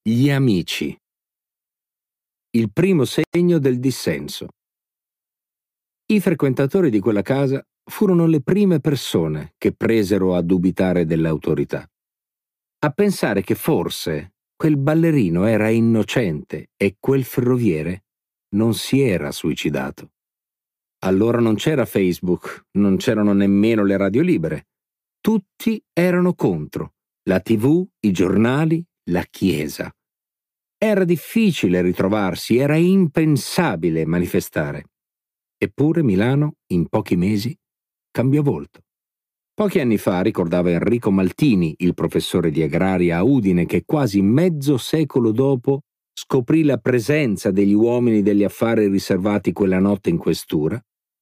Gli amici. Il primo segno del dissenso. I frequentatori di quella casa furono le prime persone che presero a dubitare dell'autorità, a pensare che forse quel ballerino era innocente e quel ferroviere non si era suicidato. Allora non c'era Facebook, non c'erano nemmeno le radio libere. Tutti erano contro, la TV, i giornali, la Chiesa. Era difficile ritrovarsi, era impensabile manifestare. Eppure Milano, in pochi mesi, cambiò volto. Pochi anni fa, ricordava Enrico Maltini, il professore di agraria a Udine, che quasi mezzo secolo dopo scoprì la presenza degli uomini degli affari riservati quella notte in questura.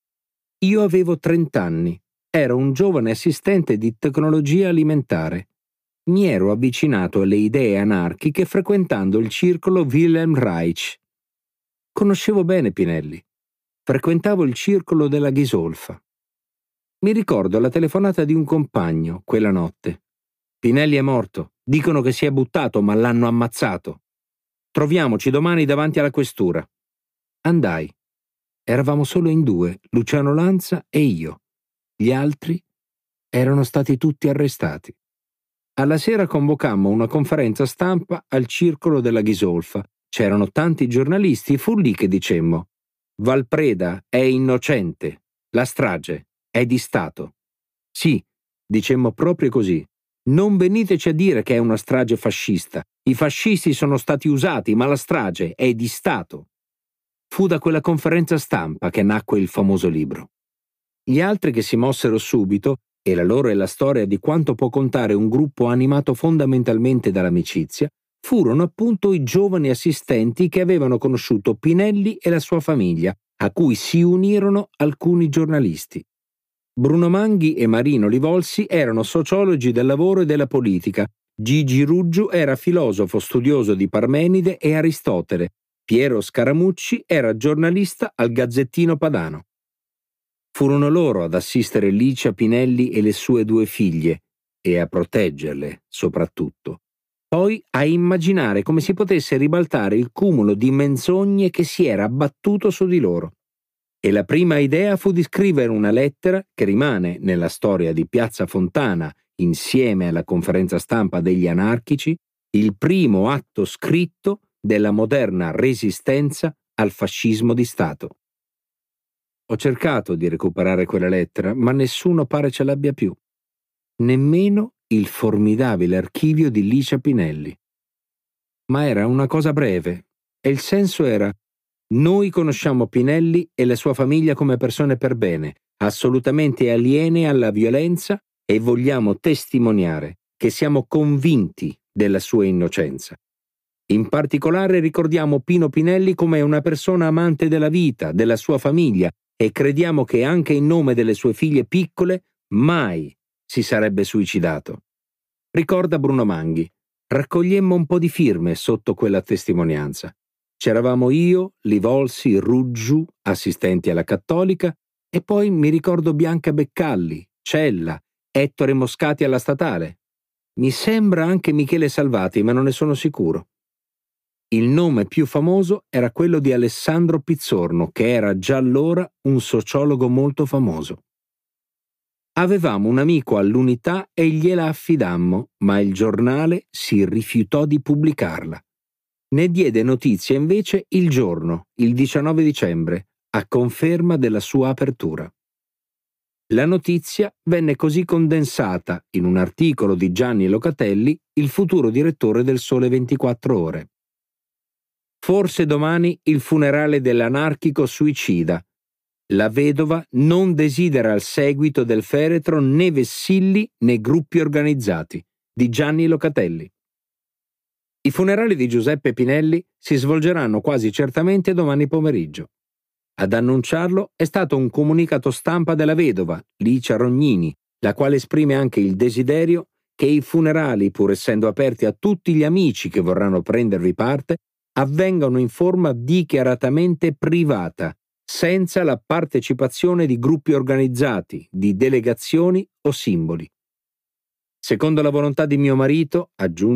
Io avevo 30 anni, ero un giovane assistente di tecnologia alimentare. Mi ero avvicinato alle idee anarchiche frequentando il circolo Wilhelm Reich. Conoscevo bene Pinelli. Frequentavo il circolo della Ghisolfa. Mi ricordo la telefonata di un compagno quella notte. Pinelli è morto. Dicono che si è buttato, ma l'hanno ammazzato. Troviamoci domani davanti alla questura. Andai. Eravamo solo in due, Luciano Lanza e io. Gli altri erano stati tutti arrestati. Alla sera convocammo una conferenza stampa al circolo della Ghisolfa. C'erano tanti giornalisti, fu lì che dicemmo: Valpreda è innocente, la strage è di Stato. Sì, dicemmo proprio così. Non veniteci a dire che è una strage fascista. I fascisti sono stati usati, ma la strage è di Stato. Fu da quella conferenza stampa che nacque il famoso libro. Gli altri che si mossero subito, e la loro è la storia di quanto può contare un gruppo animato fondamentalmente dall'amicizia, furono appunto i giovani assistenti che avevano conosciuto Pinelli e la sua famiglia, a cui si unirono alcuni giornalisti. Bruno Manghi e Marino Livolsi erano sociologi del lavoro e della politica, Gigi Ruggiu era filosofo studioso di Parmenide e Aristotele, Piero Scaramucci era giornalista al Gazzettino Padano. Furono loro ad assistere Licia Pinelli e le sue due figlie, e a proteggerle, soprattutto. Poi a immaginare come si potesse ribaltare il cumulo di menzogne che si era abbattuto su di loro. E la prima idea fu di scrivere una lettera che rimane nella storia di Piazza Fontana, insieme alla conferenza stampa degli anarchici, il primo atto scritto della moderna resistenza al fascismo di Stato. Ho cercato di recuperare quella lettera, ma nessuno pare ce l'abbia più. Nemmeno il formidabile archivio di Licia Pinelli. Ma era una cosa breve, e il senso era: noi conosciamo Pinelli e la sua famiglia come persone per bene, assolutamente aliene alla violenza, e vogliamo testimoniare che siamo convinti della sua innocenza. In particolare ricordiamo Pino Pinelli come una persona amante della vita, della sua famiglia, e crediamo che anche in nome delle sue figlie piccole mai si sarebbe suicidato. Ricorda Bruno Manghi: raccogliemmo un po' di firme sotto quella testimonianza. C'eravamo io, Livolsi, Ruggiu, assistenti alla Cattolica, e poi mi ricordo Bianca Beccalli, Cella, Ettore Moscati alla Statale. Mi sembra anche Michele Salvati, ma non ne sono sicuro. Il nome più famoso era quello di Alessandro Pizzorno, che era già allora un sociologo molto famoso. Avevamo un amico all'Unità e gliela affidammo, ma il giornale si rifiutò di pubblicarla. Ne diede notizia invece Il Giorno, il 19 dicembre, a conferma della sua apertura. La notizia venne così condensata in un articolo di Gianni Locatelli, il futuro direttore del Sole 24 Ore. Forse domani il funerale dell'anarchico suicida. La vedova non desidera il seguito del feretro né vessilli né gruppi organizzati, di Gianni Locatelli. I funerali di Giuseppe Pinelli si svolgeranno quasi certamente domani pomeriggio. Ad annunciarlo è stato un comunicato stampa della vedova, Licia Rognini, la quale esprime anche il desiderio che i funerali, pur essendo aperti a tutti gli amici che vorranno prendervi parte, avvengano in forma dichiaratamente privata, senza la partecipazione di gruppi organizzati, di delegazioni o simboli. Secondo la volontà di mio marito, aggiunge,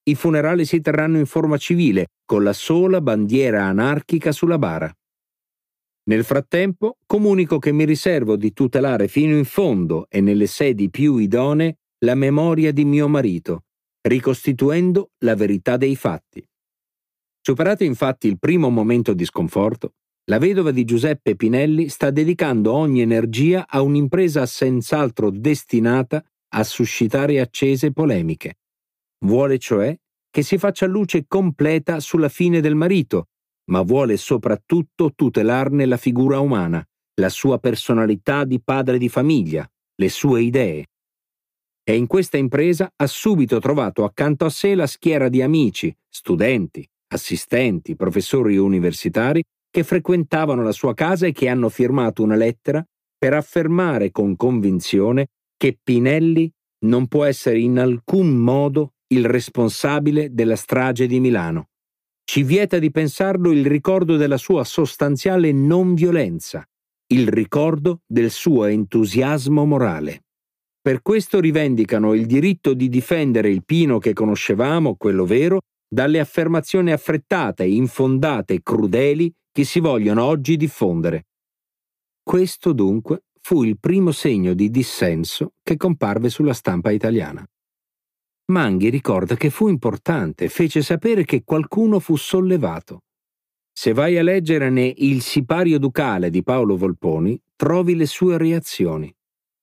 i funerali si terranno in forma civile, con la sola bandiera anarchica sulla bara. Nel frattempo, comunico che mi riservo di tutelare fino in fondo e nelle sedi più idonee la memoria di mio marito, ricostituendo la verità dei fatti. Superato infatti il primo momento di sconforto, la vedova di Giuseppe Pinelli sta dedicando ogni energia a un'impresa senz'altro destinata a suscitare accese polemiche. Vuole cioè che si faccia luce completa sulla fine del marito, ma vuole soprattutto tutelarne la figura umana, la sua personalità di padre di famiglia, le sue idee. E in questa impresa ha subito trovato accanto a sé la schiera di amici, studenti, assistenti, professori universitari che frequentavano la sua casa e che hanno firmato una lettera per affermare con convinzione che Pinelli non può essere in alcun modo il responsabile della strage di Milano. Ci vieta di pensarlo il ricordo della sua sostanziale non violenza, il ricordo del suo entusiasmo morale. Per questo rivendicano il diritto di difendere il Pino che conoscevamo, quello vero, dalle affermazioni affrettate, infondate e crudeli che si vogliono oggi diffondere. Questo dunque fu il primo segno di dissenso che comparve sulla stampa italiana. Manghi ricorda che fu importante, fece sapere che qualcuno fu sollevato. Se vai a leggere Il sipario ducale di Paolo Volponi, trovi le sue reazioni.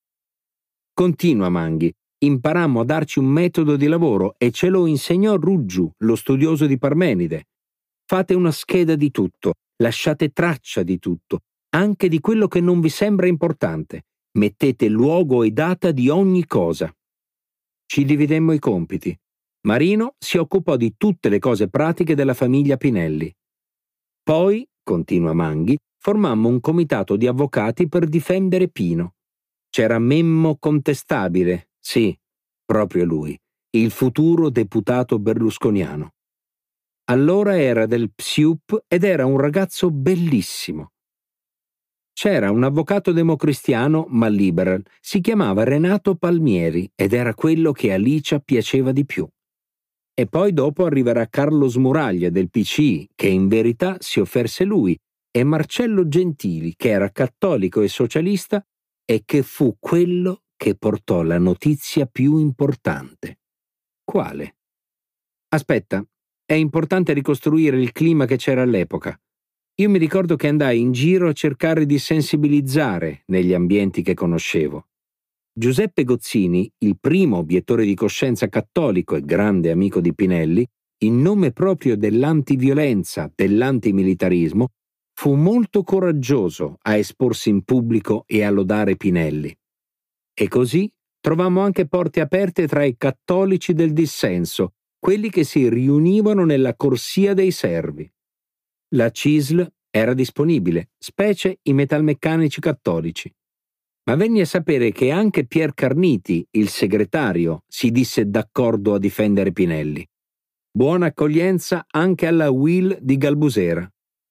Continua Manghi, imparammo a darci un metodo di lavoro e ce lo insegnò Ruggiu, lo studioso di Parmenide. Fate una scheda di tutto, lasciate traccia di tutto, anche di quello che non vi sembra importante. Mettete luogo e data di ogni cosa. Ci dividemmo i compiti. Marino si occupò di tutte le cose pratiche della famiglia Pinelli. Poi, continua Manghi, formammo un comitato di avvocati per difendere Pino. C'era Memmo Contestabile, sì, proprio lui, il futuro deputato berlusconiano. Allora era del PSIUP ed era un ragazzo bellissimo. C'era un avvocato democristiano, ma liberal, si chiamava Renato Palmieri ed era quello che a Licia piaceva di più. E poi dopo arriverà Carlo Smuraglia del PCI, che in verità si offerse lui, e Marcello Gentili, che era cattolico e socialista e che fu quello che portò la notizia più importante. Quale? Aspetta, è importante ricostruire il clima che c'era all'epoca. Io mi ricordo che andai in giro a cercare di sensibilizzare negli ambienti che conoscevo. Giuseppe Gozzini, il primo obiettore di coscienza cattolico e grande amico di Pinelli, in nome proprio dell'antiviolenza, dell'antimilitarismo, fu molto coraggioso a esporsi in pubblico e a lodare Pinelli. E così trovammo anche porte aperte tra i cattolici del dissenso, quelli che si riunivano nella corsia dei servi. La CISL era disponibile, specie i metalmeccanici cattolici. Ma venni a sapere che anche Pier Carniti, il segretario, si disse d'accordo a difendere Pinelli. Buona accoglienza anche alla UIL di Galbusera.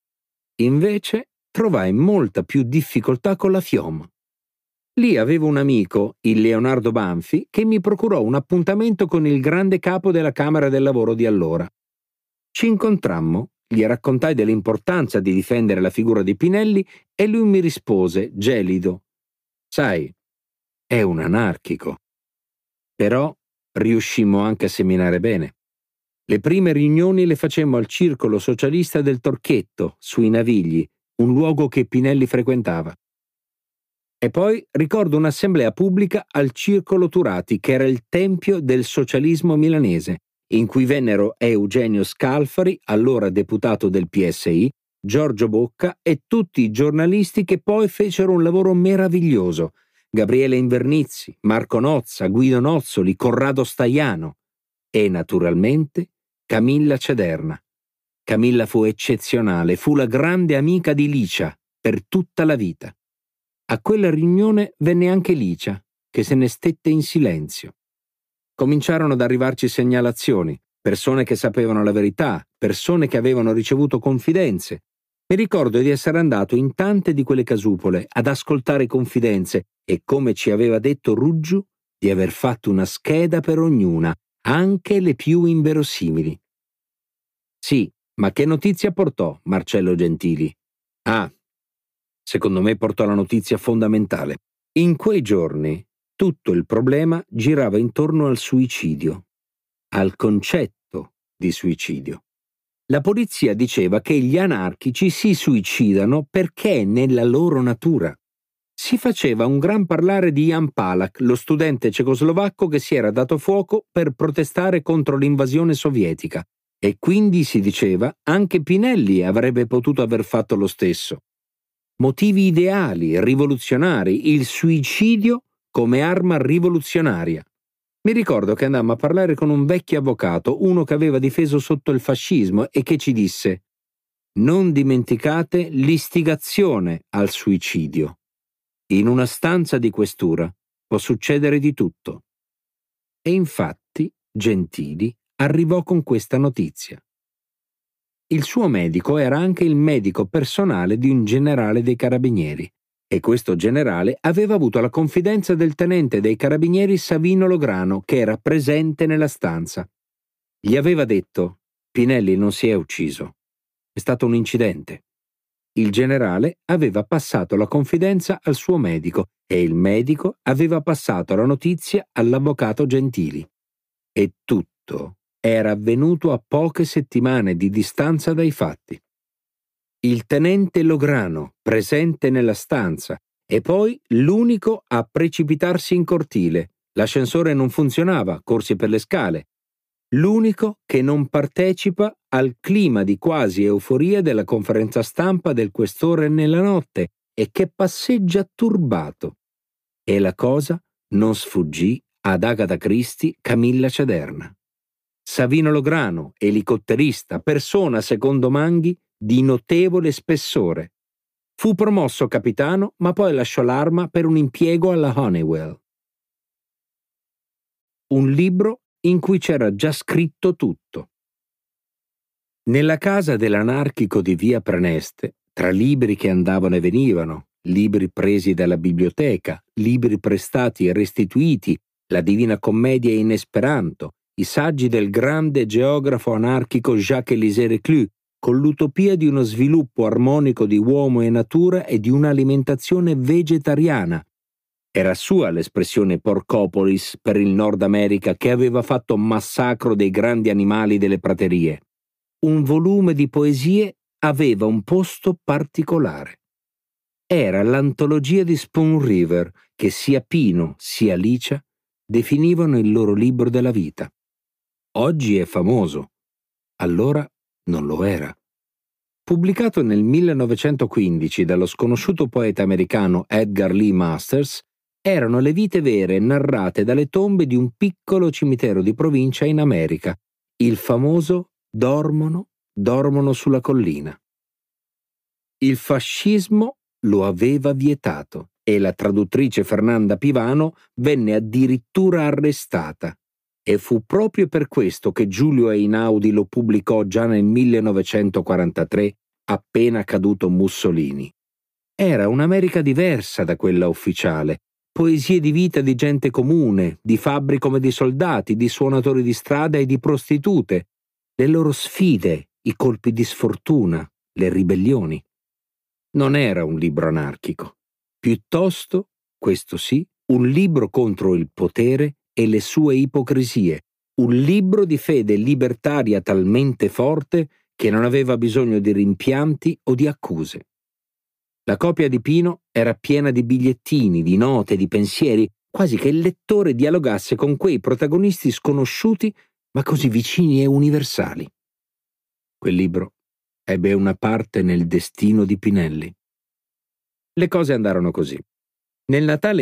Invece trovai molta più difficoltà con la FIOM. Lì avevo un amico, il Leonardo Banfi, che mi procurò un appuntamento con il grande capo della Camera del Lavoro di allora. Ci incontrammo, gli raccontai dell'importanza di difendere la figura di Pinelli e lui mi rispose, gelido: «Sai, è un anarchico». Però riuscimmo anche a seminare bene. Le prime riunioni le facemmo al Circolo Socialista del Torchetto, sui Navigli, un luogo che Pinelli frequentava. E poi ricordo un'assemblea pubblica al Circolo Turati, che era il tempio del socialismo milanese, in cui vennero Eugenio Scalfari, allora deputato del PSI, Giorgio Bocca e tutti i giornalisti che poi fecero un lavoro meraviglioso: Gabriele Invernizzi, Marco Nozza, Guido Nozzoli, Corrado Staiano e, naturalmente, Camilla Cederna. Camilla fu eccezionale, fu la grande amica di Licia per tutta la vita. A quella riunione venne anche Licia, che se ne stette in silenzio. Cominciarono ad arrivarci segnalazioni, persone che sapevano la verità, persone che avevano ricevuto confidenze. Mi ricordo di essere andato in tante di quelle casupole ad ascoltare confidenze e, come ci aveva detto Ruggiu, di aver fatto una scheda per ognuna, anche le più inverosimili. Sì, ma che notizia portò Marcello Gentili? Ah, secondo me portò la notizia fondamentale. In quei giorni tutto il problema girava intorno al suicidio, al concetto di suicidio. La polizia diceva che gli anarchici si suicidano perché è nella loro natura. Si faceva un gran parlare di Jan Palach, lo studente cecoslovacco che si era dato fuoco per protestare contro l'invasione sovietica, e quindi si diceva anche Pinelli avrebbe potuto aver fatto lo stesso. Motivi ideali, rivoluzionari, il suicidio come arma rivoluzionaria. Mi ricordo che andammo a parlare con un vecchio avvocato, uno che aveva difeso sotto il fascismo, e che ci disse: non dimenticate l'istigazione al suicidio. In una stanza di questura può succedere di tutto. E infatti Gentili arrivò con questa notizia. Il suo medico era anche il medico personale di un generale dei carabinieri, e questo generale aveva avuto la confidenza del tenente dei carabinieri Savino Lograno, che era presente nella stanza. Gli aveva detto: Pinelli non si è ucciso, è stato un incidente. Il generale aveva passato la confidenza al suo medico e il medico aveva passato la notizia all'avvocato Gentili. E tutto era avvenuto a poche settimane di distanza dai fatti. Il tenente Lograno, presente nella stanza, e poi l'unico a precipitarsi in cortile. L'ascensore non funzionava, corsi per le scale. L'unico che non partecipa al clima di quasi euforia della conferenza stampa del questore nella notte e che passeggia turbato. E la cosa non sfuggì ad Agatha Christie, Camilla Cederna. Savino Lograno, elicotterista, persona, secondo Manghi, di notevole spessore. Fu promosso capitano, ma poi lasciò l'arma per un impiego alla Honeywell. Un libro in cui c'era già scritto tutto. Nella casa dell'anarchico di via Preneste, tra libri che andavano e venivano, libri presi dalla biblioteca, libri prestati e restituiti, la Divina Commedia in esperanto, i saggi del grande geografo anarchico Jacques-Élisée Reclus, con l'utopia di uno sviluppo armonico di uomo e natura e di un'alimentazione vegetariana. Era sua l'espressione porcopolis per il Nord America, che aveva fatto massacro dei grandi animali delle praterie. Un volume di poesie aveva un posto particolare. Era l'antologia di Spoon River, che sia Pino sia Licia definivano il loro libro della vita. Oggi è famoso, allora non lo era. Pubblicato nel 1915 dallo sconosciuto poeta americano Edgar Lee Masters, erano le vite vere narrate dalle tombe di un piccolo cimitero di provincia in America, il famoso Dormono sulla collina. Il fascismo lo aveva vietato e la traduttrice Fernanda Pivano venne addirittura arrestata. E fu proprio per questo che Giulio Einaudi lo pubblicò già nel 1943, appena caduto Mussolini. Era un'America diversa da quella ufficiale, poesie di vita di gente comune, di fabbri come di soldati, di suonatori di strada e di prostitute, le loro sfide, i colpi di sfortuna, le ribellioni. Non era un libro anarchico, piuttosto, questo sì, un libro contro il potere e le sue ipocrisie, un libro di fede libertaria talmente forte che non aveva bisogno di rimpianti o di accuse. La copia di Pino era piena di bigliettini, di note, di pensieri, quasi che il lettore dialogasse con quei protagonisti sconosciuti ma così vicini e universali. Quel libro ebbe una parte nel destino di Pinelli. Le cose andarono così. Nel Natale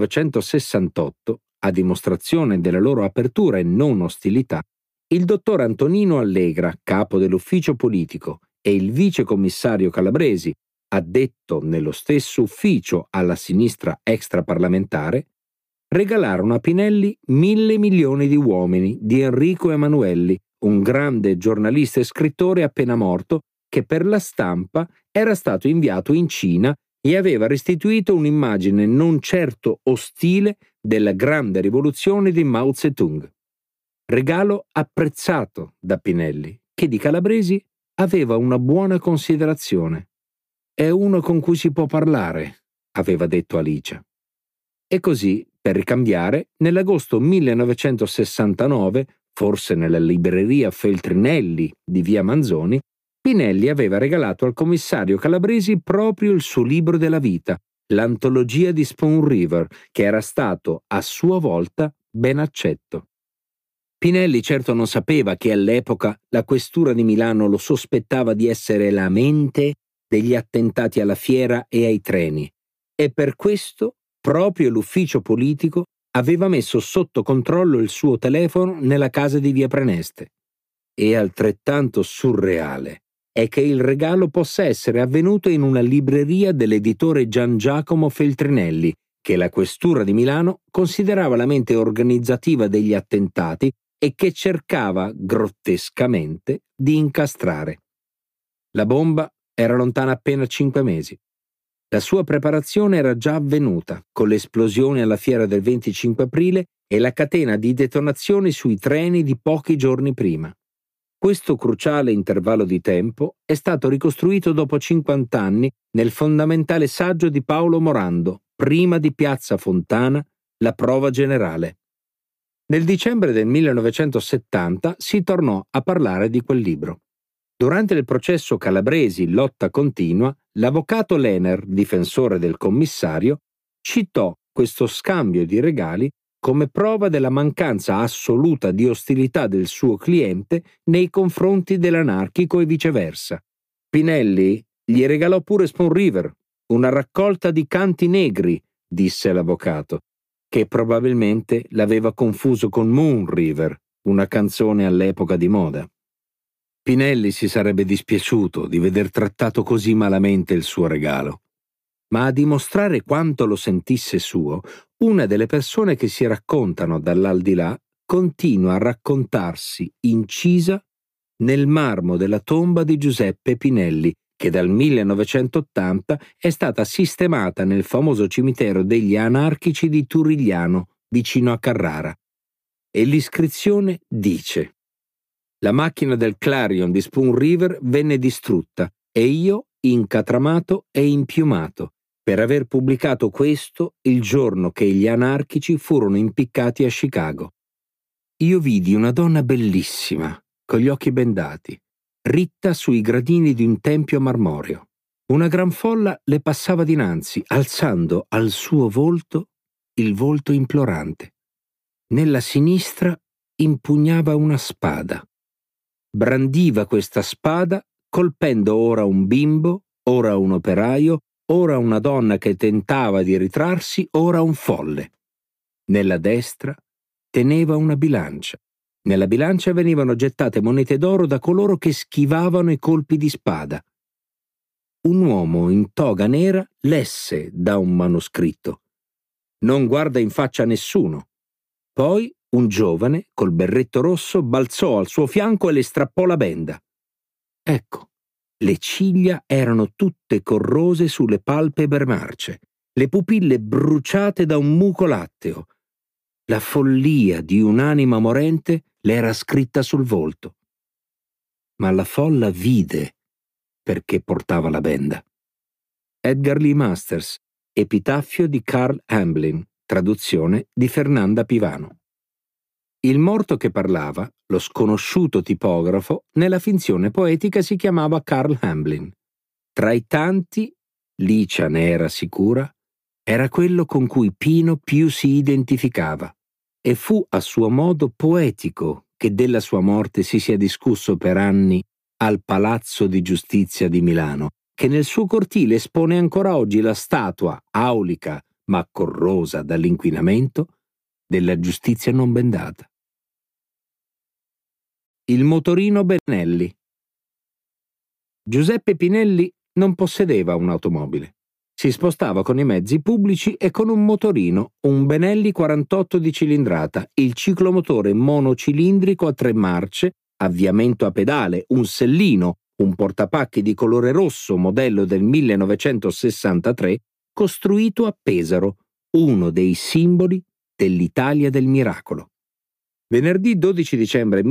1968, a dimostrazione della loro apertura e non ostilità, il dottor Antonino Allegra, capo dell'ufficio politico, e il vicecommissario Calabresi, addetto nello stesso ufficio alla sinistra extraparlamentare, regalarono a Pinelli 1.000 milioni di uomini di Enrico Emanuelli, un grande giornalista e scrittore appena morto, che per la stampa era stato inviato in Cina e aveva restituito un'immagine non certo ostile della grande rivoluzione di Mao Zedong. regalo apprezzato da Pinelli, che di Calabresi aveva una buona considerazione. «È uno con cui si può parlare», aveva detto Alicia. E così, per ricambiare, nell'agosto 1969, forse nella libreria Feltrinelli di via Manzoni, Pinelli aveva regalato al commissario Calabresi proprio il suo libro della vita, l'antologia di Spoon River, che era stato, a sua volta, ben accetto. Pinelli certo non sapeva che all'epoca la questura di Milano lo sospettava di essere la mente degli attentati alla fiera e ai treni, e per questo proprio l'ufficio politico aveva messo sotto controllo il suo telefono nella casa di via Preneste. E altrettanto surreale è che il regalo possa essere avvenuto in una libreria dell'editore Gian Giacomo Feltrinelli, che la questura di Milano considerava la mente organizzativa degli attentati e che cercava grottescamente di incastrare. La bomba era lontana appena 5 mesi. La sua preparazione era già avvenuta, con l'esplosione alla fiera del 25 aprile e la catena di detonazioni sui treni di pochi giorni prima. Questo cruciale intervallo di tempo è stato ricostruito dopo 50 anni nel fondamentale saggio di Paolo Morando, prima di Piazza Fontana, La prova generale. Nel dicembre del 1970 si tornò a parlare di quel libro. Durante il processo Calabresi lotta continua, l'avvocato Lehner, difensore del commissario, citò questo scambio di regali come prova della mancanza assoluta di ostilità del suo cliente nei confronti dell'anarchico e viceversa. Pinelli gli regalò pure Spoon River, una raccolta di canti negri, disse l'avvocato, che probabilmente l'aveva confuso con Moon River, una canzone all'epoca di moda. Pinelli si sarebbe dispiaciuto di veder trattato così malamente il suo regalo. Ma a dimostrare quanto lo sentisse suo, una delle persone che si raccontano dall'aldilà continua a raccontarsi incisa nel marmo della tomba di Giuseppe Pinelli, che dal 1980 è stata sistemata nel famoso cimitero degli anarchici di Turigliano, vicino a Carrara. E l'iscrizione dice: «La macchina del Clarion di Spoon River venne distrutta e io incatramato e impiumato per aver pubblicato questo il giorno che gli anarchici furono impiccati a Chicago. Io vidi una donna bellissima, con gli occhi bendati, ritta sui gradini di un tempio marmoreo. Una gran folla le passava dinanzi, alzando al suo volto il volto implorante. Nella sinistra impugnava una spada. Brandiva questa spada colpendo ora un bimbo, ora un operaio, ora una donna che tentava di ritrarsi, ora un folle. Nella destra teneva una bilancia. Nella bilancia venivano gettate monete d'oro da coloro che schivavano i colpi di spada. Un uomo in toga nera lesse da un manoscritto: «Non guarda in faccia a nessuno». Poi un giovane col berretto rosso balzò al suo fianco e le strappò la benda. Ecco, le ciglia erano tutte corrose sulle palpebre marce, le pupille bruciate da un muco latteo. La follia di un'anima morente le era scritta sul volto. Ma la folla vide perché portava la benda. Edgar Lee Masters, Epitaffio di Carl Hamblin, traduzione di Fernanda Pivano. Il morto che parlava, lo sconosciuto tipografo, nella finzione poetica si chiamava Carl Hamblin. Tra i tanti, Licia ne era sicura, era quello con cui Pino più si identificava, e fu a suo modo poetico che della sua morte si sia discusso per anni al Palazzo di Giustizia di Milano, che nel suo cortile espone ancora oggi la statua aulica ma corrosa dall'inquinamento della giustizia non bendata. Il motorino Benelli. Giuseppe Pinelli non possedeva un'automobile. Si spostava con i mezzi pubblici e con un motorino, un Benelli 48 di cilindrata, il ciclomotore monocilindrico a 3 marce, avviamento a pedale, un sellino, un portapacchi di colore rosso modello del 1963, costruito a Pesaro, uno dei simboli dell'Italia del miracolo. Venerdì 12 dicembre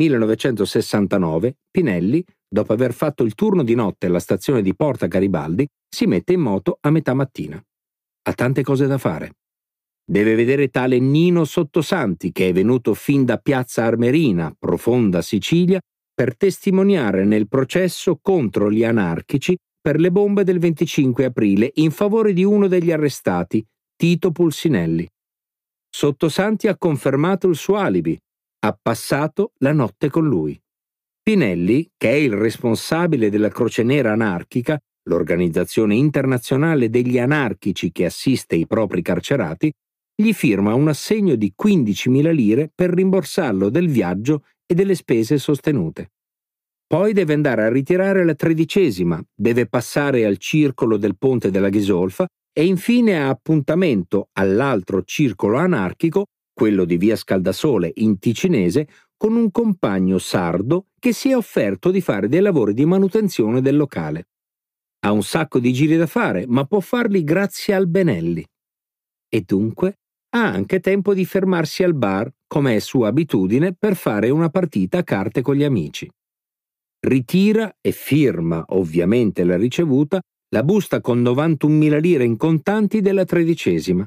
1969, Pinelli, dopo aver fatto il turno di notte alla stazione di Porta Garibaldi, si mette in moto a metà mattina. Ha tante cose da fare. Deve vedere tale Nino Sottosanti, che è venuto fin da Piazza Armerina, profonda Sicilia, per testimoniare nel processo contro gli anarchici per le bombe del 25 aprile in favore di uno degli arrestati, Tito Pulsinelli. Sottosanti ha confermato il suo alibi. Ha passato la notte con lui. Pinelli, che è il responsabile della Croce Nera anarchica, l'organizzazione internazionale degli anarchici che assiste i propri carcerati, gli firma un assegno di 15.000 lire per rimborsarlo del viaggio e delle spese sostenute. Poi deve andare a ritirare la 13ª, deve passare al circolo del Ponte della Ghisolfa e infine ha appuntamento all'altro circolo anarchico, quello di via Scaldasole in Ticinese, con un compagno sardo che si è offerto di fare dei lavori di manutenzione del locale. Ha un sacco di giri da fare, ma può farli grazie al Benelli. E dunque ha anche tempo di fermarsi al bar, come è sua abitudine, per fare una partita a carte con gli amici. Ritira e firma, ovviamente la ricevuta, la busta con 91.000 lire in contanti della 13ª.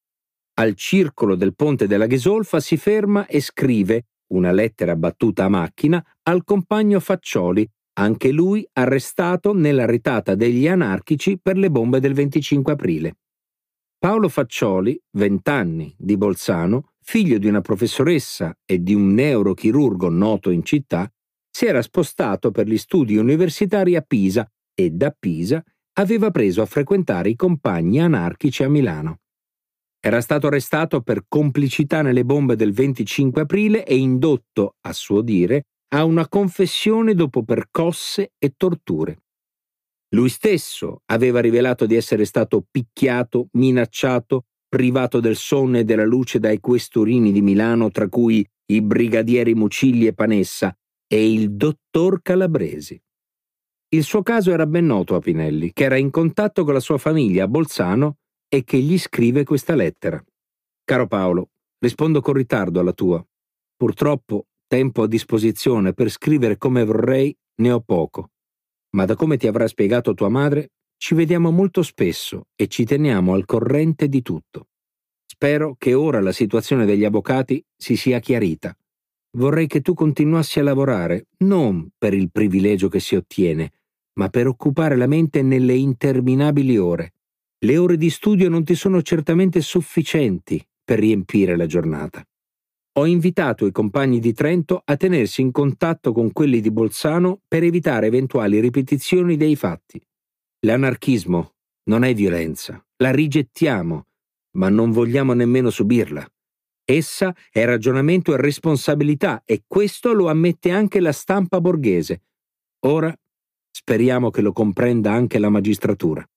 Al circolo del Ponte della Ghisolfa si ferma e scrive una lettera battuta a macchina al compagno Faccioli, anche lui arrestato nella retata degli anarchici per le bombe del 25 aprile. Paolo Faccioli, 20 anni, di Bolzano, figlio di una professoressa e di un neurochirurgo noto in città, si era spostato per gli studi universitari a Pisa e da Pisa aveva preso a frequentare i compagni anarchici a Milano. Era stato arrestato per complicità nelle bombe del 25 aprile e indotto, a suo dire, a una confessione dopo percosse e torture. Lui stesso aveva rivelato di essere stato picchiato, minacciato, privato del sonno e della luce dai questurini di Milano, tra cui i brigadieri Mucilli e Panessa e il dottor Calabresi. Il suo caso era ben noto a Pinelli, che era in contatto con la sua famiglia a Bolzano e che gli scrive questa lettera. Caro Paolo, rispondo con ritardo alla tua. Purtroppo tempo a disposizione per scrivere come vorrei ne ho poco. Ma da come ti avrà spiegato tua madre, ci vediamo molto spesso e ci teniamo al corrente di tutto. Spero che ora la situazione degli avvocati si sia chiarita. Vorrei che tu continuassi a lavorare, non per il privilegio che si ottiene, ma per occupare la mente nelle interminabili ore. Le ore di studio non ti sono certamente sufficienti per riempire la giornata. Ho invitato i compagni di Trento a tenersi in contatto con quelli di Bolzano per evitare eventuali ripetizioni dei fatti. L'anarchismo non è violenza, la rigettiamo, ma non vogliamo nemmeno subirla. Essa è ragionamento e responsabilità e questo lo ammette anche la stampa borghese. Ora speriamo che lo comprenda anche la magistratura.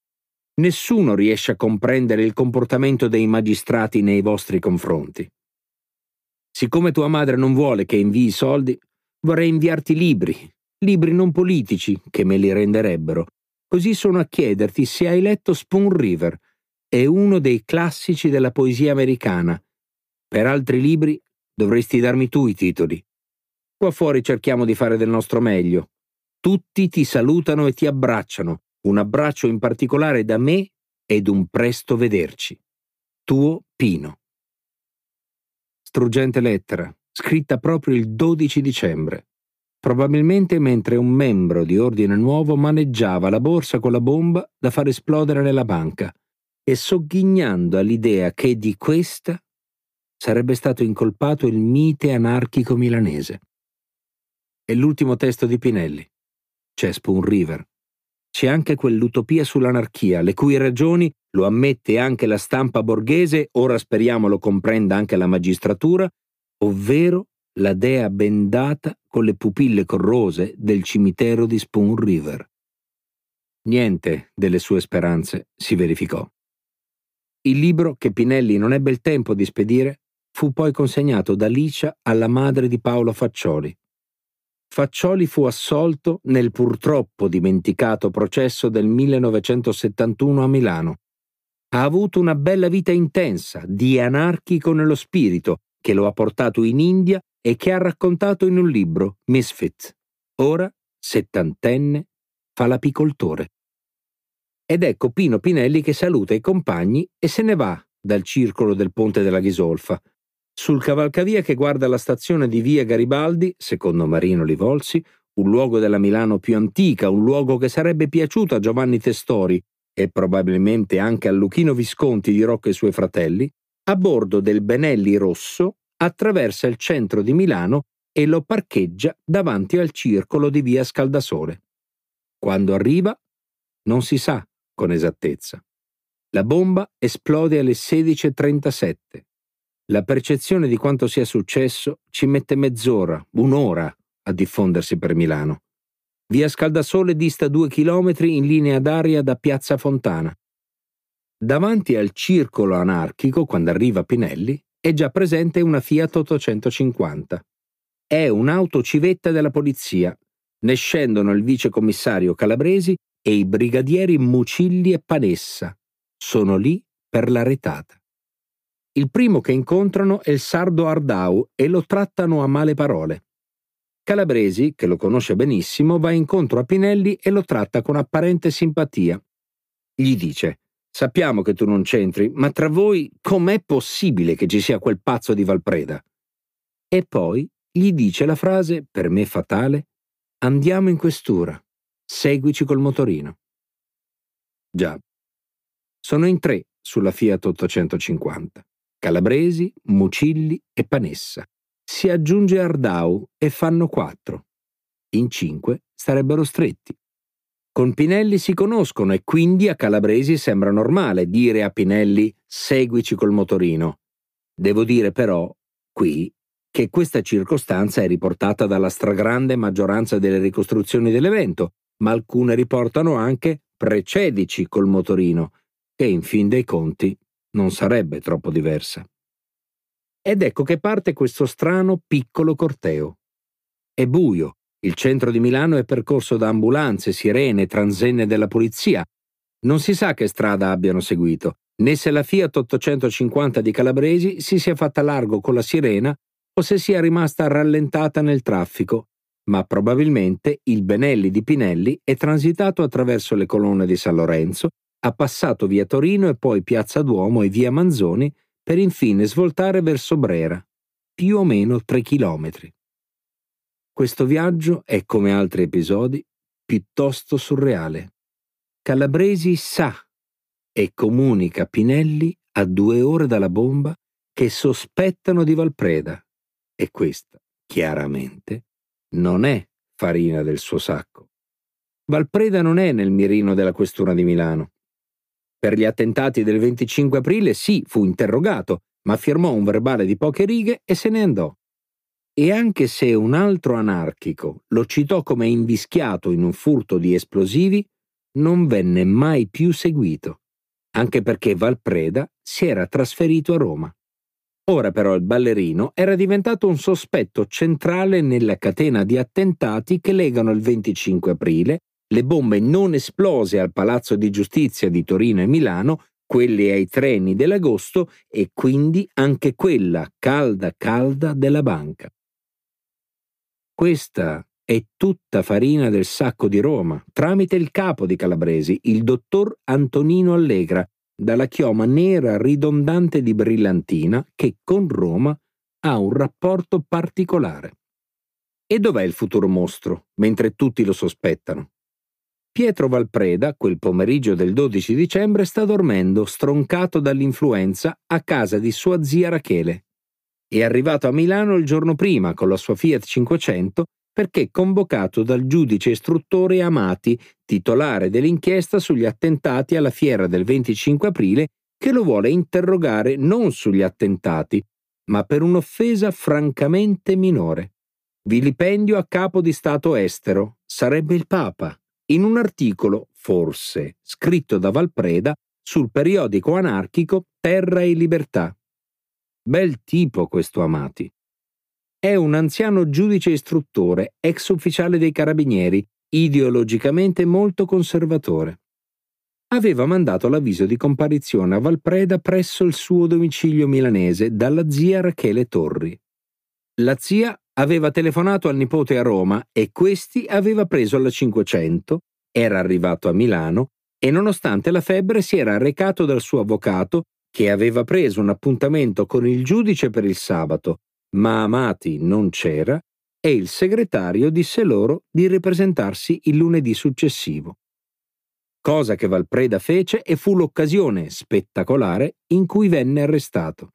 Nessuno riesce a comprendere il comportamento dei magistrati nei vostri confronti. Siccome tua madre non vuole che invii soldi, vorrei inviarti libri non politici che me li renderebbero. Così sono a chiederti se hai letto Spoon River, è uno dei classici della poesia americana. Per altri libri dovresti darmi tu i titoli. Qua fuori cerchiamo di fare del nostro meglio. Tutti ti salutano e ti abbracciano, un abbraccio in particolare da me ed un presto vederci. Tuo Pino. Struggente lettera, scritta proprio il 12 dicembre, probabilmente mentre un membro di Ordine Nuovo maneggiava la borsa con la bomba da far esplodere nella banca e sogghignando all'idea che di questa sarebbe stato incolpato il mite anarchico milanese. È l'ultimo testo di Pinelli. C'è Spoon River. C'è anche quell'utopia sull'anarchia, le cui ragioni, lo ammette anche la stampa borghese, ora speriamo lo comprenda anche la magistratura, ovvero la dea bendata con le pupille corrose del cimitero di Spoon River. Niente delle sue speranze si verificò. Il libro, che Pinelli non ebbe il tempo di spedire, fu poi consegnato da Licia alla madre di Paolo Faccioli. Faccioli fu assolto nel purtroppo dimenticato processo del 1971 a Milano. Ha avuto una bella vita intensa, di anarchico nello spirito, che lo ha portato in India e che ha raccontato in un libro, Misfit. Ora, settantenne, fa l'apicoltore. Ed ecco Pino Pinelli che saluta i compagni e se ne va dal circolo del Ponte della Ghisolfa. Sul cavalcavia che guarda la stazione di via Garibaldi, secondo Marino Livolsi, un luogo della Milano più antica, un luogo che sarebbe piaciuto a Giovanni Testori e probabilmente anche a Luchino Visconti di Rocco e i suoi fratelli, a bordo del Benelli rosso attraversa il centro di Milano e lo parcheggia davanti al circolo di via Scaldasole. Quando arriva, non si sa con esattezza. La bomba esplode alle 16:37. La percezione di quanto sia successo ci mette mezz'ora, un'ora a diffondersi per Milano. Via Scaldasole dista 2 chilometri in linea d'aria da Piazza Fontana. Davanti al circolo anarchico, quando arriva Pinelli, è già presente una Fiat 850. È un'autocivetta della polizia. Ne scendono il vicecommissario Calabresi e i brigadieri Mucilli e Panessa. Sono lì per la retata. Il primo che incontrano è il sardo Ardau e lo trattano a male parole. Calabresi, che lo conosce benissimo, va incontro a Pinelli e lo tratta con apparente simpatia. Gli dice: «Sappiamo che tu non c'entri, ma tra voi com'è possibile che ci sia quel pazzo di Valpreda?» E poi gli dice la frase, per me fatale: «Andiamo in questura, seguici col motorino». Già, sono in 3 sulla Fiat 850. Calabresi, Mucilli e Panessa. Si aggiunge Ardau e fanno 4. In 5 starebbero stretti. Con Pinelli si conoscono e quindi a Calabresi sembra normale dire a Pinelli «seguici col motorino». Devo dire però, qui, che questa circostanza è riportata dalla stragrande maggioranza delle ricostruzioni dell'evento, ma alcune riportano anche «precedici col motorino», che in fin dei conti non sarebbe troppo diversa. Ed ecco che parte questo strano piccolo corteo. È buio, il centro di Milano è percorso da ambulanze, sirene, transenne della polizia. Non si sa che strada abbiano seguito, né se la Fiat 850 di Calabresi si sia fatta largo con la sirena o se sia rimasta rallentata nel traffico, ma probabilmente il Benelli di Pinelli è transitato attraverso le colonne di San Lorenzo, ha passato via Torino e poi Piazza Duomo e via Manzoni per infine svoltare verso Brera, più o meno 3 chilometri. Questo viaggio è, come altri episodi, piuttosto surreale. Calabresi sa e comunica a Pinelli a 2 ore dalla bomba che sospettano di Valpreda e questa, chiaramente, non è farina del suo sacco. Valpreda non è nel mirino della questura di Milano. Per gli attentati del 25 aprile sì, fu interrogato, ma firmò un verbale di poche righe e se ne andò. E anche se un altro anarchico lo citò come invischiato in un furto di esplosivi, non venne mai più seguito, anche perché Valpreda si era trasferito a Roma. Ora però il ballerino era diventato un sospetto centrale nella catena di attentati che legano il 25 aprile, le bombe non esplose al Palazzo di Giustizia di Torino e Milano, quelle ai treni dell'agosto e quindi anche quella calda calda della banca. Questa è tutta farina del sacco di Roma, tramite il capo di Calabresi, il dottor Antonino Allegra, dalla chioma nera ridondante di brillantina che con Roma ha un rapporto particolare. E dov'è il futuro mostro, mentre tutti lo sospettano? Pietro Valpreda, quel pomeriggio del 12 dicembre, sta dormendo, stroncato dall'influenza, a casa di sua zia Rachele. È arrivato a Milano il giorno prima con la sua Fiat 500 perché convocato dal giudice istruttore Amati, titolare dell'inchiesta sugli attentati alla fiera del 25 aprile, che lo vuole interrogare non sugli attentati, ma per un'offesa francamente minore. Vilipendio a capo di Stato estero, sarebbe il Papa, in un articolo, forse, scritto da Valpreda sul periodico anarchico Terra e Libertà. Bel tipo questo Amati. È un anziano giudice istruttore, ex ufficiale dei carabinieri, ideologicamente molto conservatore. aveva mandato l'avviso di comparizione a Valpreda presso il suo domicilio milanese dalla zia Rachele Torri. La zia aveva telefonato al nipote a Roma e questi aveva preso la 500, era arrivato a Milano e nonostante la febbre si era recato dal suo avvocato che aveva preso un appuntamento con il giudice per il sabato, ma Amati non c'era e il segretario disse loro di ripresentarsi il lunedì successivo. Cosa che Valpreda fece e fu l'occasione spettacolare in cui venne arrestato.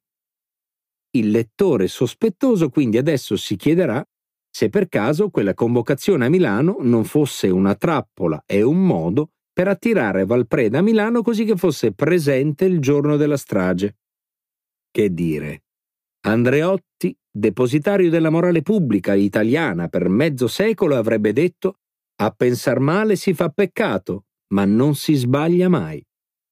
Il lettore sospettoso quindi adesso si chiederà se per caso quella convocazione a Milano non fosse una trappola e un modo per attirare Valpreda a Milano così che fosse presente il giorno della strage. Che dire? Andreotti, depositario della morale pubblica italiana per mezzo secolo, avrebbe detto: a pensar male si fa peccato, ma non si sbaglia mai.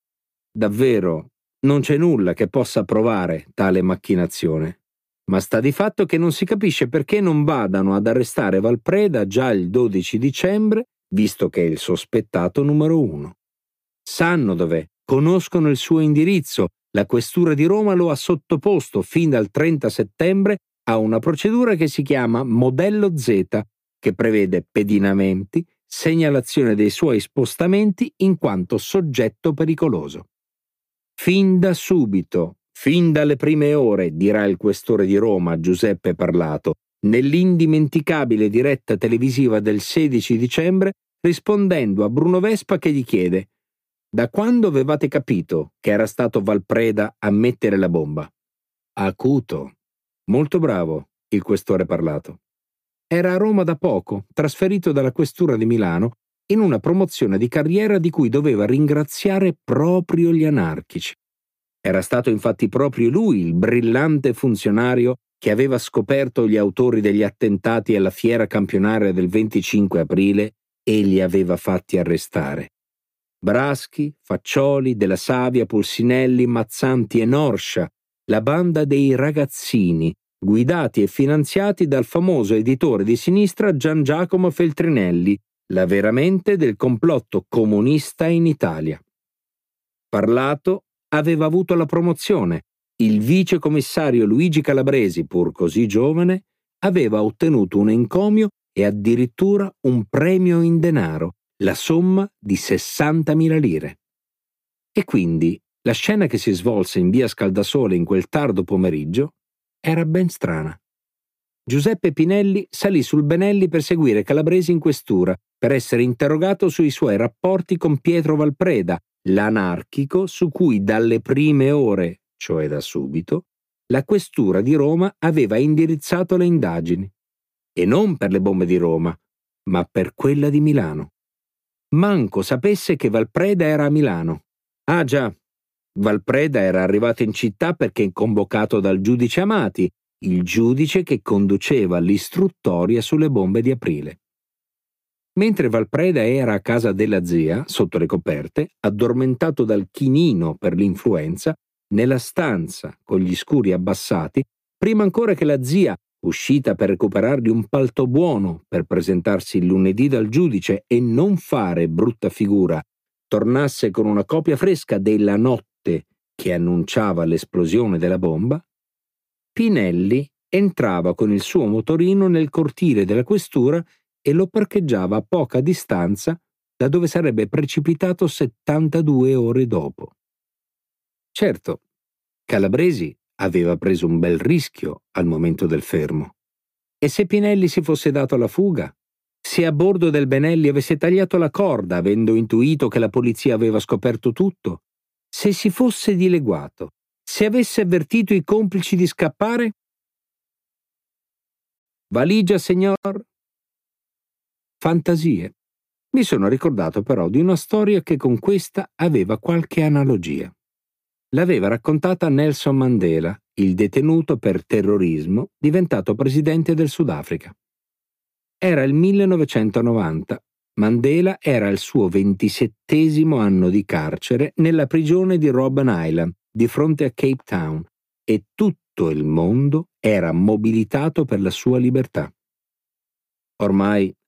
Davvero, non c'è nulla che possa provare tale macchinazione, ma sta di fatto che non si capisce perché non vadano ad arrestare Valpreda già il 12 dicembre, visto che è il sospettato numero 1. Sanno dov'è, conoscono il suo indirizzo, la questura di Roma lo ha sottoposto fin dal 30 settembre a una procedura che si chiama Modello Z, che prevede pedinamenti, segnalazione dei suoi spostamenti in quanto soggetto pericoloso. Fin da subito, fin dalle prime ore, dirà il questore di Roma Giuseppe Parlato, nell'indimenticabile diretta televisiva del 16 dicembre, rispondendo a Bruno Vespa che gli chiede: da quando avevate capito che era stato Valpreda a mettere la bomba? Acuto. Molto bravo, il questore Parlato. Era a Roma da poco, trasferito dalla questura di Milano, in una promozione di carriera di cui doveva ringraziare proprio gli anarchici. Era stato infatti proprio lui il brillante funzionario che aveva scoperto gli autori degli attentati alla fiera campionaria del 25 aprile e li aveva fatti arrestare. Braschi, Faccioli, Della Savia, Pulsinelli, Mazzanti e Norscia, la banda dei ragazzini, guidati e finanziati dal famoso editore di sinistra Gian Giacomo Feltrinelli, la veramente del complotto comunista in Italia. Parlato aveva avuto la promozione. Il vicecommissario Luigi Calabresi, pur così giovane, aveva ottenuto un encomio e addirittura un premio in denaro, la somma di 60.000 lire. E quindi la scena che si svolse in via Scaldasole in quel tardo pomeriggio era ben strana. Giuseppe Pinelli salì sul Benelli per seguire Calabresi in questura, per essere interrogato sui suoi rapporti con Pietro Valpreda, l'anarchico su cui dalle prime ore, cioè da subito, la questura di Roma aveva indirizzato le indagini. E non per le bombe di Roma, ma per quella di Milano. Manco sapesse che Valpreda era a Milano. Ah già, Valpreda era arrivato in città perché convocato dal giudice Amati, il giudice che conduceva l'istruttoria sulle bombe di aprile. Mentre Valpreda era a casa della zia, sotto le coperte, addormentato dal chinino per l'influenza, nella stanza con gli scuri abbassati, prima ancora che la zia, uscita per recuperargli un palto buono per presentarsi il lunedì dal giudice e non fare brutta figura, tornasse con una copia fresca della notte che annunciava l'esplosione della bomba, Pinelli entrava con il suo motorino nel cortile della questura e lo parcheggiava a poca distanza da dove sarebbe precipitato 72 ore dopo. Certo, Calabresi aveva preso un bel rischio al momento del fermo. E se Pinelli si fosse dato alla fuga? Se a bordo del Benelli avesse tagliato la corda, avendo intuito che la polizia aveva scoperto tutto? Se si fosse dileguato? Se avesse avvertito i complici di scappare? Valigia, signor? Fantasie. Mi sono ricordato però di una storia che con questa aveva qualche analogia. L'aveva raccontata Nelson Mandela, il detenuto per terrorismo diventato presidente del Sudafrica. Era il 1990. Mandela era al suo 27° anno di carcere nella prigione di Robben Island, di fronte a Cape Town, e tutto il mondo era mobilitato per la sua libertà. Ormai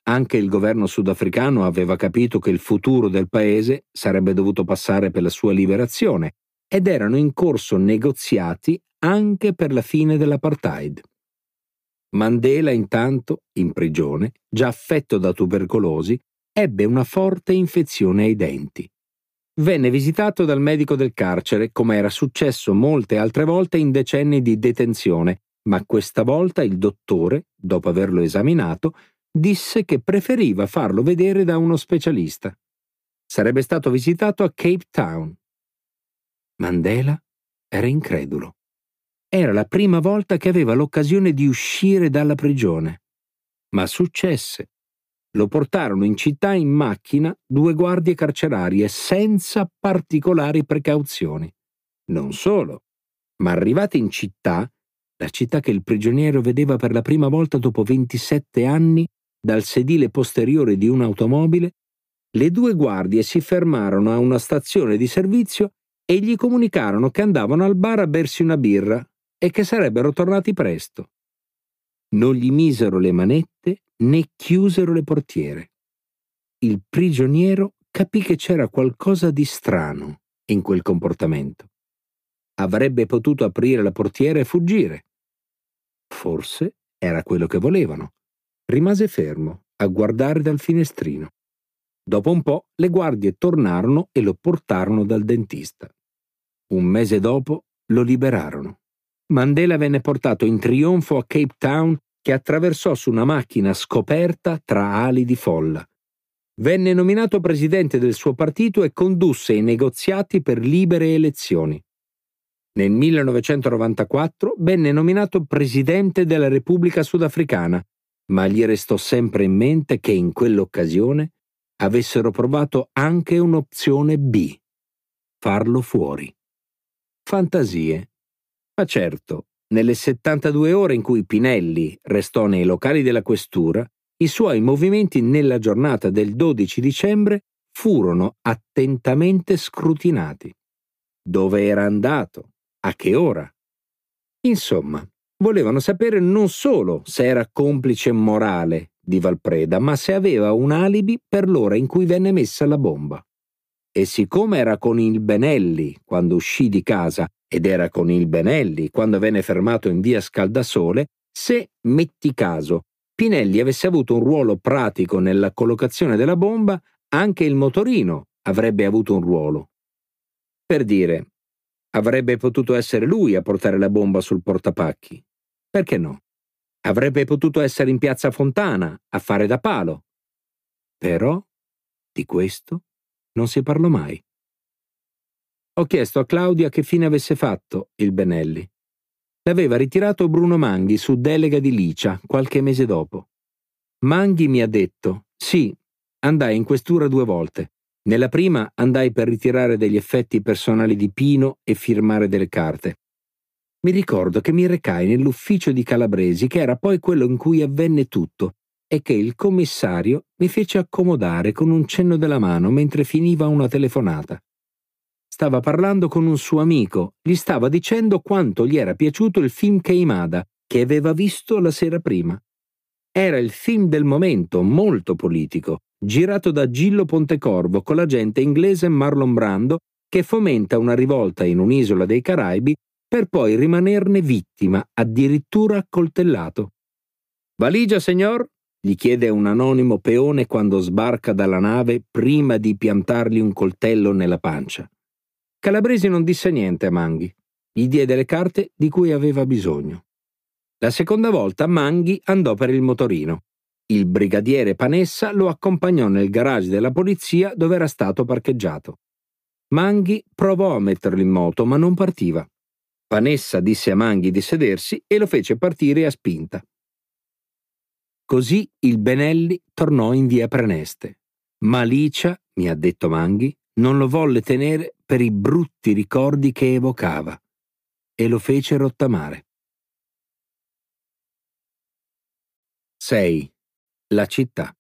Anche il governo sudafricano aveva capito che il futuro del paese sarebbe dovuto passare per la sua liberazione ed erano in corso negoziati anche per la fine dell'apartheid. Mandela, intanto, in prigione, già affetto da tubercolosi, ebbe una forte infezione ai denti. Venne visitato dal medico del carcere, come era successo molte altre volte in decenni di detenzione, ma questa volta il dottore, dopo averlo esaminato, disse che preferiva farlo vedere da uno specialista. Sarebbe stato visitato a Cape Town. Mandela era incredulo. Era la prima volta che aveva l'occasione di uscire dalla prigione. Ma successe. Lo portarono in città in macchina 2 guardie carcerarie senza particolari precauzioni. Non solo, ma arrivati in città, la città che il prigioniero vedeva per la prima volta dopo 27 anni dal sedile posteriore di un'automobile, le 2 guardie si fermarono a una stazione di servizio e gli comunicarono che andavano al bar a bersi una birra e che sarebbero tornati presto. Non gli misero le manette né chiusero le portiere. Il prigioniero capì che c'era qualcosa di strano in quel comportamento. Avrebbe potuto aprire la portiera e fuggire. Forse era quello che volevano. Rimase fermo a guardare dal finestrino. Dopo un po' le guardie tornarono e lo portarono dal dentista. Un mese dopo lo liberarono. Mandela venne portato in trionfo a Cape Town, che attraversò su una macchina scoperta tra ali di folla. Venne nominato presidente del suo partito e condusse i negoziati per libere elezioni. Nel 1994 venne nominato presidente della Repubblica Sudafricana, ma gli restò sempre in mente che in quell'occasione avessero provato anche un'opzione B: farlo fuori. Fantasie. Ma certo, nelle 72 ore in cui Pinelli restò nei locali della questura, i suoi movimenti nella giornata del 12 dicembre furono attentamente scrutinati. Dove era andato? A che ora? Insomma, volevano sapere non solo se era complice morale di Valpreda, ma se aveva un alibi per l'ora in cui venne messa la bomba. E siccome era con il Benelli quando uscì di casa ed era con il Benelli quando venne fermato in via Scaldasole, se, metti caso, Pinelli avesse avuto un ruolo pratico nella collocazione della bomba, anche il motorino avrebbe avuto un ruolo. Per dire, avrebbe potuto essere lui a portare la bomba sul portapacchi. Perché no? Avrebbe potuto essere in piazza Fontana a fare da palo. Però di questo non si parlò mai. Ho chiesto a Claudia che fine avesse fatto il Benelli. L'aveva ritirato Bruno Manghi su delega di Licia qualche mese dopo. Manghi mi ha detto: sì, andai in questura 2 volte. Nella prima andai per ritirare degli effetti personali di Pino e firmare delle carte. Mi ricordo che mi recai nell'ufficio di Calabresi, che era poi quello in cui avvenne tutto, e che il commissario mi fece accomodare con un cenno della mano mentre finiva una telefonata. Stava parlando con un suo amico, gli stava dicendo quanto gli era piaciuto il film Queimada, che aveva visto la sera prima. Era il film del momento, molto politico, girato da Gillo Pontecorvo con l'agente inglese Marlon Brando, che fomenta una rivolta in un'isola dei Caraibi per poi rimanerne vittima, addirittura accoltellato. «Valigia, signor?» gli chiede un anonimo peone quando sbarca dalla nave prima di piantargli un coltello nella pancia. Calabresi non disse niente a Manghi. Gli diede le carte di cui aveva bisogno. La seconda volta Manghi andò per il motorino. Il brigadiere Panessa lo accompagnò nel garage della polizia dove era stato parcheggiato. Manghi provò a metterlo in moto, ma non partiva. Panessa disse a Manghi di sedersi e lo fece partire a spinta. Così il Benelli tornò in via Preneste. Ma Licia, mi ha detto Manghi, non lo volle tenere per i brutti ricordi che evocava e lo fece rottamare. 6. La città.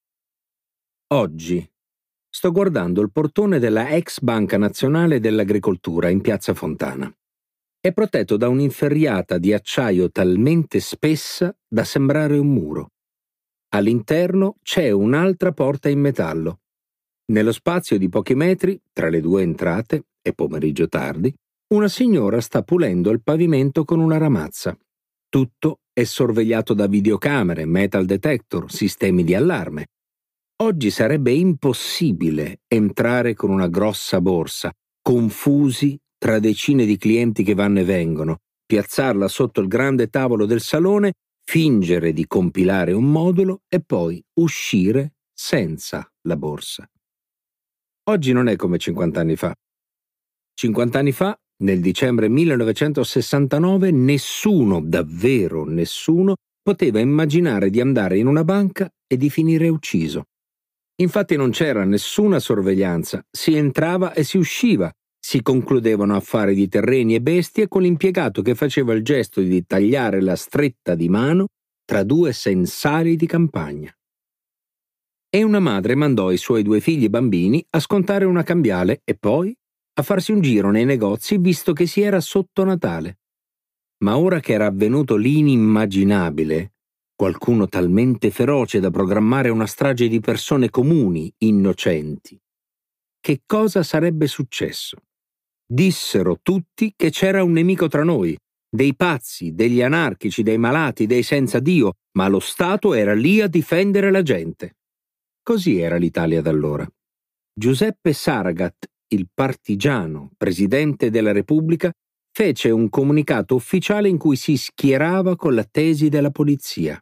Oggi sto guardando il portone della ex Banca Nazionale dell'Agricoltura in piazza Fontana. È protetto da un'inferriata di acciaio talmente spessa da sembrare un muro. All'interno c'è un'altra porta in metallo. Nello spazio di pochi metri, tra le due entrate, è pomeriggio tardi, una signora sta pulendo il pavimento con una ramazza. Tutto è sorvegliato da videocamere, metal detector, sistemi di allarme. Oggi sarebbe impossibile entrare con una grossa borsa, confusi tra decine di clienti che vanno e vengono, piazzarla sotto il grande tavolo del salone, fingere di compilare un modulo e poi uscire senza la borsa. Oggi non è come 50 anni fa. 50 anni fa, nel dicembre 1969, nessuno, davvero nessuno, poteva immaginare di andare in una banca e di finire ucciso. Infatti non c'era nessuna sorveglianza, si entrava e si usciva, si concludevano affari di terreni e bestie con l'impiegato che faceva il gesto di tagliare la stretta di mano tra due sensali di campagna. E una madre mandò i suoi 2 figli bambini a scontare una cambiale e poi a farsi un giro nei negozi visto che si era sotto Natale. Ma ora che era avvenuto l'inimmaginabile, qualcuno talmente feroce da programmare una strage di persone comuni, innocenti, che cosa sarebbe successo? Dissero tutti che c'era un nemico tra noi, dei pazzi, degli anarchici, dei malati, dei senza Dio, ma lo Stato era lì a difendere la gente. Così era l'Italia d'allora. Giuseppe Saragat, il partigiano, presidente della Repubblica, fece un comunicato ufficiale in cui si schierava con la tesi della polizia.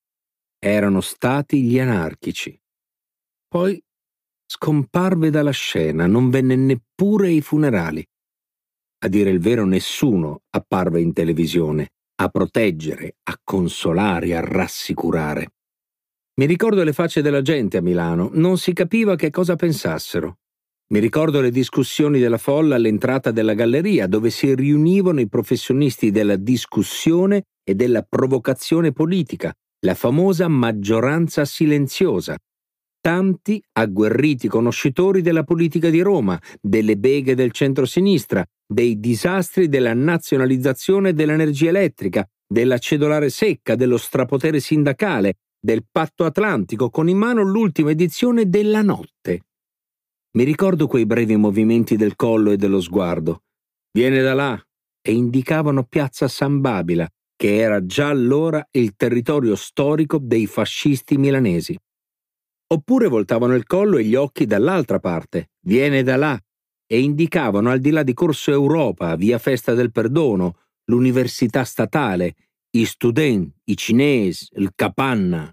Erano stati gli anarchici. Poi scomparve dalla scena, non venne neppure ai funerali. A dire il vero, nessuno apparve in televisione a proteggere, a consolare, a rassicurare. Mi ricordo le facce della gente a Milano, non si capiva che cosa pensassero. Mi ricordo le discussioni della folla all'entrata della galleria, dove si riunivano i professionisti della discussione e della provocazione politica, la famosa maggioranza silenziosa. Tanti agguerriti conoscitori della politica di Roma, delle beghe del centro-sinistra, dei disastri della nazionalizzazione dell'energia elettrica, della cedolare secca, dello strapotere sindacale, del Patto Atlantico, con in mano l'ultima edizione della Notte. Mi ricordo quei brevi movimenti del collo e dello sguardo. Viene da là, e indicavano piazza San Babila, che era già allora il territorio storico dei fascisti milanesi. Oppure voltavano il collo e gli occhi dall'altra parte, viene da là, e indicavano al di là di Corso Europa, via Festa del Perdono, l'università statale, i studenti, i cinesi, il Capanna.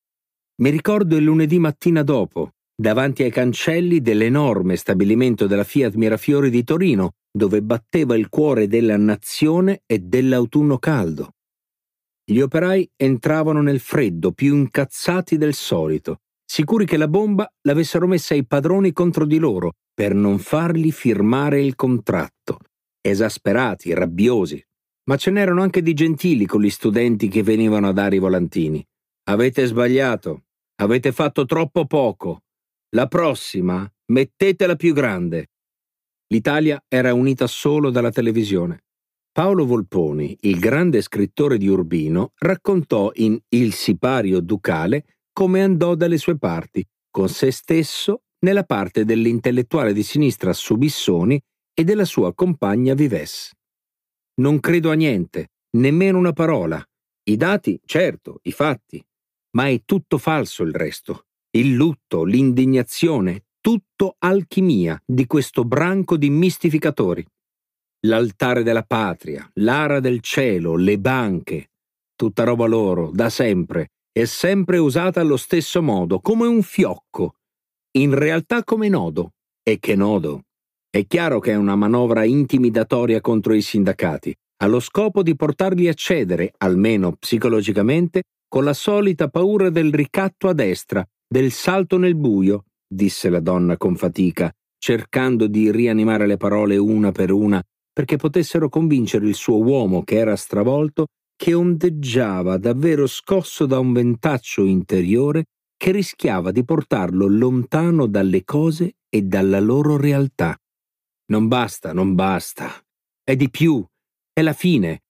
Mi ricordo il lunedì mattina dopo, davanti ai cancelli dell'enorme stabilimento della Fiat Mirafiori di Torino, dove batteva il cuore della nazione e dell'autunno caldo. Gli operai entravano nel freddo, più incazzati del solito, sicuri che la bomba l'avessero messa i padroni contro di loro per non fargli firmare il contratto. Esasperati, rabbiosi. Ma ce n'erano anche di gentili con gli studenti che venivano a dare i volantini. Avete sbagliato, avete fatto troppo poco. La prossima mettetela più grande. L'Italia era unita solo dalla televisione. Paolo Volponi, il grande scrittore di Urbino, raccontò in Il sipario ducale come andò dalle sue parti, con se stesso nella parte dell'intellettuale di sinistra Subissoni e della sua compagna Vives. Non credo a niente, nemmeno una parola. I dati, certo, i fatti, ma è tutto falso il resto. Il lutto, l'indignazione, tutto alchimia di questo branco di mistificatori. L'altare della patria, l'ara del cielo, le banche, tutta roba loro, da sempre, e sempre usata allo stesso modo, come un fiocco, in realtà come nodo. E che nodo! È chiaro che è una manovra intimidatoria contro i sindacati, allo scopo di portarli a cedere, almeno psicologicamente, con la solita paura del ricatto a destra, del salto nel buio, disse la donna con fatica, cercando di rianimare le parole una per una, perché potessero convincere il suo uomo, che era stravolto, che ondeggiava davvero scosso da un ventaccio interiore che rischiava di portarlo lontano dalle cose e dalla loro realtà. Non basta, non basta. È di più. È la fine.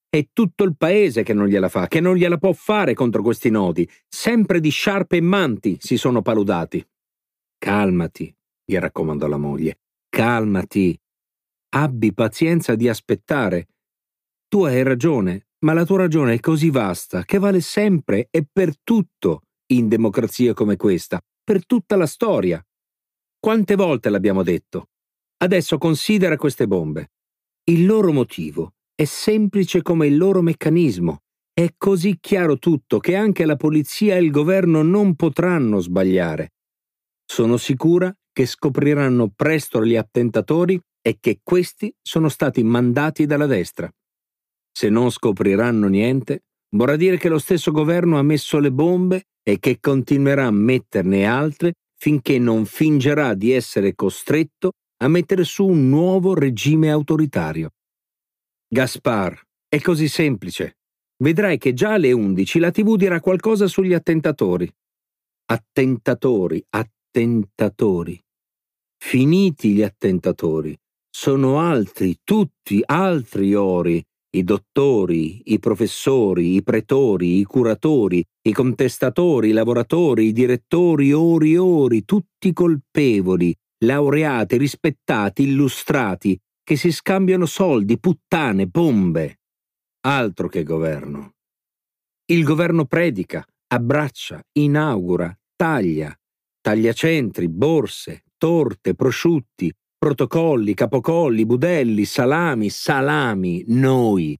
È tutto il paese che non gliela fa, che non gliela può fare contro questi noti. Sempre di sciarpe e manti si sono paludati. Calmati, gli raccomandò la moglie. Calmati. Abbi pazienza di aspettare. Tu hai ragione, ma la tua ragione è così vasta che vale sempre e per tutto in democrazie come questa, per tutta la storia. Quante volte l'abbiamo detto? Adesso considera queste bombe. Il loro motivo è semplice come il loro meccanismo. È così chiaro tutto che anche la polizia e il governo non potranno sbagliare. Sono sicura che scopriranno presto gli attentatori e che questi sono stati mandati dalla destra. Se non scopriranno niente, vorrà dire che lo stesso governo ha messo le bombe e che continuerà a metterne altre finché non fingerà di essere costretto a mettere su un nuovo regime autoritario. Gaspar, è così semplice. Vedrai che già alle 11 la TV dirà qualcosa sugli attentatori. Attentatori, attentatori. Finiti gli attentatori. Sono altri, tutti altri ori. I dottori, i professori, i pretori, i curatori, i contestatori, i lavoratori, i direttori, ori, tutti colpevoli, laureati, rispettati, illustrati, che si scambiano soldi, puttane, bombe. Altro che governo. Il governo predica, abbraccia, inaugura, taglia centri, borse, torte, prosciutti, protocolli, capocolli, budelli, salami, noi,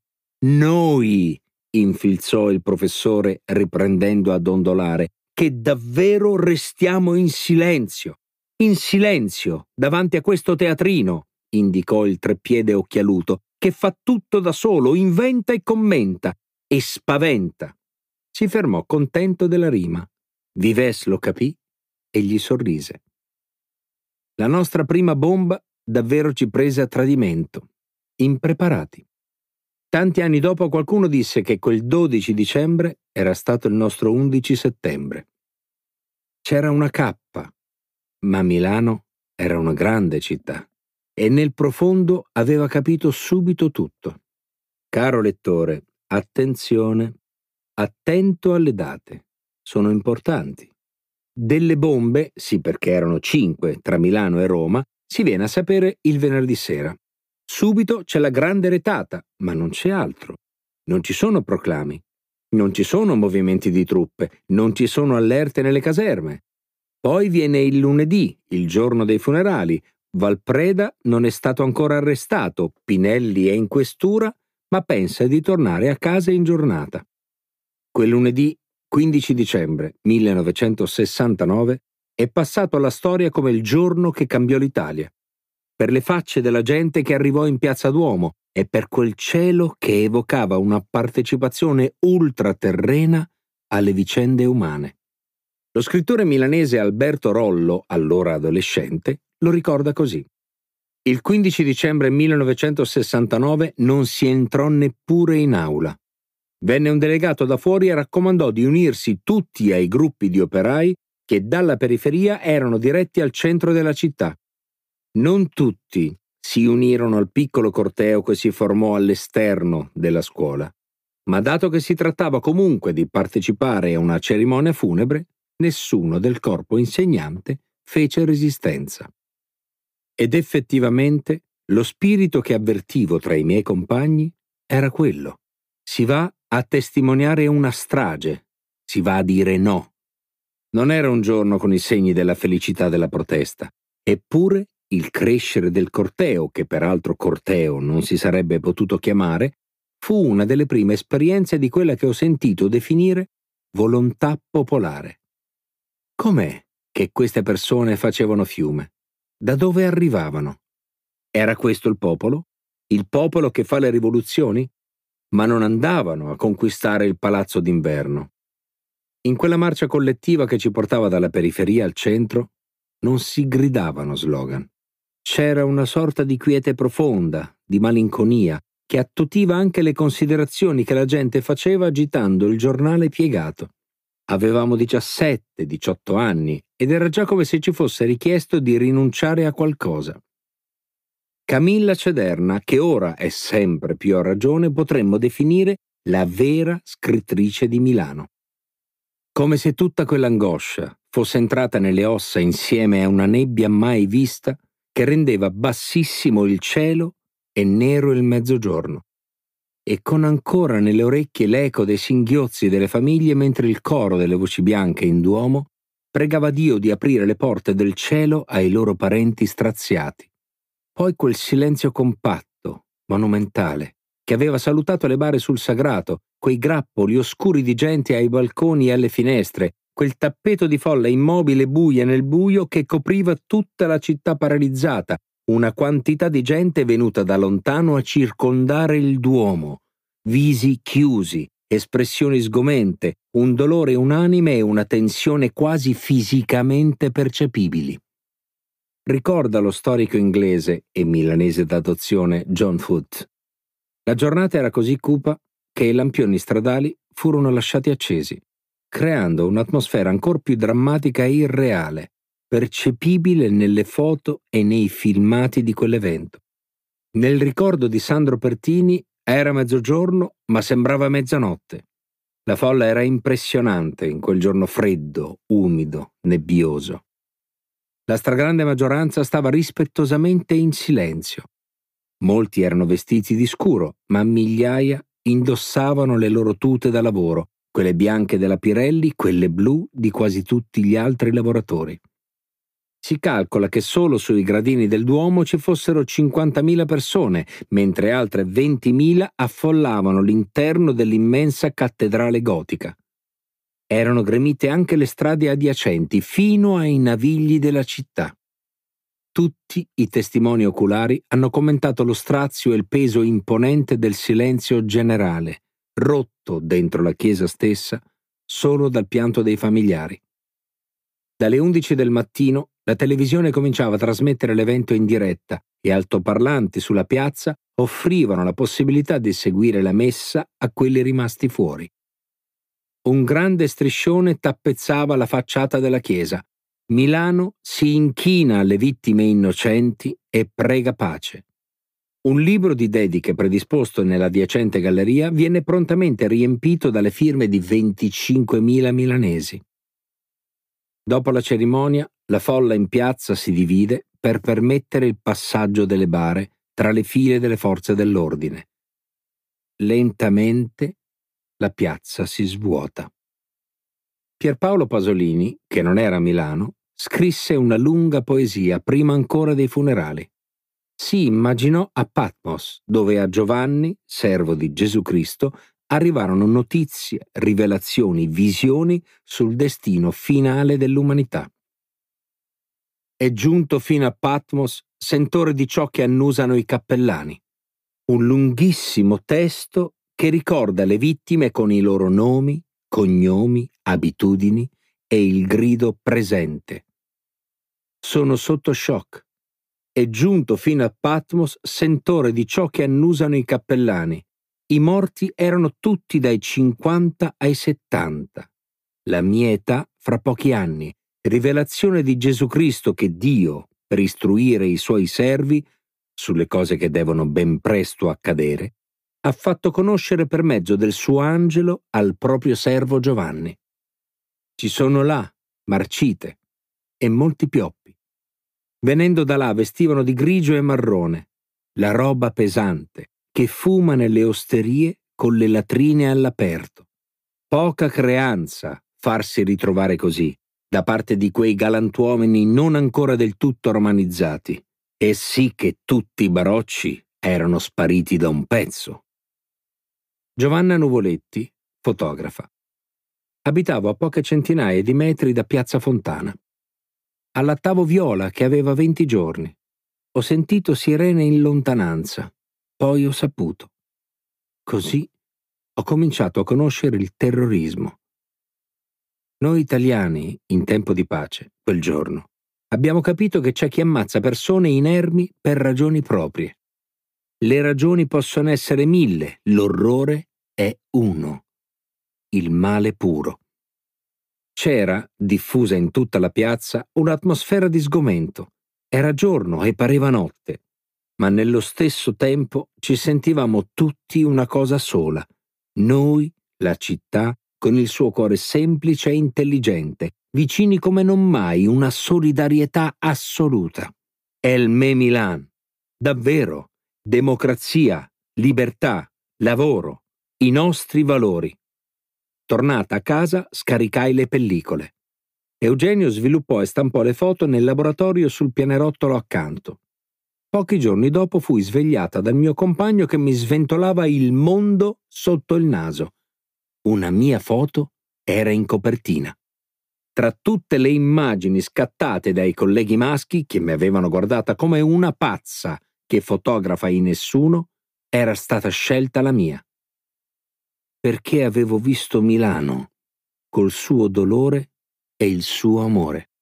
infilzò il professore riprendendo a dondolare, che davvero restiamo in silenzio, davanti a questo teatrino, indicò il treppiede occhialuto, che fa tutto da solo, inventa e commenta, e spaventa. Si fermò contento della rima. Vives lo capì e gli sorrise. La nostra prima bomba davvero ci prese a tradimento, impreparati. Tanti anni dopo qualcuno disse che quel 12 dicembre era stato il nostro 11 settembre. C'era una cappa, ma Milano era una grande città e nel profondo aveva capito subito tutto. Caro lettore, attenzione, attento alle date, sono importanti. Delle bombe, sì perché erano 5 tra Milano e Roma, si viene a sapere il venerdì sera. Subito c'è la grande retata, ma non c'è altro. Non ci sono proclami, non ci sono movimenti di truppe, non ci sono allerte nelle caserme. Poi viene il lunedì, il giorno dei funerali. Valpreda non è stato ancora arrestato, Pinelli è in questura, ma pensa di tornare a casa in giornata. Quel lunedì 15 dicembre 1969 è passato alla storia come il giorno che cambiò l'Italia, per le facce della gente che arrivò in Piazza Duomo e per quel cielo che evocava una partecipazione ultraterrena alle vicende umane. Lo scrittore milanese Alberto Rollo, allora adolescente, lo ricorda così. Il 15 dicembre 1969 non si entrò neppure in aula. Venne un delegato da fuori e raccomandò di unirsi tutti ai gruppi di operai che dalla periferia erano diretti al centro della città. Non tutti si unirono al piccolo corteo che si formò all'esterno della scuola, ma dato che si trattava comunque di partecipare a una cerimonia funebre, nessuno del corpo insegnante fece resistenza. Ed effettivamente lo spirito che avvertivo tra i miei compagni era quello. Si va a testimoniare una strage, si va a dire no. Non era un giorno con i segni della felicità della protesta, eppure il crescere del corteo, che peraltro corteo non si sarebbe potuto chiamare, fu una delle prime esperienze di quella che ho sentito definire volontà popolare. Com'è che queste persone facevano fiume? Da dove arrivavano? Era questo il popolo? Il popolo che fa le rivoluzioni? Ma non andavano a conquistare il palazzo d'inverno. In quella marcia collettiva che ci portava dalla periferia al centro, non si gridavano slogan. C'era una sorta di quiete profonda, di malinconia, che attutiva anche le considerazioni che la gente faceva agitando il giornale piegato. Avevamo 17-18 anni ed era già come se ci fosse richiesto di rinunciare a qualcosa. Camilla Cederna, che ora è sempre più a ragione, potremmo definire la vera scrittrice di Milano. Come se tutta quell'angoscia fosse entrata nelle ossa insieme a una nebbia mai vista che rendeva bassissimo il cielo e nero il mezzogiorno, e con ancora nelle orecchie l'eco dei singhiozzi delle famiglie mentre il coro delle voci bianche in Duomo pregava Dio di aprire le porte del cielo ai loro parenti straziati. Poi quel silenzio compatto, monumentale, che aveva salutato le bare sul sagrato, quei grappoli oscuri di gente ai balconi e alle finestre, quel tappeto di folla immobile buia nel buio che copriva tutta la città paralizzata, una quantità di gente venuta da lontano a circondare il Duomo, visi chiusi, espressioni sgomente, un dolore unanime e una tensione quasi fisicamente percepibili. Ricorda lo storico inglese e milanese d'adozione John Foote. La giornata era così cupa che i lampioni stradali furono lasciati accesi, creando un'atmosfera ancor più drammatica e irreale, percepibile nelle foto e nei filmati di quell'evento. Nel ricordo di Sandro Pertini era mezzogiorno, ma sembrava mezzanotte. La folla era impressionante in quel giorno freddo, umido, nebbioso. La stragrande maggioranza stava rispettosamente in silenzio. Molti erano vestiti di scuro, ma migliaia indossavano le loro tute da lavoro, quelle bianche della Pirelli, quelle blu di quasi tutti gli altri lavoratori. Si calcola che solo sui gradini del Duomo ci fossero 50.000 persone, mentre altre 20.000 affollavano l'interno dell'immensa cattedrale gotica. Erano gremite anche le strade adiacenti, fino ai navigli della città. Tutti i testimoni oculari hanno commentato lo strazio e il peso imponente del silenzio generale, rotto dentro la chiesa stessa solo dal pianto dei familiari. Dalle 11 del mattino la televisione cominciava a trasmettere l'evento in diretta e altoparlanti sulla piazza offrivano la possibilità di seguire la messa a quelli rimasti fuori. Un grande striscione tappezzava la facciata della chiesa. Milano si inchina alle vittime innocenti e prega pace. Un libro di dediche predisposto nell'adiacente galleria viene prontamente riempito dalle firme di 25.000 milanesi. Dopo la cerimonia, la folla in piazza si divide per permettere il passaggio delle bare tra le file delle forze dell'ordine. Lentamente la piazza si svuota. Pierpaolo Pasolini, che non era a Milano, scrisse una lunga poesia prima ancora dei funerali. Si immaginò a Patmos, dove a Giovanni, servo di Gesù Cristo, arrivarono notizie, rivelazioni, visioni sul destino finale dell'umanità. È giunto fino a Patmos sentore di ciò che annusano i cappellani. Un lunghissimo testo che ricorda le vittime con i loro nomi, cognomi, abitudini e il grido presente. Sono sotto shock. È giunto fino a Patmos sentore di ciò che annusano i cappellani. I morti erano tutti dai 50 ai 70. La mia età fra pochi anni. Rivelazione di Gesù Cristo che Dio, per istruire i suoi servi sulle cose che devono ben presto accadere, ha fatto conoscere per mezzo del suo angelo al proprio servo Giovanni. Ci sono là marcite e molti pioppi. Venendo da là vestivano di grigio e marrone, la roba pesante che fuma nelle osterie con le latrine all'aperto. Poca creanza farsi ritrovare così, da parte di quei galantuomini non ancora del tutto romanizzati, e sì che tutti i barocci erano spariti da un pezzo. Giovanna Nuvoletti, fotografa. Abitavo a poche centinaia di metri da Piazza Fontana. Allattavo Viola che aveva 20 giorni. Ho sentito sirene in lontananza, poi ho saputo. Così ho cominciato a conoscere il terrorismo. Noi italiani, in tempo di pace, quel giorno, abbiamo capito che c'è chi ammazza persone inermi per ragioni proprie. Le ragioni possono essere 1000, l'orrore è uno. Il male puro. C'era, diffusa in tutta la piazza, un'atmosfera di sgomento. Era giorno e pareva notte. ma nello stesso tempo ci sentivamo tutti una cosa sola. Noi, la città, con il suo cuore semplice e intelligente, vicini come non mai, una solidarietà assoluta. Elmé Milan. Davvero, democrazia, libertà, lavoro, i nostri valori. Tornata a casa, scaricai le pellicole. Eugenio sviluppò e stampò le foto nel laboratorio sul pianerottolo accanto. Pochi giorni dopo fui svegliata dal mio compagno che mi sventolava il mondo sotto il naso. Una mia foto era in copertina. Tra tutte le immagini scattate dai colleghi maschi che mi avevano guardata come una pazza che fotografa in nessuno, era stata scelta la mia. Perché avevo visto Milano col suo dolore e il suo amore.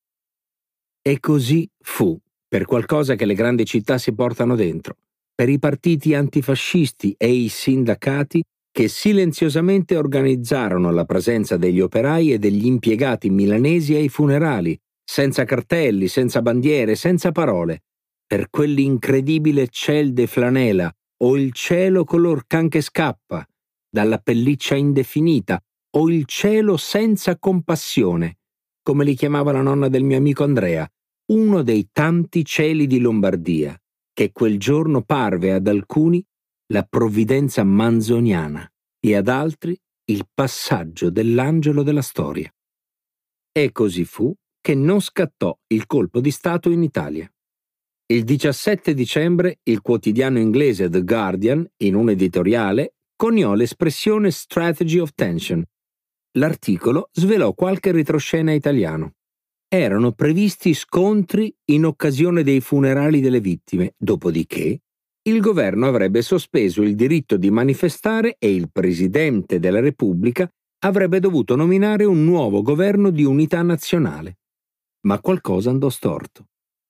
E così fu, per qualcosa che le grandi città si portano dentro, per i partiti antifascisti e i sindacati che silenziosamente organizzarono la presenza degli operai e degli impiegati milanesi ai funerali, senza cartelli, senza bandiere, senza parole, per quell'incredibile ciel de flanela o il cielo color can che scappa, dalla pelliccia indefinita, o il cielo senza compassione, come li chiamava la nonna del mio amico Andrea, uno dei tanti cieli di Lombardia, che quel giorno parve ad alcuni la provvidenza manzoniana e ad altri il passaggio dell'angelo della storia. E così fu che non scattò il colpo di Stato in Italia. Il 17 dicembre il quotidiano inglese The Guardian, in un editoriale, coniò l'espressione Strategy of Tension. L'articolo svelò qualche retroscena italiano. Erano previsti scontri in occasione dei funerali delle vittime, dopodiché il governo avrebbe sospeso il diritto di manifestare e il Presidente della Repubblica avrebbe dovuto nominare un nuovo governo di unità nazionale. Ma qualcosa andò storto.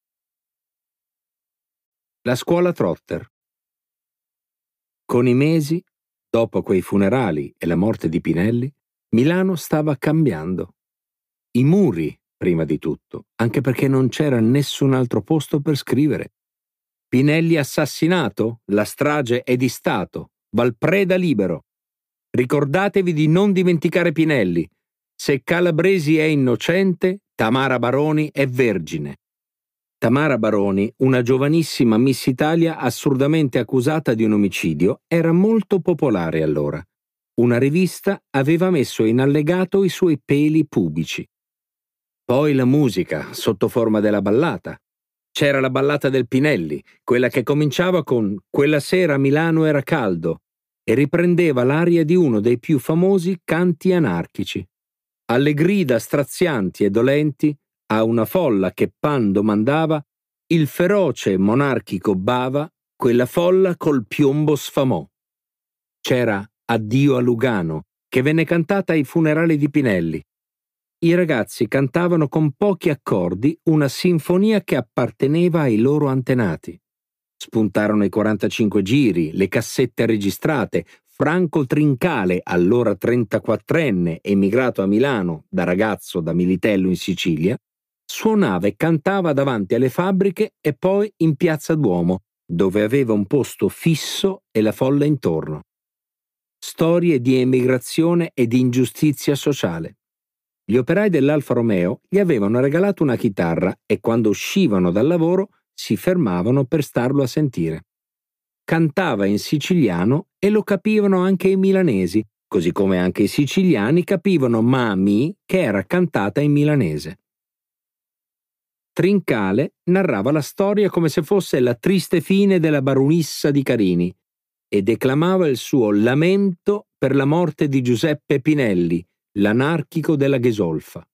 La scuola Trotter. Con i mesi, dopo quei funerali e la morte di Pinelli, Milano stava cambiando. I muri, prima di tutto, anche perché non c'era nessun altro posto per scrivere. Pinelli assassinato, la strage è di Stato, Valpreda libero. Ricordatevi di non dimenticare Pinelli. Se Calabresi è innocente, Tamara Baroni è vergine. Tamara Baroni, una giovanissima Miss Italia assurdamente accusata di un omicidio, era molto popolare allora. Una rivista aveva messo in allegato i suoi peli pubici. Poi la musica, sotto forma della ballata. C'era la ballata del Pinelli, quella che cominciava con «Quella sera a Milano era caldo» e riprendeva l'aria di uno dei più famosi canti anarchici. Alle grida strazianti e dolenti, a una folla che Pan domandava, il feroce monarchico bava, quella folla col piombo sfamò. C'era Addio a Lugano, che venne cantata ai funerali di Pinelli. I ragazzi cantavano con pochi accordi una sinfonia che apparteneva ai loro antenati. Spuntarono i 45 giri, le cassette registrate. Franco Trincale, allora 34enne, emigrato a Milano da ragazzo da Militello in Sicilia, suonava e cantava davanti alle fabbriche e poi in Piazza Duomo, dove aveva un posto fisso e la folla intorno. Storie di emigrazione e di ingiustizia sociale. Gli operai dell'Alfa Romeo gli avevano regalato una chitarra e quando uscivano dal lavoro si fermavano per starlo a sentire. Cantava in siciliano e lo capivano anche i milanesi, così come anche i siciliani capivano Mami, che era cantata in milanese. Trincale narrava la storia come se fosse la triste fine della baronessa di Carini e declamava il suo lamento per la morte di Giuseppe Pinelli, l'anarchico della Ghesolfa.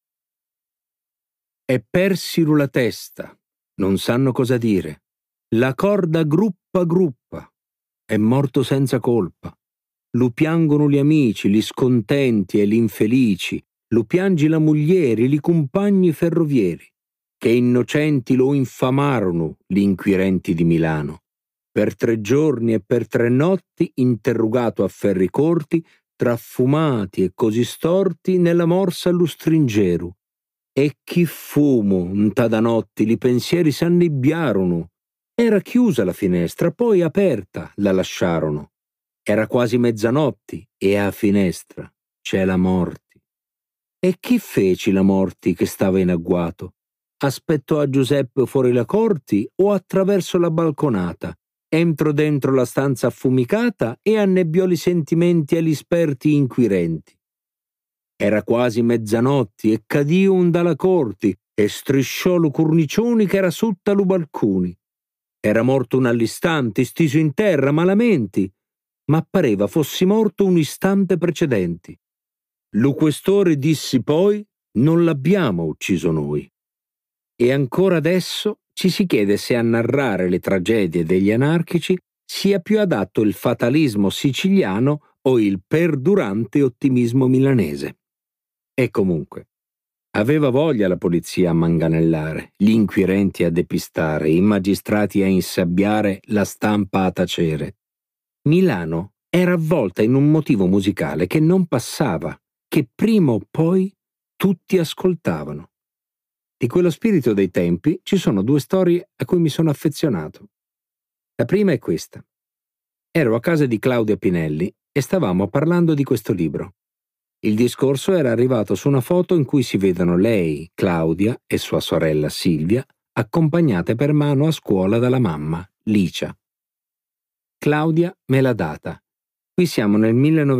E persiru la testa, non sanno cosa dire. La corda gruppa gruppa, è morto senza colpa. Lu piangono gli amici, gli scontenti e gli infelici, lu piangi la moglieri, li compagni ferrovieri, che innocenti lo infamarono gli inquirenti di Milano. Per 3 giorni e per 3 notti interrogato a ferri corti, tra fumati e così storti nella morsa lu stringeru. E chi fumo, nta da notti, li pensieri s'annebbiarono, Era chiusa la finestra, poi aperta la lasciarono. Era quasi mezzanotti e a finestra c'è la Morti. E chi feci la Morti che stava in agguato? Aspetto a Giuseppe fuori la corti o attraverso la balconata? Entro dentro la stanza affumicata e annebbiò i sentimenti agli esperti inquirenti. Era quasi mezzanotti e cadì un dalla corti e strisciò lu curnicioni che era sutta lu balcuni. Era morto un all'istante, stiso in terra, malamente, ma pareva fossi morto un istante precedenti. Lu questore dissi poi, non l'abbiamo ucciso noi. E ancora adesso ci si chiede se a narrare le tragedie degli anarchici sia più adatto il fatalismo siciliano o il perdurante ottimismo milanese. E comunque, aveva voglia la polizia a manganellare, gli inquirenti a depistare, i magistrati a insabbiare, la stampa a tacere. Milano era avvolta in un motivo musicale che non passava, che prima o poi tutti ascoltavano. Di quello spirito dei tempi ci sono due storie a cui mi sono affezionato. La prima è questa. Ero a casa di Claudia Pinelli e stavamo parlando di questo libro. Il discorso era arrivato su una foto in cui si vedono lei, Claudia, e sua sorella Silvia, accompagnate per mano a scuola dalla mamma, Licia. Claudia me l'ha data. Qui siamo nel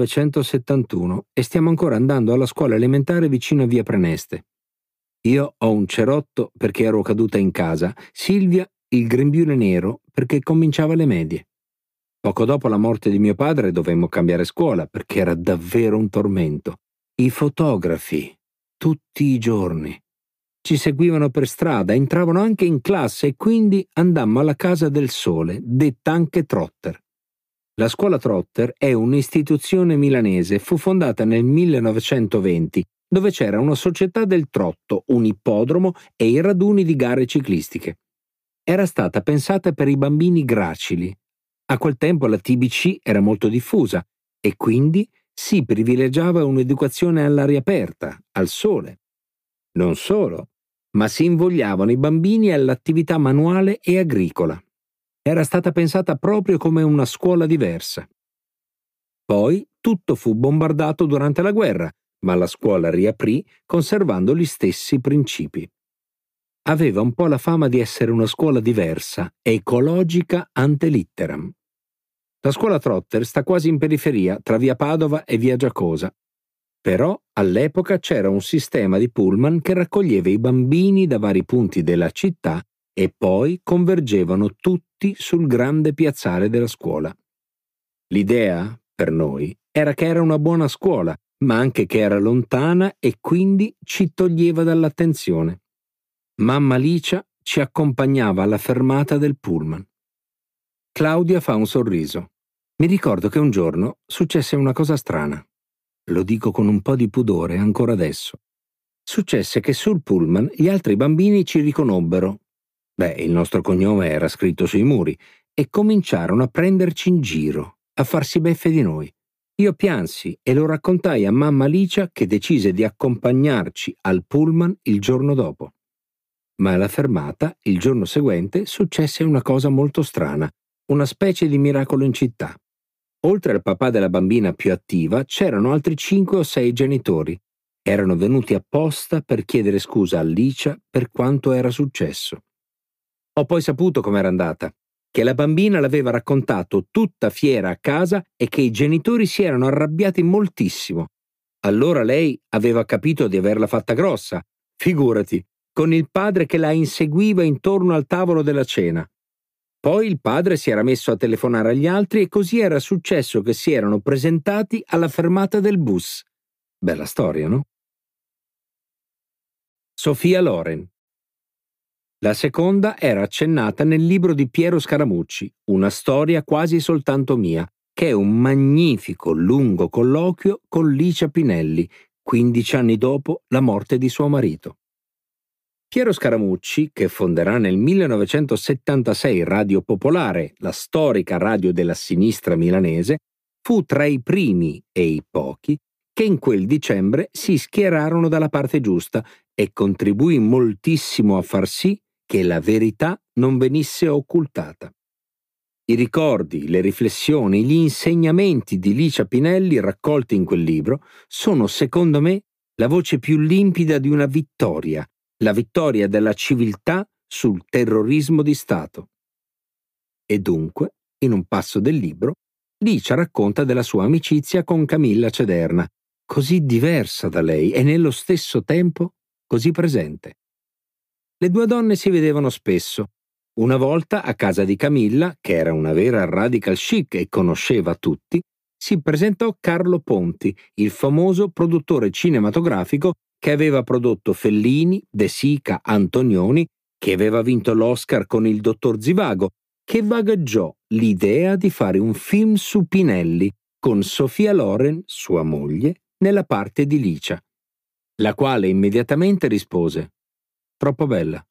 1971 e stiamo ancora andando alla scuola elementare vicino a via Preneste. Io ho un cerotto perché ero caduta in casa, Silvia il grembiule nero perché cominciava le medie. Poco dopo la morte di mio padre dovemmo cambiare scuola perché era davvero un tormento. I fotografi, tutti i giorni. Ci seguivano per strada, entravano anche in classe e quindi andammo alla Casa del Sole, detta anche Trotter. La scuola Trotter è un'istituzione milanese, fu fondata nel 1920, dove c'era una società del trotto, un ippodromo e i raduni di gare ciclistiche. Era stata pensata per i bambini gracili. A quel tempo la TBC era molto diffusa e quindi si privilegiava un'educazione all'aria aperta, al sole. Non solo, ma si invogliavano i bambini all'attività manuale e agricola. Era stata pensata proprio come una scuola diversa. Poi tutto fu bombardato durante la guerra, ma la scuola riaprì conservando gli stessi principi. Aveva un po' la fama di essere una scuola diversa, ecologica ante litteram. La scuola Trotter sta quasi in periferia, tra via Padova e via Giacosa. Però all'epoca c'era un sistema di pullman che raccoglieva i bambini da vari punti della città e poi convergevano tutti sul grande piazzale della scuola. L'idea, per noi, era che era una buona scuola, ma anche che era lontana e quindi ci toglieva dall'attenzione. Mamma Licia ci accompagnava alla fermata del pullman. Claudia fa un sorriso. Mi ricordo che un giorno successe una cosa strana. Lo dico con un po' di pudore ancora adesso. Successe che sul pullman gli altri bambini ci riconobbero. Il nostro cognome era scritto sui muri e cominciarono a prenderci in giro, a farsi beffe di noi. Io piansi e lo raccontai a mamma Licia che decise di accompagnarci al pullman il giorno dopo. Ma alla fermata, il giorno seguente, successe una cosa molto strana, una specie di miracolo in città. Oltre al papà della bambina più attiva, c'erano altri 5 o 6 genitori. Erano venuti apposta per chiedere scusa a Licia per quanto era successo. Ho poi saputo com'era andata, che la bambina l'aveva raccontato tutta fiera a casa e che i genitori si erano arrabbiati moltissimo. Allora lei aveva capito di averla fatta grossa, figurati, con il padre che la inseguiva intorno al tavolo della cena. Poi il padre si era messo a telefonare agli altri e così era successo che si erano presentati alla fermata del bus. Bella storia, no? Sofia Loren. La seconda era accennata nel libro di Piero Scaramucci, Una storia quasi soltanto mia, che è un magnifico lungo colloquio con Licia Pinelli, 15 anni dopo la morte di suo marito. Piero Scaramucci, che fonderà nel 1976 Radio Popolare, la storica radio della sinistra milanese, fu tra i primi e i pochi che in quel dicembre si schierarono dalla parte giusta e contribuì moltissimo a far sì che la verità non venisse occultata. I ricordi, le riflessioni, gli insegnamenti di Licia Pinelli raccolti in quel libro sono, secondo me, la voce più limpida di una vittoria, la vittoria della civiltà sul terrorismo di Stato. E dunque, in un passo del libro, Licia racconta della sua amicizia con Camilla Cederna, così diversa da lei e nello stesso tempo così presente. Le due donne si vedevano spesso. Una volta a casa di Camilla, che era una vera radical chic e conosceva tutti, si presentò Carlo Ponti, il famoso produttore cinematografico che aveva prodotto Fellini, De Sica, Antonioni, che aveva vinto l'Oscar con Il dottor Zivago, che vagheggiò l'idea di fare un film su Pinelli con Sophia Loren, sua moglie, nella parte di Licia, la quale immediatamente rispose: «Troppo bella».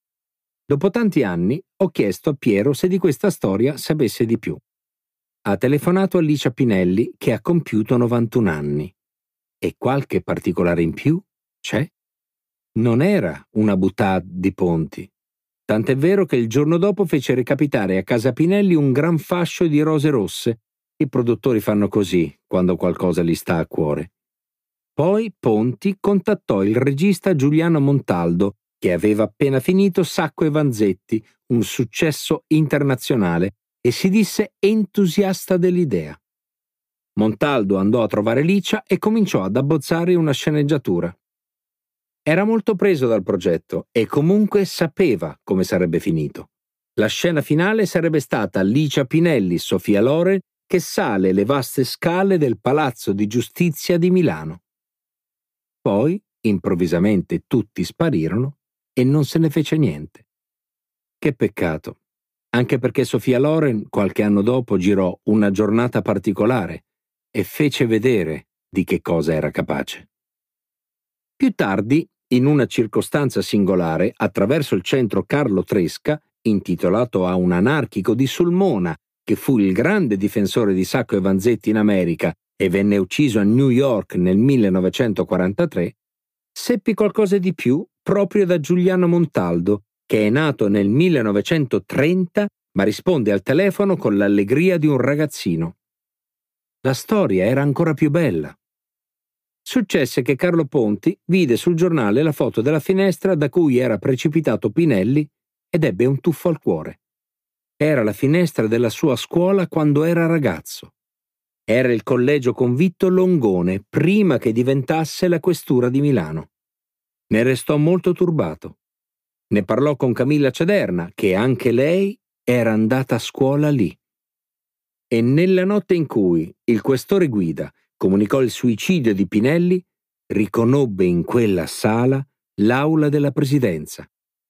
Dopo tanti anni ho chiesto a Piero se di questa storia sapesse di più. Ha telefonato a Licia Pinelli, che ha compiuto 91 anni. E qualche particolare in più c'è? Non era una boutade di Ponti. Tant'è vero che il giorno dopo fece recapitare a casa Pinelli un gran fascio di rose rosse. I produttori fanno così quando qualcosa gli sta a cuore. Poi Ponti contattò il regista Giuliano Montaldo, che aveva appena finito Sacco e Vanzetti, un successo internazionale, e si disse entusiasta dell'idea. Montaldo andò a trovare Licia e cominciò ad abbozzare una sceneggiatura. Era molto preso dal progetto e comunque sapeva come sarebbe finito. La scena finale sarebbe stata Licia Pinelli, Sophia Loren, che sale le vaste scale del Palazzo di Giustizia di Milano. Poi, improvvisamente, tutti sparirono e non se ne fece niente. Che peccato, anche perché Sophia Loren qualche anno dopo girò Una giornata particolare e fece vedere di che cosa era capace. Più tardi, in una circostanza singolare, attraverso il centro Carlo Tresca, intitolato a un anarchico di Sulmona, che fu il grande difensore di Sacco e Vanzetti in America e venne ucciso a New York nel 1943, seppi qualcosa di più proprio da Giuliano Montaldo, che è nato nel 1930 ma risponde al telefono con l'allegria di un ragazzino. La storia era ancora più bella. Successe che Carlo Ponti vide sul giornale la foto della finestra da cui era precipitato Pinelli ed ebbe un tuffo al cuore. Era la finestra della sua scuola quando era ragazzo. Era il collegio convitto Longone, prima che diventasse la questura di Milano. Ne restò molto turbato. Ne parlò con Camilla Cederna, che anche lei era andata a scuola lì. E nella notte in cui il questore Guida comunicò il suicidio di Pinelli, riconobbe in quella sala l'aula della presidenza.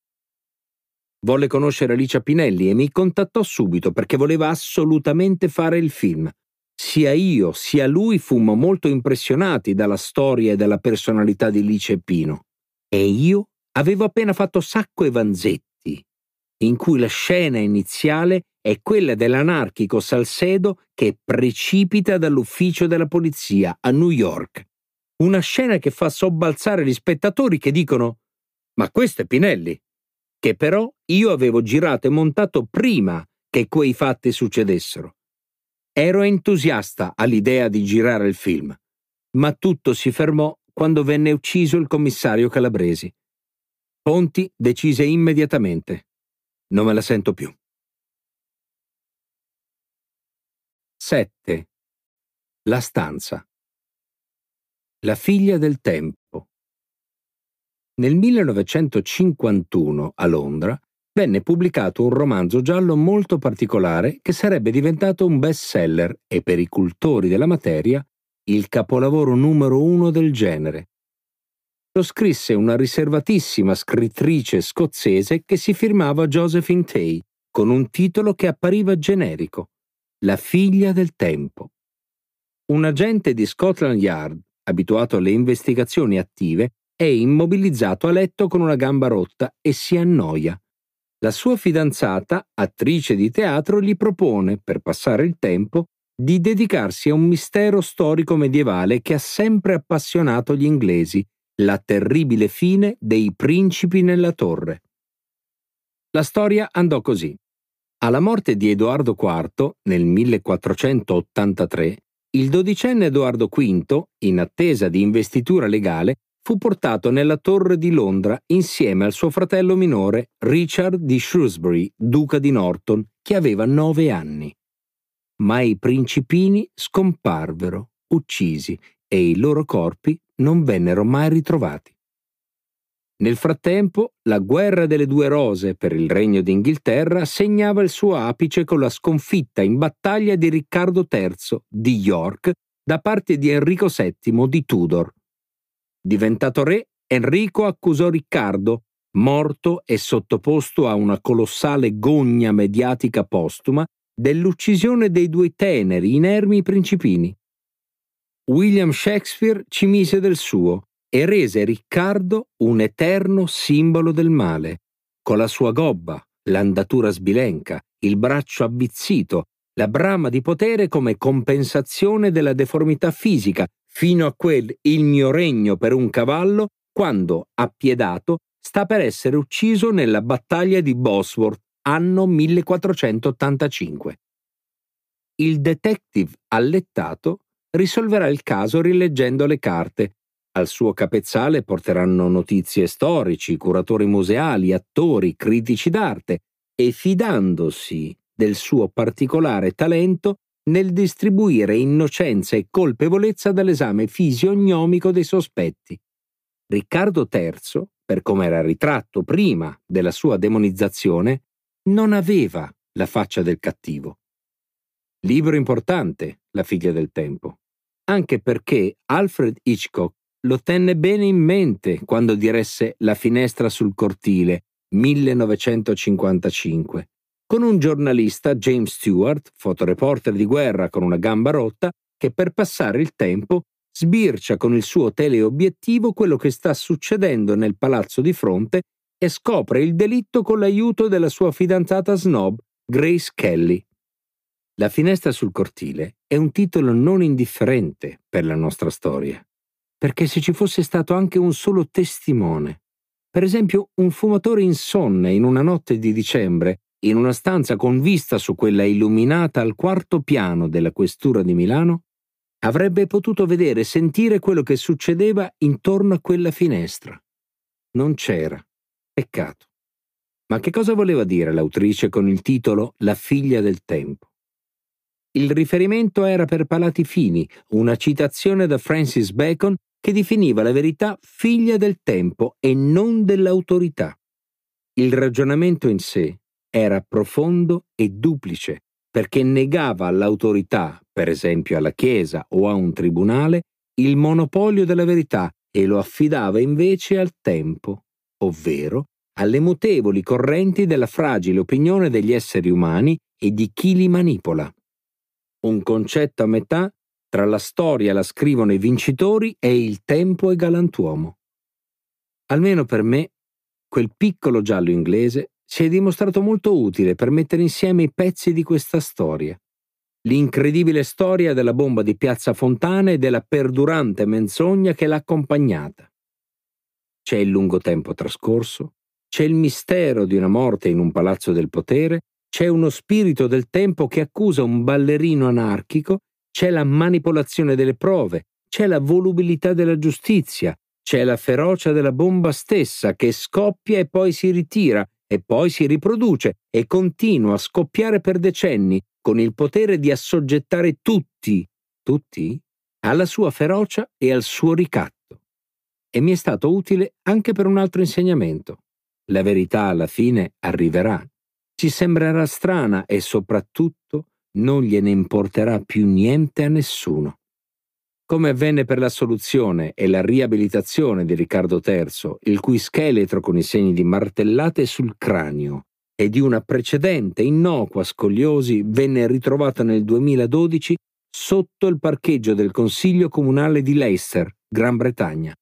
Volle conoscere Licia Pinelli e mi contattò subito perché voleva assolutamente fare il film. Sia io sia lui fummo molto impressionati dalla storia e dalla personalità di Licia e Pino. E io avevo appena fatto Sacco e Vanzetti, in cui la scena iniziale è quella dell'anarchico Salcedo che precipita dall'ufficio della polizia a New York. Una scena che fa sobbalzare gli spettatori che dicono: «Ma questo è Pinelli», che però io avevo girato e montato prima che quei fatti succedessero. Ero entusiasta all'idea di girare il film, ma tutto si fermò quando venne ucciso il commissario Calabresi. Ponti decise immediatamente: non me la sento più. 7. La stanza. La figlia del tempo. Nel 1951 a Londra venne pubblicato un romanzo giallo molto particolare che sarebbe diventato un bestseller e per i cultori della materia il capolavoro numero 1 del genere. Lo scrisse una riservatissima scrittrice scozzese che si firmava Josephine Tay, con un titolo che appariva generico: La figlia del tempo. Un agente di Scotland Yard, abituato alle investigazioni attive, è immobilizzato a letto con una gamba rotta e si annoia. La sua fidanzata, attrice di teatro, gli propone, per passare il tempo, di dedicarsi a un mistero storico medievale che ha sempre appassionato gli inglesi: la terribile fine dei principi nella torre. La storia andò così. Alla morte di Edoardo IV, nel 1483, il dodicenne Edoardo V, in attesa di investitura legale, fu portato nella Torre di Londra insieme al suo fratello minore Richard di Shrewsbury, duca di Norton, che aveva 9 anni. Ma i principini scomparvero, uccisi, e i loro corpi non vennero mai ritrovati. Nel frattempo, la guerra delle due rose per il Regno d'Inghilterra segnava il suo apice con la sconfitta in battaglia di Riccardo III di York da parte di Enrico VII di Tudor. Diventato re, Enrico accusò Riccardo, morto e sottoposto a una colossale gogna mediatica postuma, dell'uccisione dei due teneri, inermi principini. William Shakespeare ci mise del suo e rese Riccardo un eterno simbolo del male, con la sua gobba, l'andatura sbilenca, il braccio avvizzito, la brama di potere come compensazione della deformità fisica, fino a quel "il mio regno per un cavallo", quando, appiedato, sta per essere ucciso nella battaglia di Bosworth, anno 1485. Il detective allettato risolverà il caso rileggendo le carte. Al suo capezzale porteranno notizie storici, curatori museali, attori, critici d'arte e fidandosi del suo particolare talento nel distribuire innocenza e colpevolezza dall'esame fisionomico dei sospetti. Riccardo III, per come era ritratto prima della sua demonizzazione, non aveva la faccia del cattivo. Libro importante, La figlia del tempo, anche perché Alfred Hitchcock lo tenne bene in mente quando diresse La finestra sul cortile, 1955, con un giornalista, James Stewart, fotoreporter di guerra con una gamba rotta, che per passare il tempo sbircia con il suo teleobiettivo quello che sta succedendo nel palazzo di fronte e scopre il delitto con l'aiuto della sua fidanzata snob, Grace Kelly. La finestra sul cortile è un titolo non indifferente per la nostra storia, perché se ci fosse stato anche un solo testimone, per esempio un fumatore insonne in una notte di dicembre, in una stanza con vista su quella illuminata al 4º piano della questura di Milano, avrebbe potuto vedere e sentire quello che succedeva intorno a quella finestra. Non c'era. Peccato. Ma che cosa voleva dire l'autrice con il titolo La figlia del tempo? Il riferimento era per palati fini, una citazione da Francis Bacon che definiva la verità figlia del tempo e non dell'autorità. Il ragionamento in sé era profondo e duplice, perché negava all'autorità, per esempio alla Chiesa o a un tribunale, il monopolio della verità e lo affidava invece al tempo, ovvero alle mutevoli correnti della fragile opinione degli esseri umani e di chi li manipola. Un concetto a metà tra la storia la scrivono i vincitori e il tempo è galantuomo. Almeno per me, quel piccolo giallo inglese si è dimostrato molto utile per mettere insieme i pezzi di questa storia. L'incredibile storia della bomba di Piazza Fontana e della perdurante menzogna che l'ha accompagnata. C'è il lungo tempo trascorso, c'è il mistero di una morte in un palazzo del potere, c'è uno spirito del tempo che accusa un ballerino anarchico, c'è la manipolazione delle prove, c'è la volubilità della giustizia, c'è la ferocia della bomba stessa che scoppia e poi si ritira e poi si riproduce e continua a scoppiare per decenni con il potere di assoggettare tutti, alla sua ferocia e al suo ricatto. E mi è stato utile anche per un altro insegnamento. La verità alla fine arriverà. Ci sembrerà strana e soprattutto non gliene importerà più niente a nessuno. Come avvenne per l'assoluzione e la riabilitazione di Riccardo III, il cui scheletro con i segni di martellate sul cranio e di una precedente innocua scoliosi venne ritrovata nel 2012 sotto il parcheggio del Consiglio Comunale di Leicester, Gran Bretagna.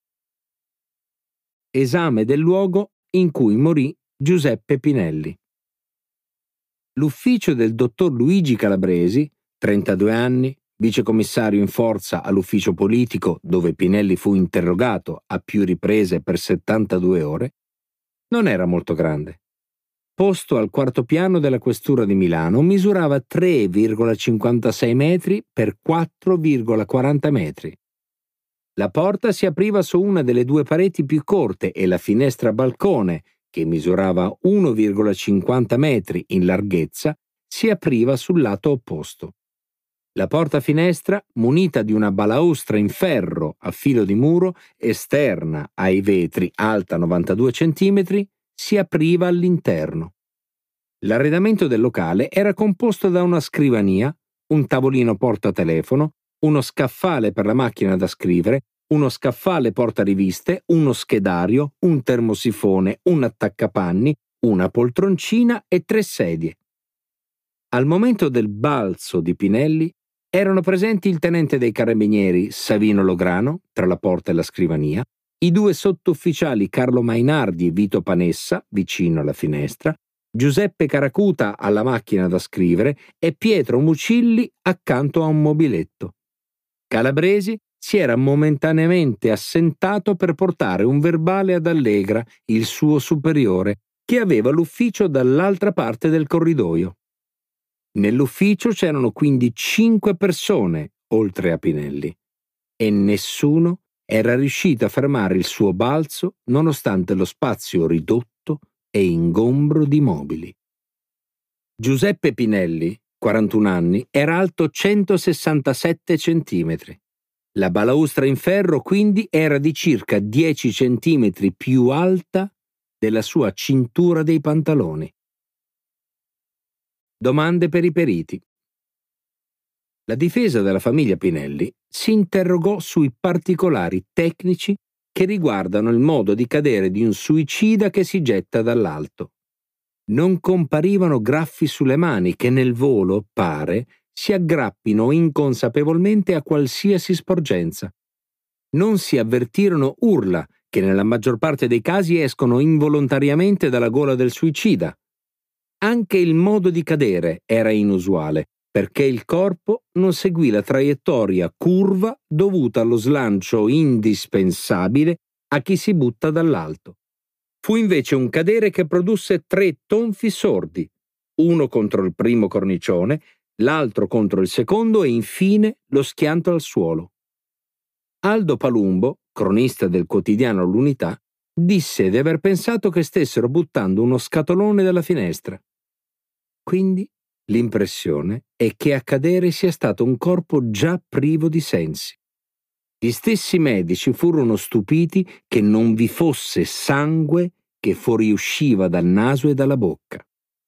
Esame del luogo in cui morì Giuseppe Pinelli. L'ufficio del dottor Luigi Calabresi, 32 anni, vicecommissario in forza all'ufficio politico dove Pinelli fu interrogato a più riprese per 72 ore, non era molto grande. posto al quarto piano della questura di Milano, misurava 3,56 metri per 4,40 metri. La porta si apriva su una delle due pareti più corte e la finestra balcone, che misurava 1,50 metri in larghezza, si apriva sul lato opposto. La porta finestra, munita di una balaustra in ferro a filo di muro, esterna ai vetri, alta 92 cm, si apriva all'interno. L'arredamento del locale era composto da una scrivania, un tavolino portatelefono, uno scaffale per la macchina da scrivere, uno scaffale portariviste, uno schedario, un termosifone, un attaccapanni, una poltroncina e 3 sedie. Al momento del balzo di Pinelli erano presenti il tenente dei carabinieri Savino Lograno, tra la porta e la scrivania, i 2 sottufficiali Carlo Mainardi e Vito Panessa, vicino alla finestra, Giuseppe Caracuta alla macchina da scrivere e Pietro Mucilli accanto a un mobiletto. Calabresi si era momentaneamente assentato per portare un verbale ad Allegra, il suo superiore, che aveva l'ufficio dall'altra parte del corridoio. Nell'ufficio c'erano quindi 5 persone, oltre a Pinelli, e nessuno era riuscito a fermare il suo balzo nonostante lo spazio ridotto e ingombro di mobili. Giuseppe Pinelli, 41 anni, era alto 167 centimetri. La balaustra in ferro quindi era di circa 10 centimetri più alta della sua cintura dei pantaloni. Domande per i periti. La difesa della famiglia Pinelli si interrogò sui particolari tecnici che riguardano il modo di cadere di un suicida che si getta dall'alto. Non comparivano graffi sulle mani che nel volo, pare, si aggrappino inconsapevolmente a qualsiasi sporgenza. Non si avvertirono urla, che nella maggior parte dei casi escono involontariamente dalla gola del suicida. Anche il modo di cadere era inusuale, perché il corpo non seguì la traiettoria curva dovuta allo slancio indispensabile a chi si butta dall'alto. Fu invece un cadere che produsse 3 tonfi sordi, uno contro il primo cornicione, l'altro contro il secondo e infine lo schianto al suolo. Aldo Palumbo, cronista del quotidiano L'Unità, disse di aver pensato che stessero buttando uno scatolone dalla finestra. Quindi l'impressione è che a cadere sia stato un corpo già privo di sensi. Gli stessi medici furono stupiti che non vi fosse sangue che fuoriusciva dal naso e dalla bocca.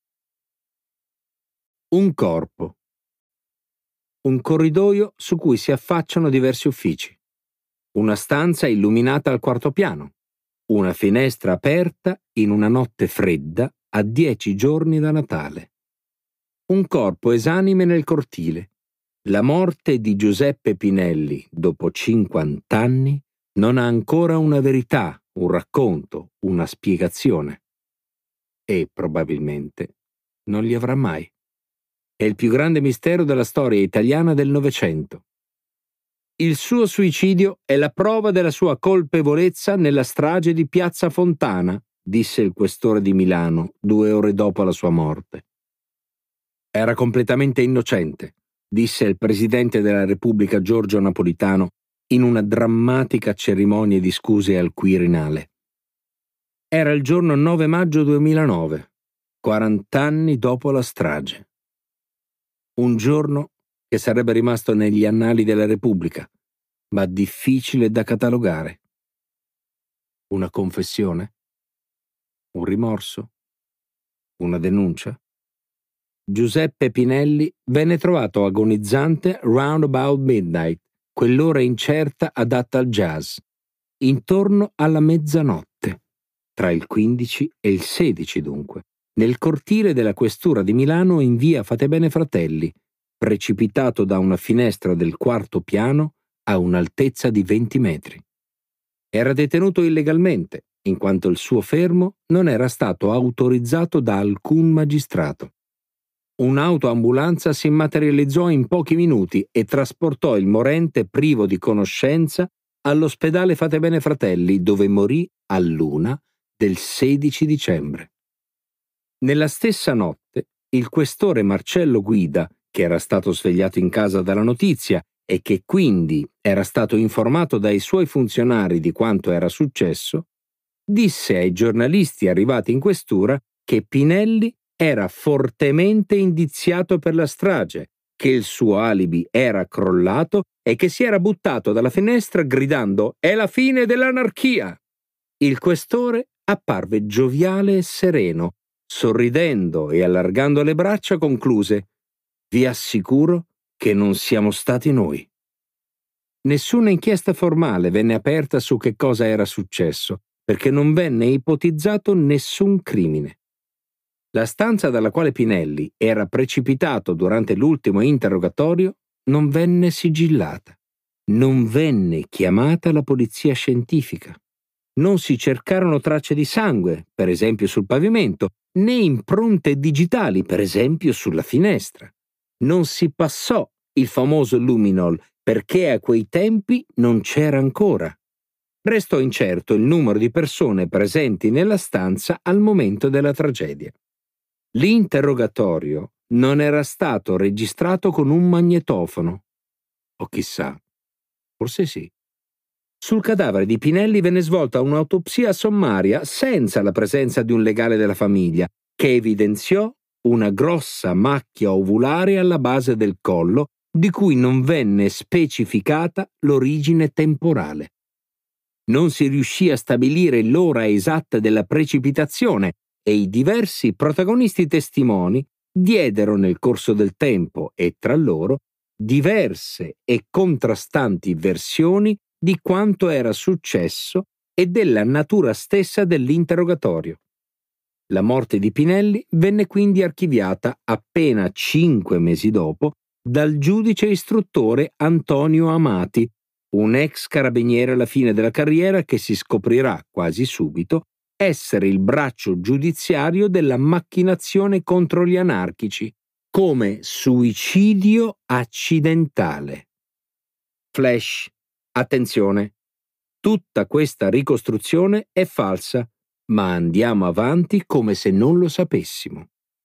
Un corpo. Un corridoio su cui si affacciano diversi uffici. Una stanza illuminata al quarto piano. Una finestra aperta in una notte fredda a 10 giorni da Natale. Un corpo esanime nel cortile. La morte di Giuseppe Pinelli, dopo 50 anni, non ha ancora una verità, un racconto, una spiegazione. E probabilmente non li avrà mai. È il più grande mistero della storia italiana del Novecento. Il suo suicidio è la prova della sua colpevolezza nella strage di Piazza Fontana, disse il questore di Milano 2 ore dopo la sua morte. Era completamente innocente, disse il presidente della Repubblica Giorgio Napolitano in una drammatica cerimonia di scuse al Quirinale. Era il giorno 9 maggio 2009, 40 anni dopo la strage. Un giorno che sarebbe rimasto negli annali della Repubblica, ma difficile da catalogare. Una confessione? Un rimorso? Una denuncia? Giuseppe Pinelli venne trovato agonizzante round about midnight, quell'ora incerta adatta al jazz, intorno alla mezzanotte, tra il 15 e il 16 dunque, nel cortile della questura di Milano in via Fatebene Fratelli, precipitato da una finestra del quarto piano a un'altezza di 20 metri. Era detenuto illegalmente, in quanto il suo fermo non era stato autorizzato da alcun magistrato. Un'autoambulanza si materializzò in pochi minuti e trasportò il morente privo di conoscenza all'ospedale Fatebene Fratelli, dove morì all'1 del 16 dicembre. Nella stessa notte, il questore Marcello Guida, che era stato svegliato in casa dalla notizia e che quindi era stato informato dai suoi funzionari di quanto era successo, disse ai giornalisti arrivati in questura che Pinelli era fortemente indiziato per la strage, che il suo alibi era crollato e che si era buttato dalla finestra gridando «È la fine dell'anarchia!». Il questore apparve gioviale e sereno, sorridendo e allargando le braccia concluse «Vi assicuro che non siamo stati noi». Nessuna inchiesta formale venne aperta su che cosa era successo, perché non venne ipotizzato nessun crimine. La stanza dalla quale Pinelli era precipitato durante l'ultimo interrogatorio non venne sigillata. Non venne chiamata la polizia scientifica. Non si cercarono tracce di sangue, per esempio sul pavimento, né impronte digitali, per esempio sulla finestra. Non si passò il famoso luminol, perché a quei tempi non c'era ancora. Restò incerto il numero di persone presenti nella stanza al momento della tragedia. L'interrogatorio non era stato registrato con un magnetofono. O chissà, forse sì. Sul cadavere di Pinelli venne svolta un'autopsia sommaria senza la presenza di un legale della famiglia, che evidenziò una grossa macchia ovulare alla base del collo, di cui non venne specificata l'origine temporale. Non si riuscì a stabilire l'ora esatta della precipitazione e i diversi protagonisti testimoni diedero nel corso del tempo e tra loro diverse e contrastanti versioni di quanto era successo e della natura stessa dell'interrogatorio. La morte di Pinelli venne quindi archiviata appena 5 mesi dopo dal giudice istruttore Antonio Amati, un ex carabiniere alla fine della carriera che si scoprirà quasi subito essere il braccio giudiziario della macchinazione contro gli anarchici, come suicidio accidentale. Flash, attenzione, tutta questa ricostruzione è falsa, ma andiamo avanti come se non lo sapessimo.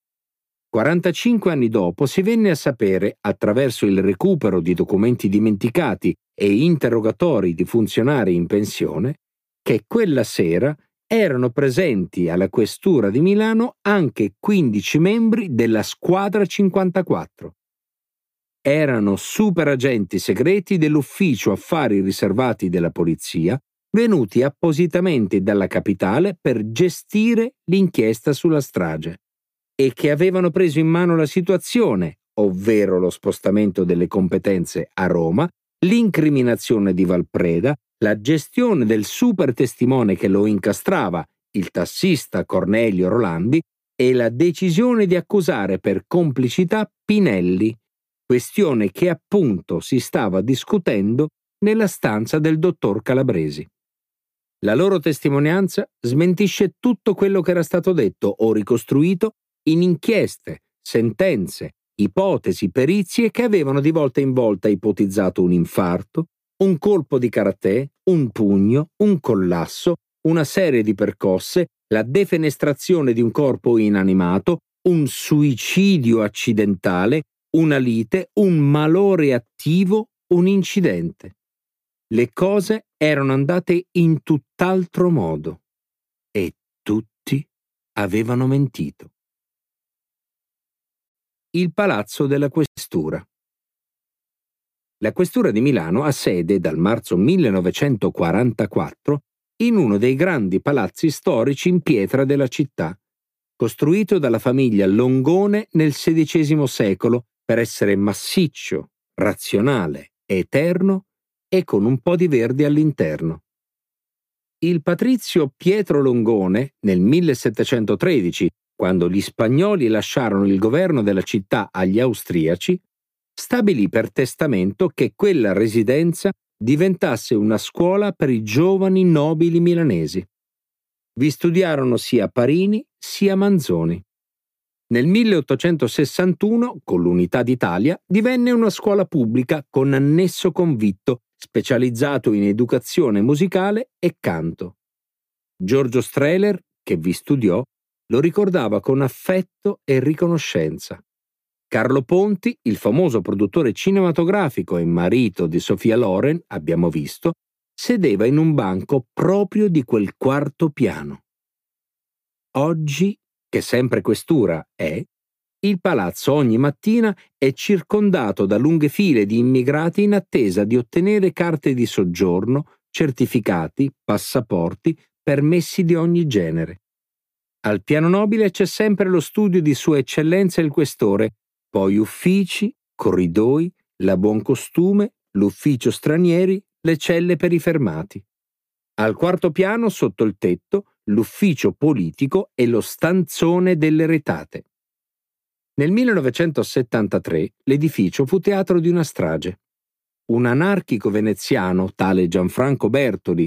45 anni dopo si venne a sapere, attraverso il recupero di documenti dimenticati e interrogatori di funzionari in pensione, che quella sera erano presenti alla questura di Milano anche 15 membri della Squadra 54. Erano superagenti segreti dell'Ufficio Affari Riservati della Polizia, venuti appositamente dalla capitale per gestire l'inchiesta sulla strage, e che avevano preso in mano la situazione, ovvero lo spostamento delle competenze a Roma, l'incriminazione di Valpreda, la gestione del super testimone che lo incastrava, il tassista Cornelio Rolandi, e la decisione di accusare per complicità Pinelli, questione che appunto si stava discutendo nella stanza del dottor Calabresi. La loro testimonianza smentisce tutto quello che era stato detto o ricostruito in inchieste, sentenze, ipotesi, perizie che avevano di volta in volta ipotizzato un infarto, un colpo di karatè, un pugno, un collasso, una serie di percosse, la defenestrazione di un corpo inanimato, un suicidio accidentale, una lite, un malore attivo, un incidente. Le cose erano andate in tutt'altro modo e tutti avevano mentito. Il Palazzo della Questura. La Questura di Milano ha sede dal marzo 1944 in uno dei grandi palazzi storici in pietra della città, costruito dalla famiglia Longone nel XVI secolo per essere massiccio, razionale, eterno e con un po' di verde all'interno. Il patrizio Pietro Longone, nel 1713, quando gli spagnoli lasciarono il governo della città agli austriaci, stabilì per testamento che quella residenza diventasse una scuola per i giovani nobili milanesi. Vi studiarono sia Parini sia Manzoni. Nel 1861, con l'Unità d'Italia, divenne una scuola pubblica con annesso convitto, specializzato in educazione musicale e canto. Giorgio Strehler, che vi studiò, lo ricordava con affetto e riconoscenza. Carlo Ponti, il famoso produttore cinematografico e marito di Sofia Loren, abbiamo visto, sedeva in un banco proprio di quel quarto piano. Oggi, che sempre questura è, il palazzo ogni mattina è circondato da lunghe file di immigrati in attesa di ottenere carte di soggiorno, certificati, passaporti, permessi di ogni genere. Al piano nobile c'è sempre lo studio di Sua Eccellenza il Questore, poi uffici, corridoi, la buon costume, l'ufficio stranieri, le celle per i fermati. Al quarto piano, sotto il tetto, l'ufficio politico e lo stanzone delle retate. Nel 1973 l'edificio fu teatro di una strage. Un anarchico veneziano, tale Gianfranco Bertoli,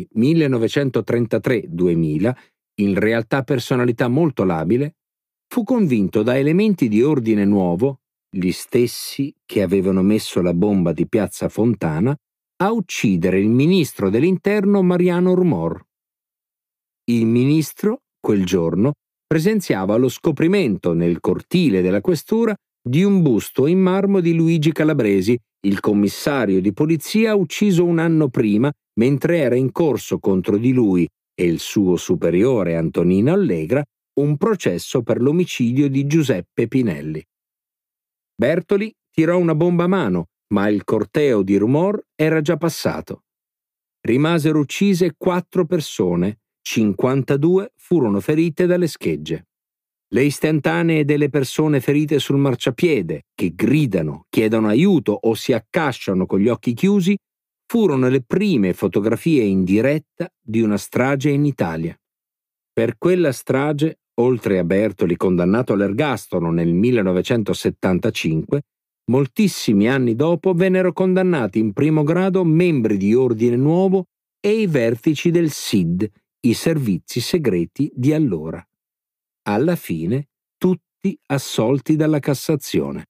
1933-2000, in realtà personalità molto labile, fu convinto da elementi di ordine nuovo, gli stessi che avevano messo la bomba di Piazza Fontana, a uccidere il ministro dell'Interno Mariano Rumor. Il ministro, quel giorno, presenziava lo scoprimento nel cortile della questura di un busto in marmo di Luigi Calabresi, il commissario di polizia ucciso un anno prima mentre era in corso contro di lui e il suo superiore Antonino Allegra un processo per l'omicidio di Giuseppe Pinelli. Bertoli tirò una bomba a mano, ma il corteo di Rumor era già passato. Rimasero uccise 4 persone, 52 furono ferite dalle schegge. Le istantanee delle persone ferite sul marciapiede, che gridano, chiedono aiuto o si accasciano con gli occhi chiusi, furono le prime fotografie in diretta di una strage in Italia. Per quella strage, oltre a Bertoli condannato all'ergastolo nel 1975, moltissimi anni dopo vennero condannati in primo grado membri di Ordine Nuovo e i vertici del SID, i servizi segreti di allora. Alla fine, tutti assolti dalla Cassazione.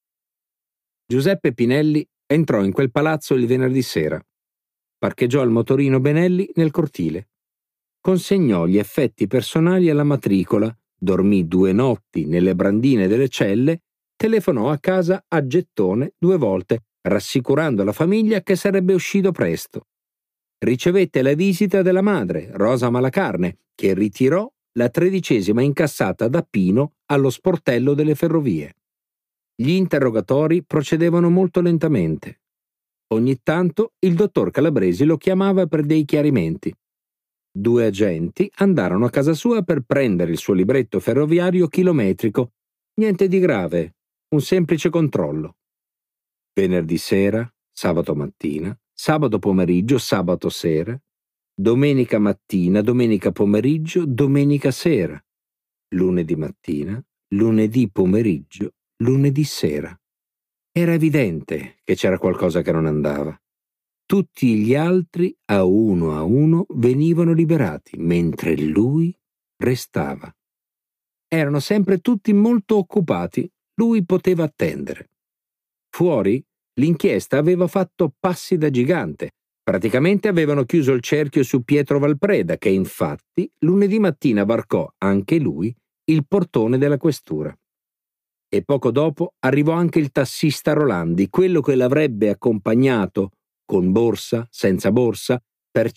Giuseppe Pinelli entrò in quel palazzo il venerdì sera. Parcheggiò il motorino Benelli nel cortile. Consegnò gli effetti personali alla matricola, dormì 2 notti nelle brandine delle celle, telefonò a casa a gettone 2 volte, rassicurando la famiglia che sarebbe uscito presto. Ricevette la visita della madre, Rosa Malacarne, che ritirò la 13ª incassata da Pino allo sportello delle ferrovie. Gli interrogatori procedevano molto lentamente. Ogni tanto il dottor Calabresi lo chiamava per dei chiarimenti. 2 agenti andarono a casa sua per prendere il suo libretto ferroviario chilometrico. Niente di grave, un semplice controllo. Venerdì sera, sabato mattina, sabato pomeriggio, sabato sera, domenica mattina, domenica pomeriggio, domenica sera, lunedì mattina, lunedì pomeriggio, lunedì sera. Era evidente che c'era qualcosa che non andava. Tutti gli altri, a uno, venivano liberati, mentre lui restava. Erano sempre tutti molto occupati, lui poteva attendere. Fuori, l'inchiesta aveva fatto passi da gigante. Praticamente avevano chiuso il cerchio su Pietro Valpreda, che infatti lunedì mattina varcò anche lui il portone della questura. E poco dopo arrivò anche il tassista Rolandi, quello che l'avrebbe accompagnato, con borsa, senza borsa, per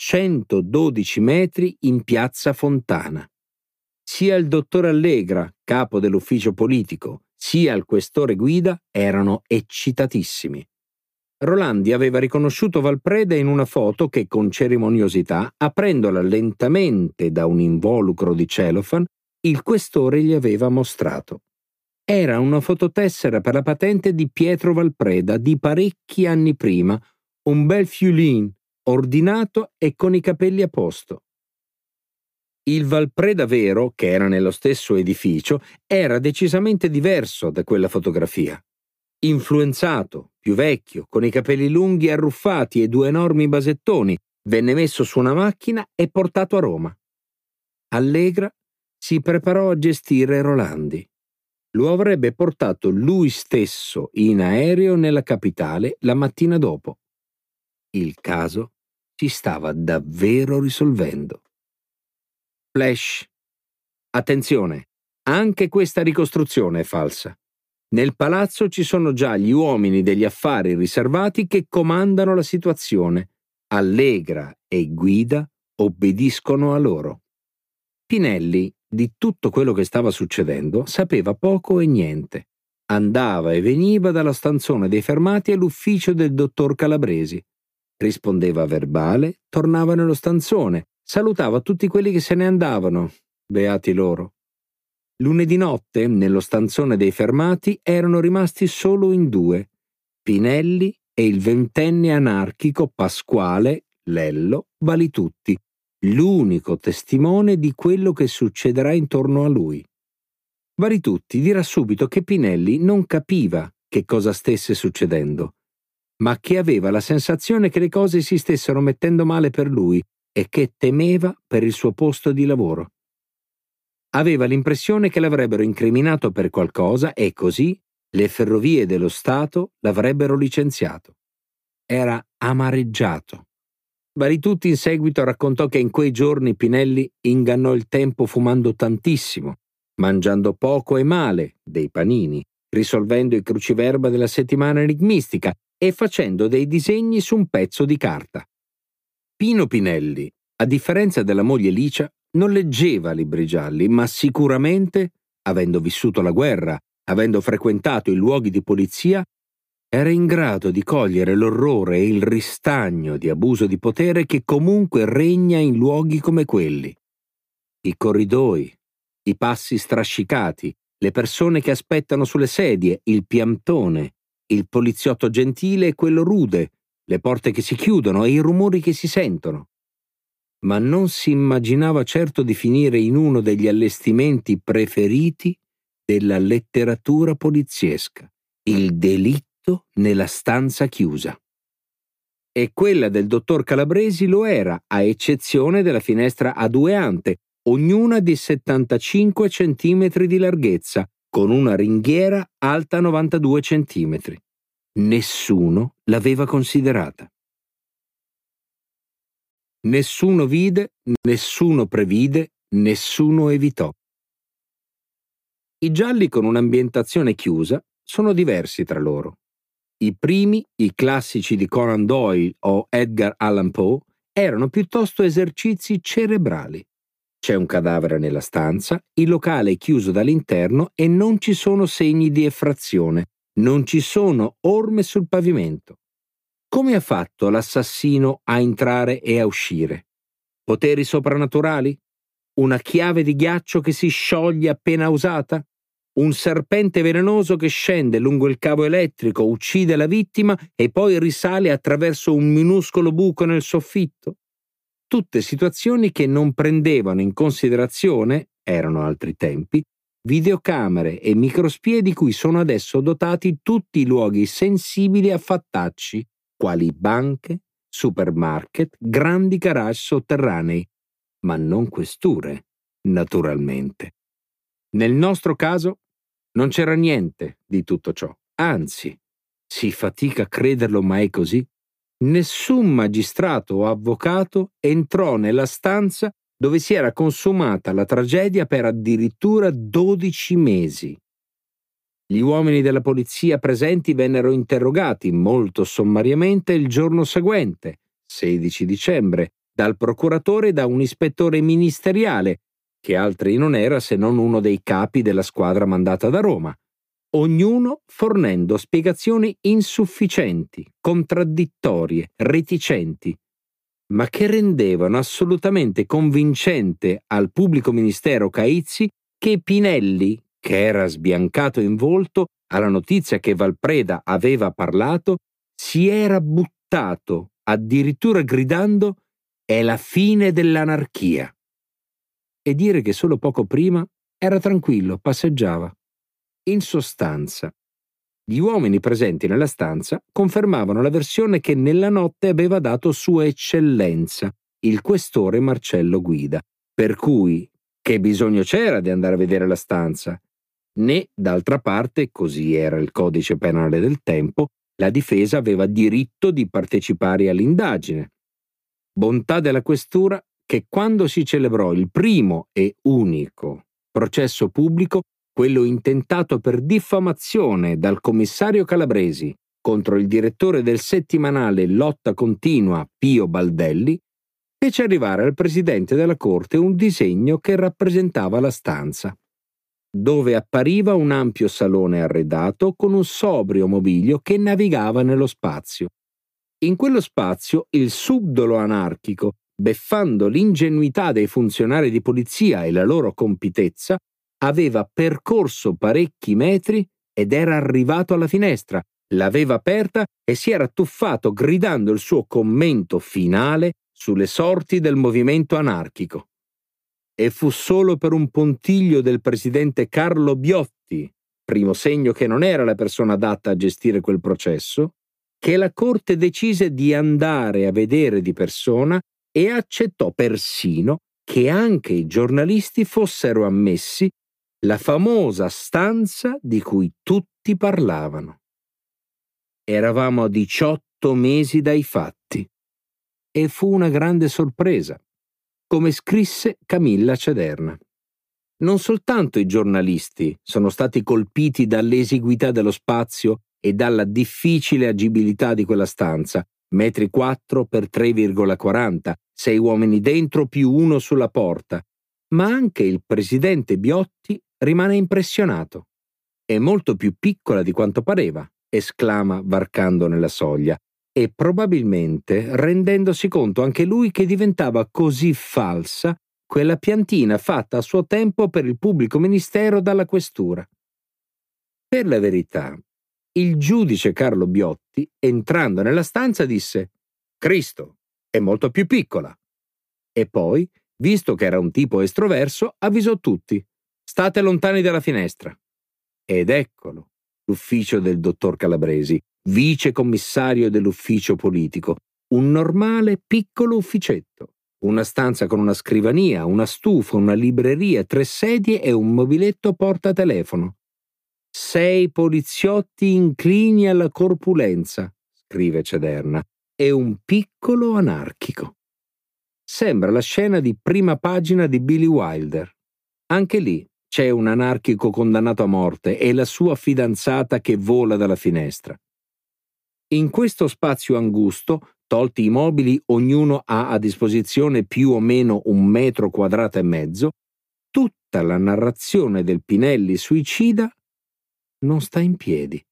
112 metri in piazza Fontana. Sia il dottor Allegra, capo dell'ufficio politico, sia il questore Guida erano eccitatissimi. Rolandi aveva riconosciuto Valpreda in una foto che, con cerimoniosità, aprendola lentamente da un involucro di cellophane, il questore gli aveva mostrato. Era una fototessera per la patente di Pietro Valpreda di parecchi anni prima, un bel fiulin, ordinato e con i capelli a posto. Il Valpreda vero, che era nello stesso edificio, era decisamente diverso da quella fotografia. Influenzato, più vecchio, con i capelli lunghi e arruffati e 2 enormi basettoni, venne messo su una macchina e portato a Roma. Allegra si preparò a gestire Rolandi. Lo avrebbe portato lui stesso in aereo nella capitale la mattina dopo. Il caso si stava davvero risolvendo. Flash. Attenzione! Anche questa ricostruzione è falsa. Nel palazzo ci sono già gli uomini degli affari riservati che comandano la situazione. Allegra e Guida obbediscono a loro. Pinelli, di tutto quello che stava succedendo, sapeva poco e niente. Andava e veniva dalla stanzone dei fermati all'ufficio del dottor Calabresi. Rispondeva a verbale, tornava nello stanzone, salutava tutti quelli che se ne andavano, beati loro. Lunedì notte, nello stanzone dei fermati, erano rimasti solo in due, Pinelli e il ventenne anarchico Pasquale Lello Valitutti, l'unico testimone di quello che succederà intorno a lui. Valitutti dirà subito che Pinelli non capiva che cosa stesse succedendo, ma che aveva la sensazione che le cose si stessero mettendo male per lui e che temeva per il suo posto di lavoro. Aveva l'impressione che l'avrebbero incriminato per qualcosa e così le ferrovie dello Stato l'avrebbero licenziato. Era amareggiato. Valitutti in seguito raccontò che in quei giorni Pinelli ingannò il tempo fumando tantissimo, mangiando poco e male dei panini, risolvendo il cruciverba della settimana enigmistica e facendo dei disegni su un pezzo di carta. Pino Pinelli, a differenza della moglie Licia, non leggeva libri gialli, ma sicuramente, avendo vissuto la guerra, avendo frequentato i luoghi di polizia, era in grado di cogliere l'orrore e il ristagno di abuso di potere che comunque regna in luoghi come quelli. I corridoi, i passi strascicati, le persone che aspettano sulle sedie, il piantone, il poliziotto gentile e quello rude, le porte che si chiudono e i rumori che si sentono. Ma non si immaginava certo di finire in uno degli allestimenti preferiti della letteratura poliziesca, il delitto nella stanza chiusa. E quella del dottor Calabresi lo era, a eccezione della finestra a due ante, ognuna di 75 centimetri di larghezza, con una ringhiera alta 92 centimetri. Nessuno l'aveva considerata. Nessuno vide, nessuno previde, nessuno evitò. I gialli con un'ambientazione chiusa sono diversi tra loro. I primi, i classici di Conan Doyle o Edgar Allan Poe, erano piuttosto esercizi cerebrali. C'è un cadavere nella stanza, il locale è chiuso dall'interno e non ci sono segni di effrazione, non ci sono orme sul pavimento. Come ha fatto l'assassino a entrare e a uscire? Poteri soprannaturali? Una chiave di ghiaccio che si scioglie appena usata? Un serpente velenoso che scende lungo il cavo elettrico, uccide la vittima e poi risale attraverso un minuscolo buco nel soffitto? Tutte situazioni che non prendevano in considerazione, erano altri tempi, videocamere e microspie di cui sono adesso dotati tutti i luoghi sensibili a fattacci, quali banche, supermarket, grandi garage sotterranei, ma non questure, naturalmente. Nel nostro caso non c'era niente di tutto ciò, anzi, si fatica a crederlo, ma è così. Nessun magistrato o avvocato entrò nella stanza dove si era consumata la tragedia per addirittura 12 mesi. Gli uomini della polizia presenti vennero interrogati molto sommariamente il giorno seguente, 16 dicembre, dal procuratore e da un ispettore ministeriale, che altri non era se non uno dei capi della squadra mandata da Roma, ognuno fornendo spiegazioni insufficienti, contraddittorie, reticenti, ma che rendevano assolutamente convincente al pubblico ministero Caizzi che Pinelli, che era sbiancato in volto alla notizia che Valpreda aveva parlato, si era buttato, addirittura gridando «È la fine dell'anarchia!» e dire che solo poco prima era tranquillo, passeggiava. In sostanza, gli uomini presenti nella stanza confermavano la versione che nella notte aveva dato Sua Eccellenza, il questore Marcello Guida, per cui che bisogno c'era di andare a vedere la stanza? Né, d'altra parte, così era il codice penale del tempo, la difesa aveva diritto di partecipare all'indagine. Bontà della questura che quando si celebrò il primo e unico processo pubblico, quello intentato per diffamazione dal commissario Calabresi contro il direttore del settimanale Lotta Continua Pio Baldelli, fece arrivare al presidente della Corte un disegno che rappresentava la stanza, dove appariva un ampio salone arredato con un sobrio mobilio che navigava nello spazio. In quello spazio il subdolo anarchico, beffando l'ingenuità dei funzionari di polizia e la loro compitezza, aveva percorso parecchi metri ed era arrivato alla finestra, l'aveva aperta e si era tuffato gridando il suo commento finale sulle sorti del movimento anarchico. E fu solo per un puntiglio del presidente Carlo Biotti, primo segno che non era la persona adatta a gestire quel processo, che la Corte decise di andare a vedere di persona e accettò persino che anche i giornalisti fossero ammessi la famosa stanza di cui tutti parlavano. Eravamo a 18 mesi dai fatti e fu una grande sorpresa, come scrisse Camilla Cederna. Non soltanto i giornalisti sono stati colpiti dall'esiguità dello spazio e dalla difficile agibilità di quella stanza, metri 4 per 3,40, 6 uomini dentro più uno sulla porta, ma anche il presidente Biotti rimane impressionato. È molto più piccola di quanto pareva, esclama varcando nella soglia, e probabilmente rendendosi conto anche lui che diventava così falsa quella piantina fatta a suo tempo per il pubblico ministero dalla questura. Per la verità, il giudice Carlo Biotti, entrando nella stanza, disse: «Cristo, è molto più piccola». E poi, visto che era un tipo estroverso, avvisò tutti: «State lontani dalla finestra». Ed eccolo, l'ufficio del dottor Calabresi, vice commissario dell'ufficio politico, un normale piccolo ufficetto, una stanza con una scrivania, una stufa, una libreria, 3 sedie e un mobiletto portatelefono. 6 poliziotti inclini alla corpulenza, scrive Cederna, e un piccolo anarchico. Sembra la scena di prima pagina di Billy Wilder. Anche lì c'è un anarchico condannato a morte e la sua fidanzata che vola dalla finestra. In questo spazio angusto, tolti i mobili, ognuno ha a disposizione più o meno 1,5 metri, tutta la narrazione del Pinelli suicida non sta in piedi.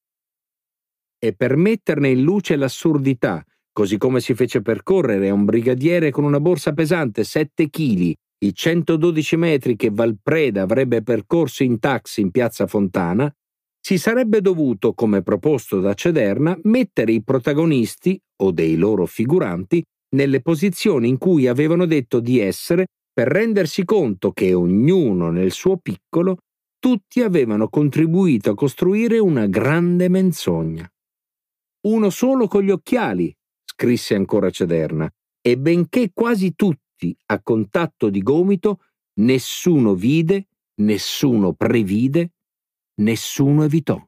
E per metterne in luce l'assurdità, così come si fece percorrere a un brigadiere con una borsa pesante 7 chili i 112 metri che Valpreda avrebbe percorso in taxi in piazza Fontana, si sarebbe dovuto, come proposto da Cederna, mettere i protagonisti, o dei loro figuranti, nelle posizioni in cui avevano detto di essere, per rendersi conto che ognuno nel suo piccolo, tutti avevano contribuito a costruire una grande menzogna. «Uno solo con gli occhiali», scrisse ancora Cederna, e benché quasi tutti a contatto di gomito, nessuno vide, nessuno previde, nessuno evitò.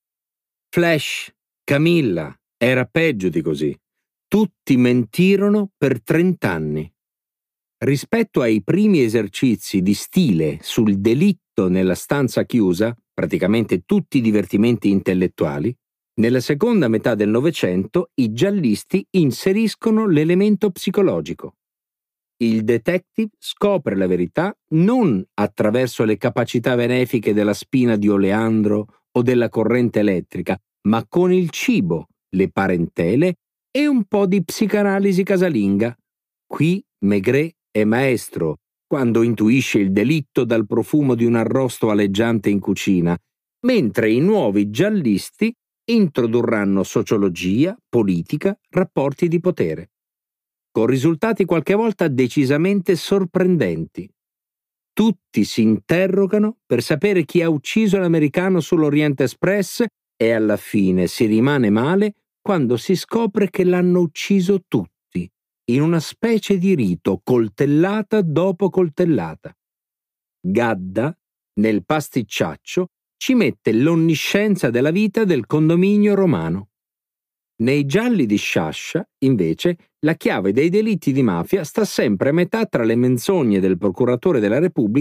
Flash, Camilla, era peggio di così. Tutti mentirono per 30 anni. Rispetto ai primi esercizi di stile sul delitto nella stanza chiusa, praticamente tutti divertimenti intellettuali, nella seconda metà del Novecento i giallisti inseriscono l'elemento psicologico. Il detective scopre la verità non attraverso le capacità benefiche della spina di Oleandro o della corrente elettrica, ma con il cibo, le parentele e un po' di psicanalisi casalinga. Qui Maigret è maestro quando intuisce il delitto dal profumo di un arrosto aleggiante in cucina, mentre i nuovi giallisti introdurranno sociologia, politica, rapporti di potere, con risultati qualche volta decisamente sorprendenti. Tutti si interrogano per sapere chi ha ucciso l'americano sull'Orient Express e alla fine si rimane male quando si scopre che l'hanno ucciso tutti, in una specie di rito, coltellata dopo coltellata. Gadda, nel pasticciaccio, ci mette l'onniscienza della vita del condominio romano. Nei gialli di Sciascia, invece, la chiave dei delitti di mafia sta sempre a metà tra le menzogne del procuratore della Repubblica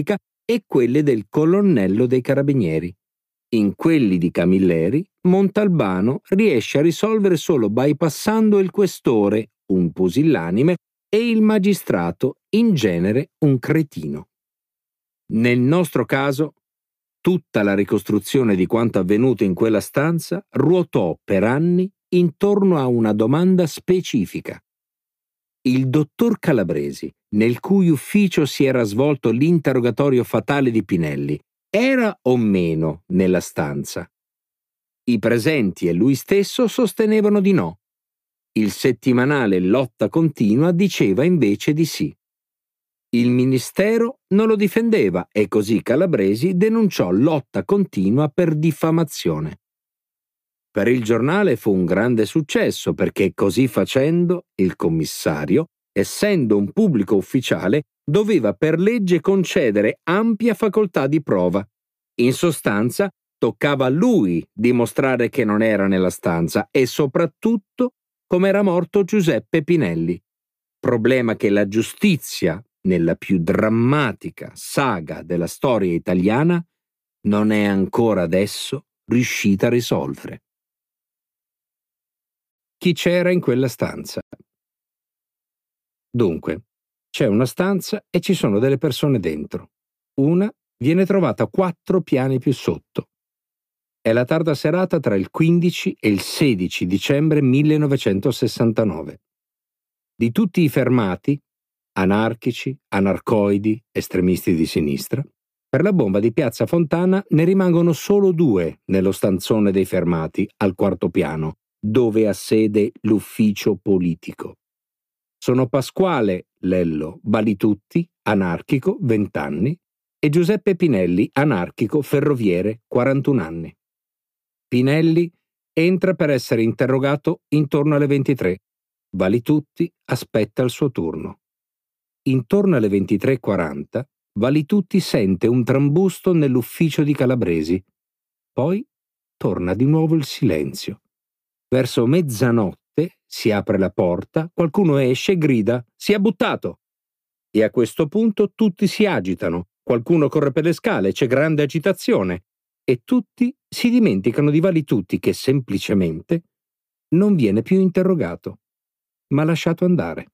e quelle del colonnello dei carabinieri. In quelli di Camilleri, Montalbano riesce a risolvere solo bypassando il questore, un pusillanime, e il magistrato, in genere un cretino. Nel nostro caso, tutta la ricostruzione di quanto avvenuto in quella stanza ruotò per anni intorno a una domanda specifica. Il dottor Calabresi, nel cui ufficio si era svolto l'interrogatorio fatale di Pinelli, era o meno nella stanza? I presenti e lui stesso sostenevano di no. Il settimanale Lotta Continua diceva invece di sì. Il ministero non lo difendeva e così Calabresi denunciò Lotta Continua per diffamazione. Per il giornale fu un grande successo perché così facendo il commissario, essendo un pubblico ufficiale, doveva per legge concedere ampia facoltà di prova. In sostanza, toccava a lui dimostrare che non era nella stanza e soprattutto come era morto Giuseppe Pinelli. Problema che la giustizia, nella più drammatica saga della storia italiana, non è ancora adesso riuscita a risolvere. Chi c'era in quella stanza? Dunque, c'è una stanza e ci sono delle persone dentro. Una viene trovata 4 piani più sotto. È la tarda serata tra il 15 e il 16 dicembre 1969. Di tutti i fermati, anarchici, anarcoidi, estremisti di sinistra, per la bomba di Piazza Fontana ne rimangono solo 2 nello stanzone dei fermati, al 4° piano, dove ha sede l'ufficio politico. Sono Pasquale Lello Balitutti, anarchico, 20 anni, e Giuseppe Pinelli, anarchico, ferroviere, 41 anni. Pinelli entra per essere interrogato intorno alle 23. Balitutti aspetta il suo turno. Intorno alle 23:40, Balitutti sente un trambusto nell'ufficio di Calabresi. Poi torna di nuovo il silenzio. Verso mezzanotte si apre la porta, qualcuno esce e grida «Si è buttato!». E a questo punto tutti si agitano, qualcuno corre per le scale, c'è grande agitazione e tutti si dimenticano di Balitutti che semplicemente non viene più interrogato, ma lasciato andare.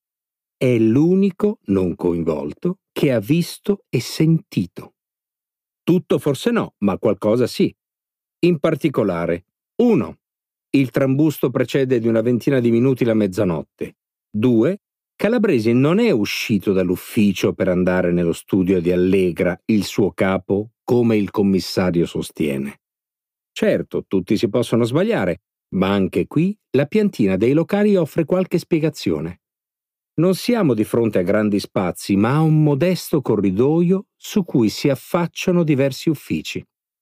È l'unico non coinvolto che ha visto e sentito. Tutto forse no, ma qualcosa sì. In particolare, 1. Il trambusto precede di una ventina di minuti la mezzanotte. 2. Calabresi non è uscito dall'ufficio per andare nello studio di Allegra, il suo capo, come il commissario sostiene. Certo, tutti si possono sbagliare, ma anche qui la piantina dei locali offre qualche spiegazione. Non siamo di fronte a grandi spazi, ma a un modesto corridoio su cui si affacciano diversi uffici.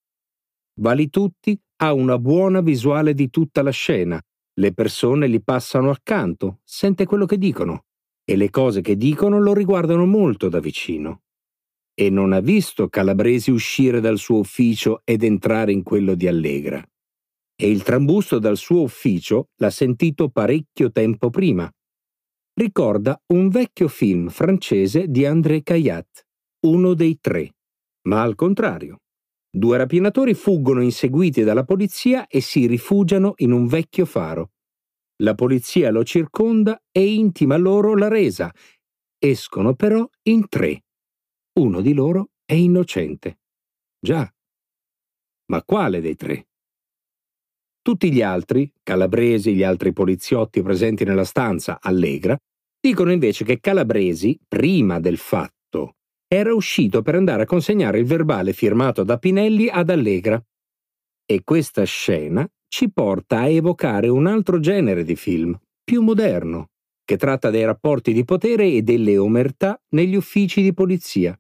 Balitutti ha una buona visuale di tutta la scena, le persone gli passano accanto, sente quello che dicono e le cose che dicono lo riguardano molto da vicino. E non ha visto Calabresi uscire dal suo ufficio ed entrare in quello di Allegra. E il trambusto dal suo ufficio l'ha sentito parecchio tempo prima. Ricorda un vecchio film francese di André Caillat, Uno dei tre, ma al contrario. 2 rapinatori fuggono inseguiti dalla polizia e si rifugiano in un vecchio faro. La polizia lo circonda e intima loro la resa. Escono però in 3. Uno di loro è innocente. Già. Ma quale dei 3? Tutti gli altri, Calabresi, gli altri poliziotti presenti nella stanza, Allegra, dicono invece che Calabresi, prima del fatto, era uscito per andare a consegnare il verbale firmato da Pinelli ad Allegra. E questa scena ci porta a evocare un altro genere di film, più moderno, che tratta dei rapporti di potere e delle omertà negli uffici di polizia.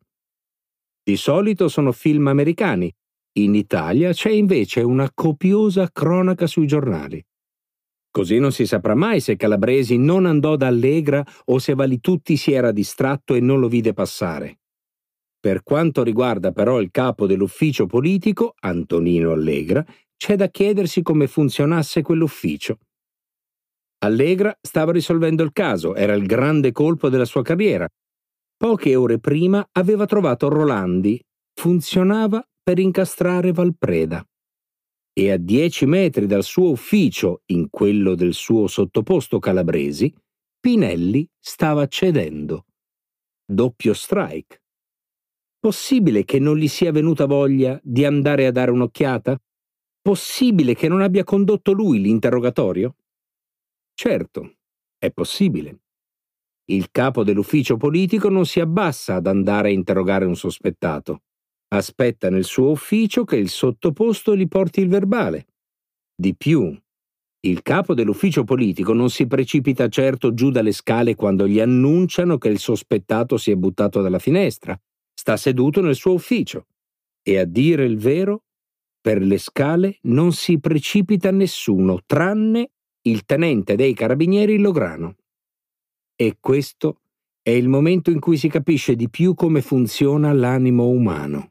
Di solito sono film americani. In Italia c'è invece una copiosa cronaca sui giornali. Così non si saprà mai se Calabresi non andò da Allegra o se Balitutti si era distratto e non lo vide passare. Per quanto riguarda però il capo dell'ufficio politico, Antonino Allegra, c'è da chiedersi come funzionasse quell'ufficio. Allegra stava risolvendo il caso, era il grande colpo della sua carriera. Poche ore prima aveva trovato Rolandi, funzionava per incastrare Valpreda. E a 10 metri dal suo ufficio, in quello del suo sottoposto Calabresi, Pinelli stava cedendo. Doppio strike. Possibile che non gli sia venuta voglia di andare a dare un'occhiata? Possibile che non abbia condotto lui l'interrogatorio? Certo, è possibile. Il capo dell'ufficio politico non si abbassa ad andare a interrogare un sospettato. Aspetta nel suo ufficio che il sottoposto gli porti il verbale. Di più, il capo dell'ufficio politico non si precipita certo giù dalle scale quando gli annunciano che il sospettato si è buttato dalla finestra. Sta seduto nel suo ufficio. E a dire il vero, per le scale non si precipita nessuno, tranne il tenente dei carabinieri Lograno. E questo è il momento in cui si capisce di più come funziona l'animo umano.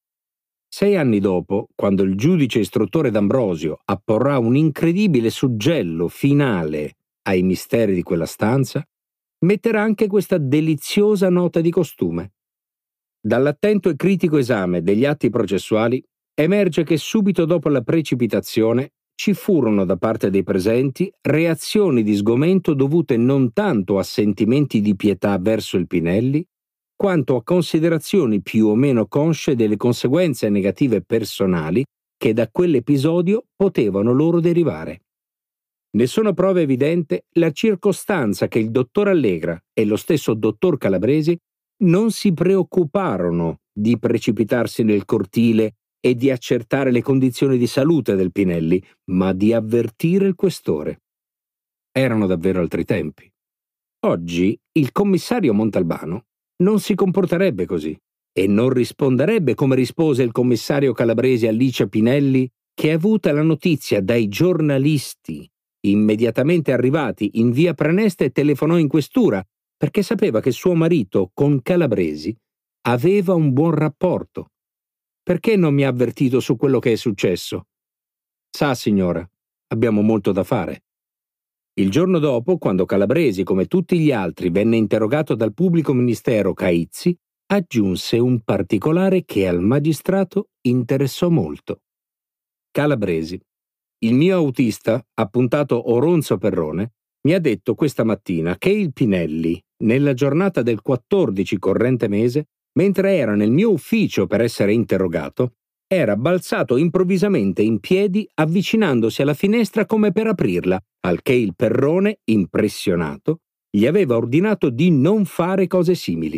6 anni dopo, quando il giudice istruttore D'Ambrosio apporrà un incredibile suggello finale ai misteri di quella stanza, metterà anche questa deliziosa nota di costume. Dall'attento e critico esame degli atti processuali emerge che subito dopo la precipitazione ci furono da parte dei presenti reazioni di sgomento dovute non tanto a sentimenti di pietà verso il Pinelli, quanto a considerazioni più o meno consce delle conseguenze negative personali che da quell'episodio potevano loro derivare. Ne sono prova evidente la circostanza che il dottor Allegra e lo stesso dottor Calabresi non si preoccuparono di precipitarsi nel cortile e di accertare le condizioni di salute del Pinelli, ma di avvertire il questore. Erano davvero altri tempi. Oggi il commissario Montalbano non si comporterebbe così e non risponderebbe come rispose il commissario Calabresi a Licia Pinelli, che, avuta la notizia dai giornalisti immediatamente arrivati in via Pranesta, telefonò in questura perché sapeva che suo marito con Calabresi aveva un buon rapporto. Perché non mi ha avvertito su quello che è successo? Sa, signora, abbiamo molto da fare. Il giorno dopo, quando Calabresi, come tutti gli altri, venne interrogato dal pubblico ministero Caizzi, aggiunse un particolare che al magistrato interessò molto. Calabresi: il mio autista, appuntato Oronzo Perrone, mi ha detto questa mattina che il Pinelli, nella giornata del 14 corrente mese, mentre era nel mio ufficio per essere interrogato, era balzato improvvisamente in piedi avvicinandosi alla finestra come per aprirla, al che il Perrone, impressionato, gli aveva ordinato di non fare cose simili.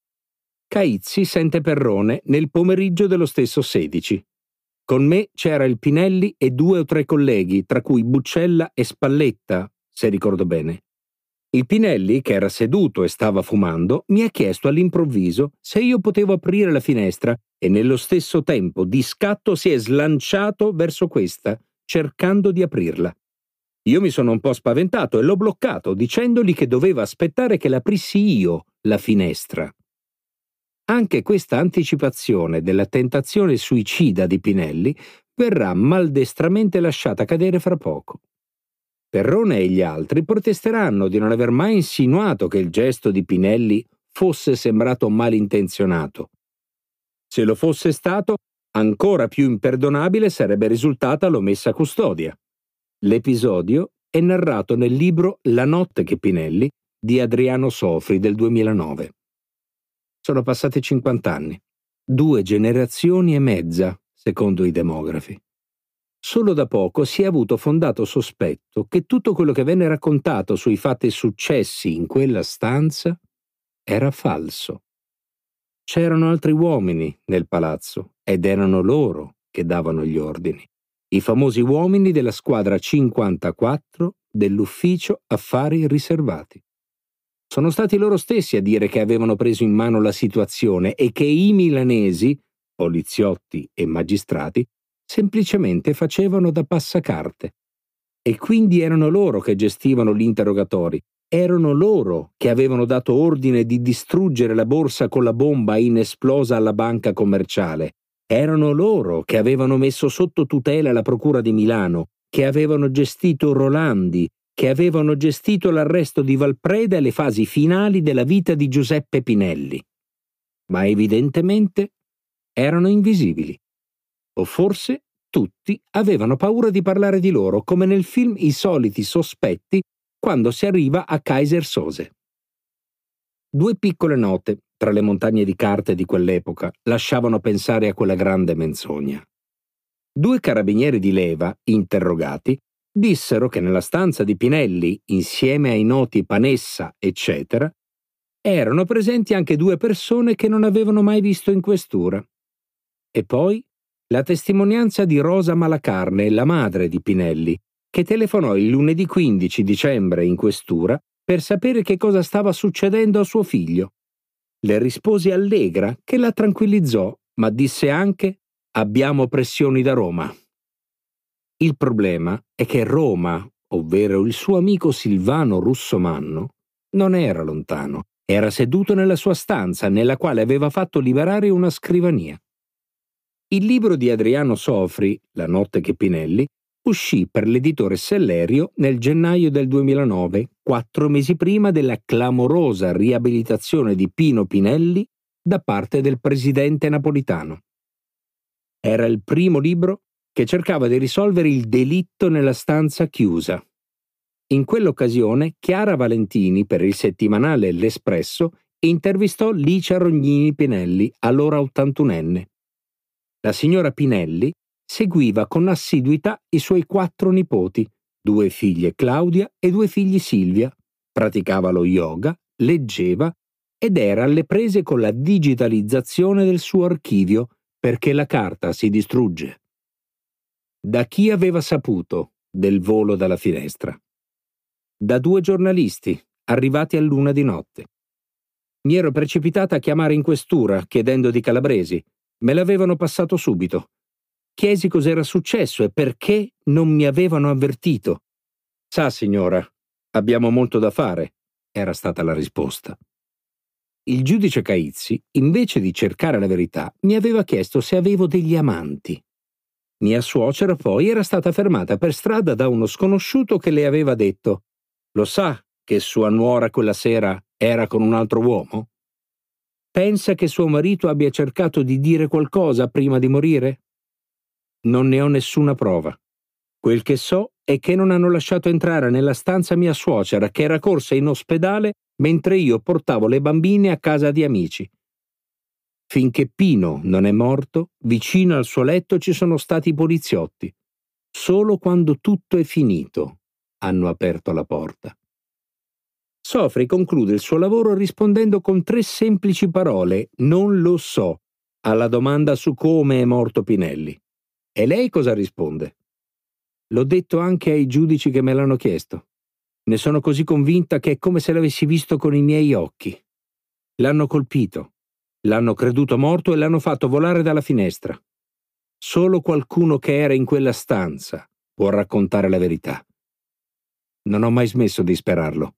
Caizzi sente Perrone nel pomeriggio dello stesso 16. Con me c'era il Pinelli e 2 o 3 colleghi, tra cui Buccella e Spalletta, se ricordo bene. Il Pinelli, che era seduto e stava fumando, mi ha chiesto all'improvviso se io potevo aprire la finestra e nello stesso tempo di scatto si è slanciato verso questa, cercando di aprirla. Io mi sono un po' spaventato e l'ho bloccato, dicendogli che doveva aspettare che l'aprissi io la finestra. Anche questa anticipazione della tentazione suicida di Pinelli verrà maldestramente lasciata cadere fra poco. Perrone e gli altri protesteranno di non aver mai insinuato che il gesto di Pinelli fosse sembrato malintenzionato. Se lo fosse stato, ancora più imperdonabile sarebbe risultata l'omessa custodia. L'episodio è narrato nel libro La notte che Pinelli di Adriano Sofri del 2009. Sono passati 50 anni, 2 generazioni e mezza, secondo i demografi. Solo da poco si è avuto fondato sospetto che tutto quello che venne raccontato sui fatti successi in quella stanza era falso. C'erano altri uomini nel palazzo ed erano loro che davano gli ordini. I famosi uomini della squadra 54 dell'ufficio affari riservati. Sono stati loro stessi a dire che avevano preso in mano la situazione e che i milanesi, poliziotti e magistrati, semplicemente facevano da passacarte. E quindi erano loro che gestivano gli interrogatori, erano loro che avevano dato ordine di distruggere la borsa con la bomba inesplosa alla banca commerciale, erano loro che avevano messo sotto tutela la procura di Milano, che avevano gestito Rolandi, che avevano gestito l'arresto di Valpreda e le fasi finali della vita di Giuseppe Pinelli. Ma evidentemente erano invisibili. O forse tutti avevano paura di parlare di loro, come nel film I soliti sospetti, quando si arriva a Kaiser Sose. 2 piccole note tra le montagne di carte di quell'epoca lasciavano pensare a quella grande menzogna. 2 carabinieri di leva, interrogati, dissero che nella stanza di Pinelli, insieme ai noti Panessa, eccetera, erano presenti anche 2 persone che non avevano mai visto in questura. E poi la testimonianza di Rosa Malacarne, la madre di Pinelli, che telefonò il lunedì 15 dicembre in questura per sapere che cosa stava succedendo a suo figlio. Le rispose allegra, che la tranquillizzò, ma disse anche: «Abbiamo pressioni da Roma». Il problema è che Roma, ovvero il suo amico Silvano Russomanno, non era lontano, era seduto nella sua stanza, nella quale aveva fatto liberare una scrivania. Il libro di Adriano Sofri, La notte che Pinelli, uscì per l'editore Sellerio nel gennaio del 2009, 4 mesi prima della clamorosa riabilitazione di Pino Pinelli da parte del presidente napolitano. Era il primo libro che cercava di risolvere il delitto nella stanza chiusa. In quell'occasione Chiara Valentini, per il settimanale L'Espresso, intervistò Licia Rognini Pinelli, allora 81enne. La signora Pinelli seguiva con assiduità i suoi 4 nipoti, 2 figlie Claudia e 2 figli Silvia, praticava lo yoga, leggeva ed era alle prese con la digitalizzazione del suo archivio, perché la carta si distrugge. Da chi aveva saputo del volo dalla finestra? Da 2 giornalisti, arrivati all'1 di notte. Mi ero precipitata a chiamare in questura, chiedendo di Calabresi. Me l'avevano passato subito. Chiesi cos'era successo e perché non mi avevano avvertito. «Sa, signora, abbiamo molto da fare», era stata la risposta. Il giudice Caizzi, invece di cercare la verità, mi aveva chiesto se avevo degli amanti. Mia suocera poi era stata fermata per strada da uno sconosciuto che le aveva detto: «Lo sa che sua nuora quella sera era con un altro uomo?» Pensa che suo marito abbia cercato di dire qualcosa prima di morire? Non ne ho nessuna prova. Quel che so è che non hanno lasciato entrare nella stanza mia suocera, che era corsa in ospedale mentre io portavo le bambine a casa di amici. Finché Pino non è morto, vicino al suo letto ci sono stati i poliziotti. Solo quando tutto è finito hanno aperto la porta. Sofri conclude il suo lavoro rispondendo con 3 semplici parole: «Non lo so», alla domanda su come è morto Pinelli. E lei cosa risponde? L'ho detto anche ai giudici che me l'hanno chiesto. Ne sono così convinta che è come se l'avessi visto con i miei occhi. L'hanno colpito, l'hanno creduto morto e l'hanno fatto volare dalla finestra. Solo qualcuno che era in quella stanza può raccontare la verità. Non ho mai smesso di sperarlo.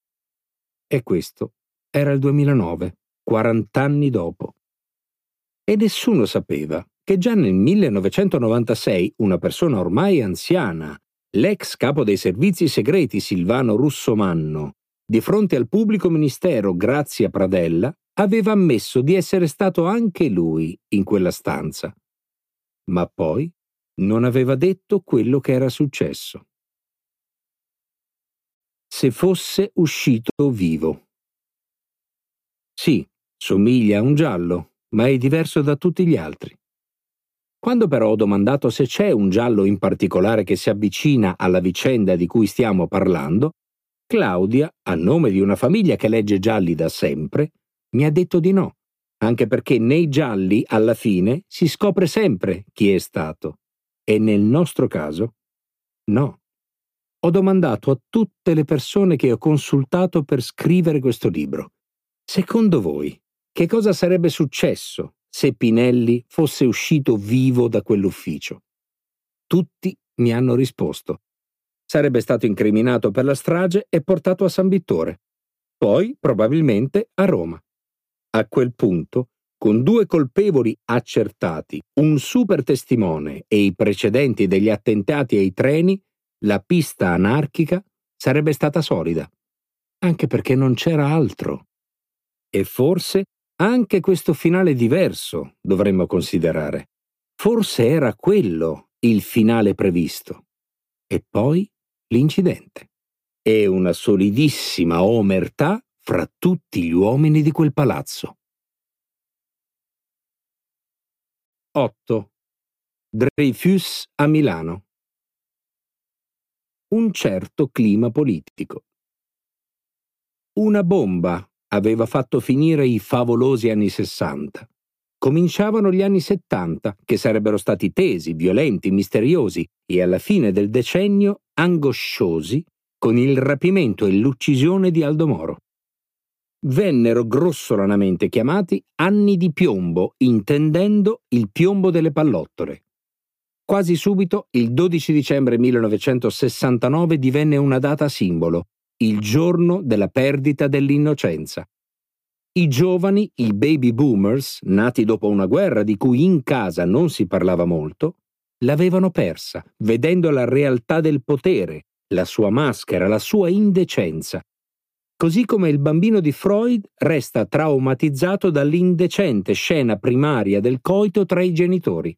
E questo era il 2009, 40 anni dopo. E nessuno sapeva che già nel 1996 una persona ormai anziana, l'ex capo dei servizi segreti Silvano Russomanno, di fronte al pubblico ministero Grazia Pradella, aveva ammesso di essere stato anche lui in quella stanza. Ma poi non aveva detto quello che era successo. Se fosse uscito vivo. Sì, somiglia a un giallo, ma è diverso da tutti gli altri. Quando però ho domandato se c'è un giallo in particolare che si avvicina alla vicenda di cui stiamo parlando, Claudia, a nome di una famiglia che legge gialli da sempre, mi ha detto di no, anche perché nei gialli, alla fine, si scopre sempre chi è stato. E nel nostro caso, no. Ho domandato a tutte le persone che ho consultato per scrivere questo libro: secondo voi, che cosa sarebbe successo se Pinelli fosse uscito vivo da quell'ufficio? Tutti mi hanno risposto: sarebbe stato incriminato per la strage e portato a San Vittore, poi probabilmente a Roma. A quel punto, con 2 colpevoli accertati, un super testimone e i precedenti degli attentati ai treni, la pista anarchica sarebbe stata solida, anche perché non c'era altro. E forse anche questo finale diverso dovremmo considerare. Forse era quello il finale previsto. E poi l'incidente. E una solidissima omertà fra tutti gli uomini di quel palazzo. 8. Dreyfus a Milano. Un certo clima politico. Una bomba aveva fatto finire i favolosi anni 60. Cominciavano gli anni 70, che sarebbero stati tesi, violenti, misteriosi e alla fine del decennio angosciosi con il rapimento e l'uccisione di Aldo Moro. Vennero grossolanamente chiamati anni di piombo, intendendo il piombo delle pallottole. Quasi subito, il 12 dicembre 1969 divenne una data simbolo, il giorno della perdita dell'innocenza. I giovani, i baby boomers, nati dopo una guerra di cui in casa non si parlava molto, l'avevano persa, vedendo la realtà del potere, la sua maschera, la sua indecenza. Così come il bambino di Freud resta traumatizzato dall'indecente scena primaria del coito tra i genitori.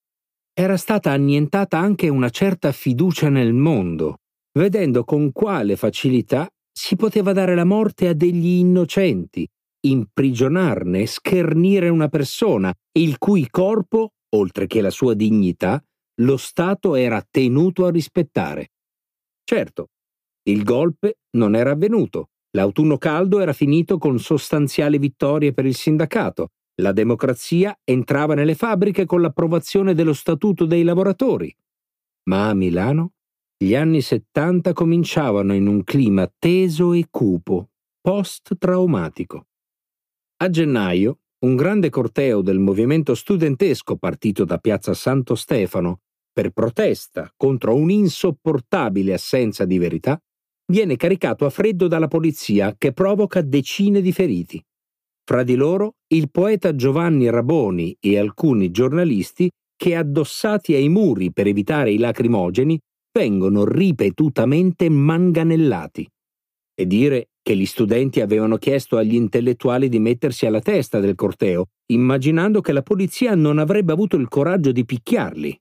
Era stata annientata anche una certa fiducia nel mondo, vedendo con quale facilità si poteva dare la morte a degli innocenti, imprigionarne e schernire una persona, il cui corpo, oltre che la sua dignità, lo Stato era tenuto a rispettare. Certo, il golpe non era avvenuto, l'autunno caldo era finito con sostanziali vittorie per il sindacato, la democrazia entrava nelle fabbriche con l'approvazione dello Statuto dei lavoratori. Ma a Milano gli anni 70 cominciavano in un clima teso e cupo, post-traumatico. A gennaio, un grande corteo del movimento studentesco partito da Piazza Santo Stefano per protesta contro un'insopportabile assenza di verità viene caricato a freddo dalla polizia che provoca decine di feriti. Fra di loro il poeta Giovanni Raboni e alcuni giornalisti che, addossati ai muri per evitare i lacrimogeni, vengono ripetutamente manganellati. E dire che gli studenti avevano chiesto agli intellettuali di mettersi alla testa del corteo, immaginando che la polizia non avrebbe avuto il coraggio di picchiarli.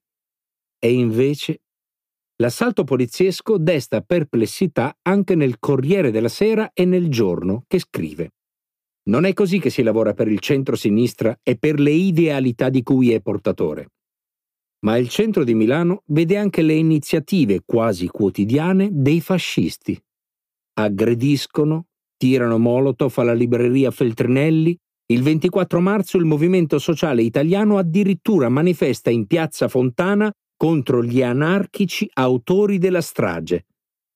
E invece l'assalto poliziesco desta perplessità anche nel Corriere della Sera e nel Giorno, che scrive: non è così che si lavora per il centro-sinistra e per le idealità di cui è portatore. Ma il centro di Milano vede anche le iniziative quasi quotidiane dei fascisti. Aggrediscono, tirano molotov alla libreria Feltrinelli. Il 24 marzo il Movimento Sociale Italiano addirittura manifesta in Piazza Fontana contro gli anarchici autori della strage.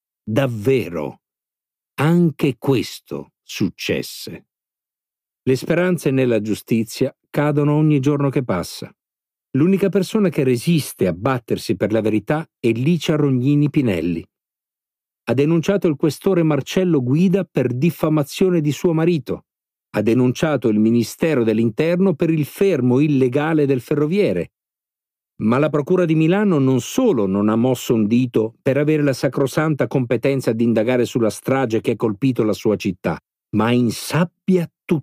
Davvero, anche questo successe. Le speranze nella giustizia cadono ogni giorno che passa. L'unica persona che resiste a battersi per la verità è Licia Rognini Pinelli. Ha denunciato il questore Marcello Guida per diffamazione di suo marito. Ha denunciato il Ministero dell'Interno per il fermo illegale del ferroviere. Ma la Procura di Milano non solo non ha mosso un dito per avere la sacrosanta competenza di indagare sulla strage che ha colpito la sua città, ma insabbia tutto.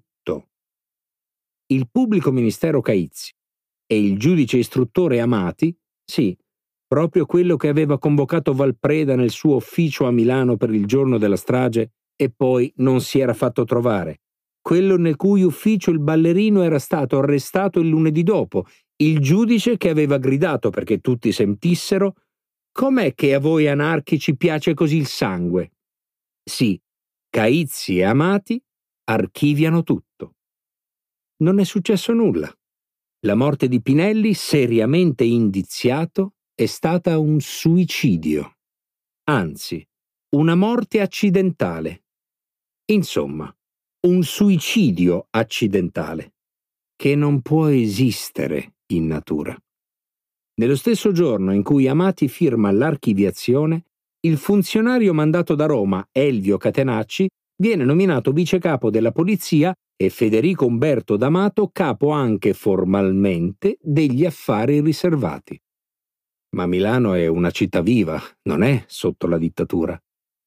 Il pubblico ministero Caizzi e il giudice istruttore Amati, sì, proprio quello che aveva convocato Valpreda nel suo ufficio a Milano per il giorno della strage e poi non si era fatto trovare, quello nel cui ufficio il ballerino era stato arrestato il lunedì dopo, il giudice che aveva gridato perché tutti sentissero: «Com'è che a voi anarchici piace così il sangue?» Sì, Caizzi e Amati archiviano tutto. Non è successo nulla. La morte di Pinelli, seriamente indiziato, è stata un suicidio. Anzi, una morte accidentale. Insomma, un suicidio accidentale, che non può esistere in natura. Nello stesso giorno in cui Amati firma l'archiviazione, il funzionario mandato da Roma, Elvio Catenacci, viene nominato vicecapo della polizia e Federico Umberto D'Amato capo anche formalmente degli affari riservati. Ma Milano è una città viva, non è sotto la dittatura.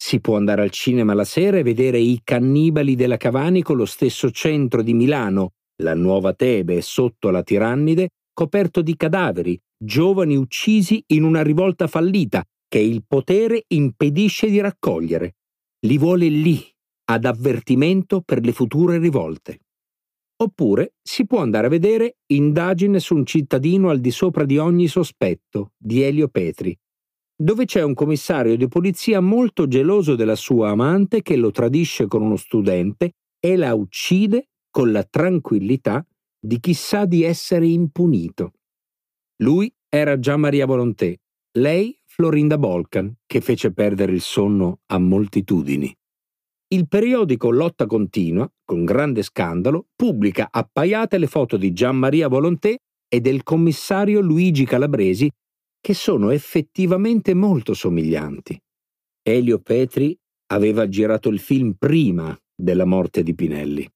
Si può andare al cinema la sera e vedere I cannibali della Cavanico, lo stesso centro di Milano, la nuova Tebe sotto la Tirannide, coperto di cadaveri, giovani uccisi in una rivolta fallita che il potere impedisce di raccogliere. Li vuole lì, ad avvertimento per le future rivolte. Oppure si può andare a vedere Indagine su un cittadino al di sopra di ogni sospetto, di Elio Petri, dove c'è un commissario di polizia molto geloso della sua amante che lo tradisce con uno studente e la uccide con la tranquillità di chi sa di essere impunito. Lui era Gian Maria Volonté, lei Florinda Bolcan, che fece perdere il sonno a moltitudini. Il periodico Lotta Continua, con grande scandalo, pubblica appaiate le foto di Gian Maria Volonté e del commissario Luigi Calabresi, che sono effettivamente molto somiglianti. Elio Petri aveva girato il film prima della morte di Pinelli.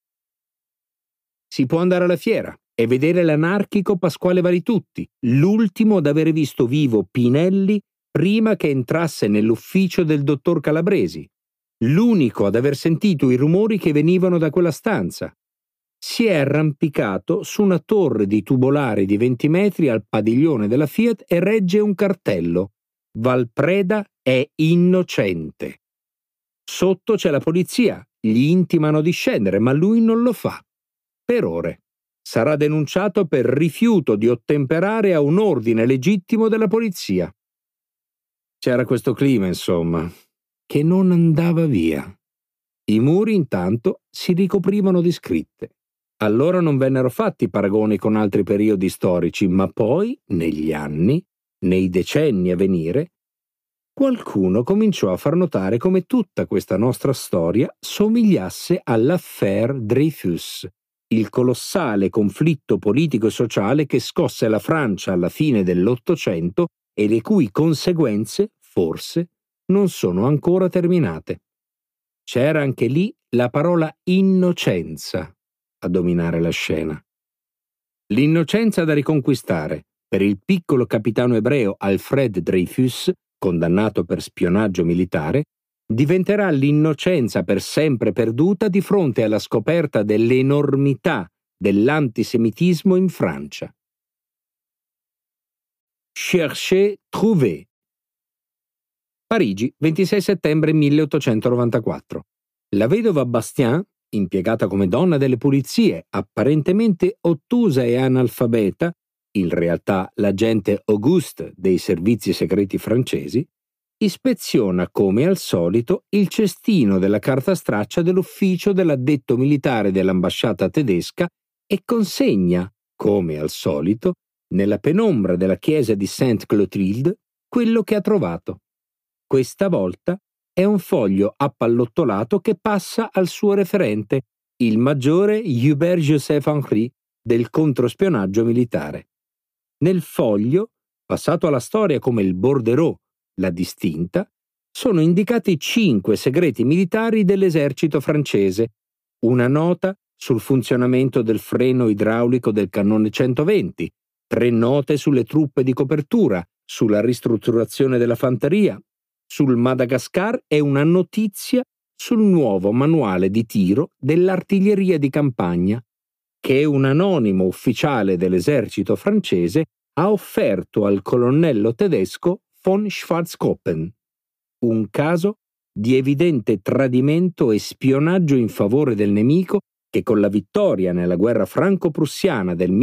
Si può andare alla fiera e vedere l'anarchico Pasquale Varitutti, l'ultimo ad avere visto vivo Pinelli prima che entrasse nell'ufficio del dottor Calabresi, l'unico ad aver sentito i rumori che venivano da quella stanza. Si è arrampicato su una torre di tubolari di 20 metri al padiglione della Fiat e regge un cartello: Valpreda è innocente. Sotto c'è la polizia, gli intimano di scendere, ma lui non lo fa. Per ore. Sarà denunciato per rifiuto di ottemperare a un ordine legittimo della polizia. C'era questo clima, insomma, che non andava via. I muri, intanto, si ricoprivano di scritte. Allora non vennero fatti paragoni con altri periodi storici, ma poi, negli anni, nei decenni a venire, qualcuno cominciò a far notare come tutta questa nostra storia somigliasse all'affaire Dreyfus, il colossale conflitto politico e sociale che scosse la Francia alla fine dell'Ottocento e le cui conseguenze, forse, non sono ancora terminate. C'era anche lì la parola innocenza a dominare la scena. L'innocenza da riconquistare per il piccolo capitano ebreo Alfred Dreyfus, condannato per spionaggio militare, diventerà l'innocenza per sempre perduta di fronte alla scoperta dell'enormità dell'antisemitismo in Francia. Chercher, trouver. Parigi, 26 settembre 1894. La vedova Bastien, impiegata come donna delle pulizie, apparentemente ottusa e analfabeta, in realtà l'agente Auguste dei servizi segreti francesi, ispeziona come al solito il cestino della carta straccia dell'ufficio dell'addetto militare dell'ambasciata tedesca e consegna, come al solito, nella penombra della chiesa di Sainte-Clotilde, quello che ha trovato. Questa volta è un foglio appallottolato che passa al suo referente, il maggiore Hubert Joseph Henry del controspionaggio militare. Nel foglio, passato alla storia come il bordereau, la distinta, sono indicati 5 segreti militari dell'esercito francese, una nota sul funzionamento del freno idraulico del cannone 120, 3 note sulle truppe di copertura, sulla ristrutturazione della fanteria, sul Madagascar e una notizia sul nuovo manuale di tiro dell'artiglieria di campagna, che un anonimo ufficiale dell'esercito francese ha offerto al colonnello tedesco von Schwarzkoppen. Un caso di evidente tradimento e spionaggio in favore del nemico che con la vittoria nella guerra franco-prussiana del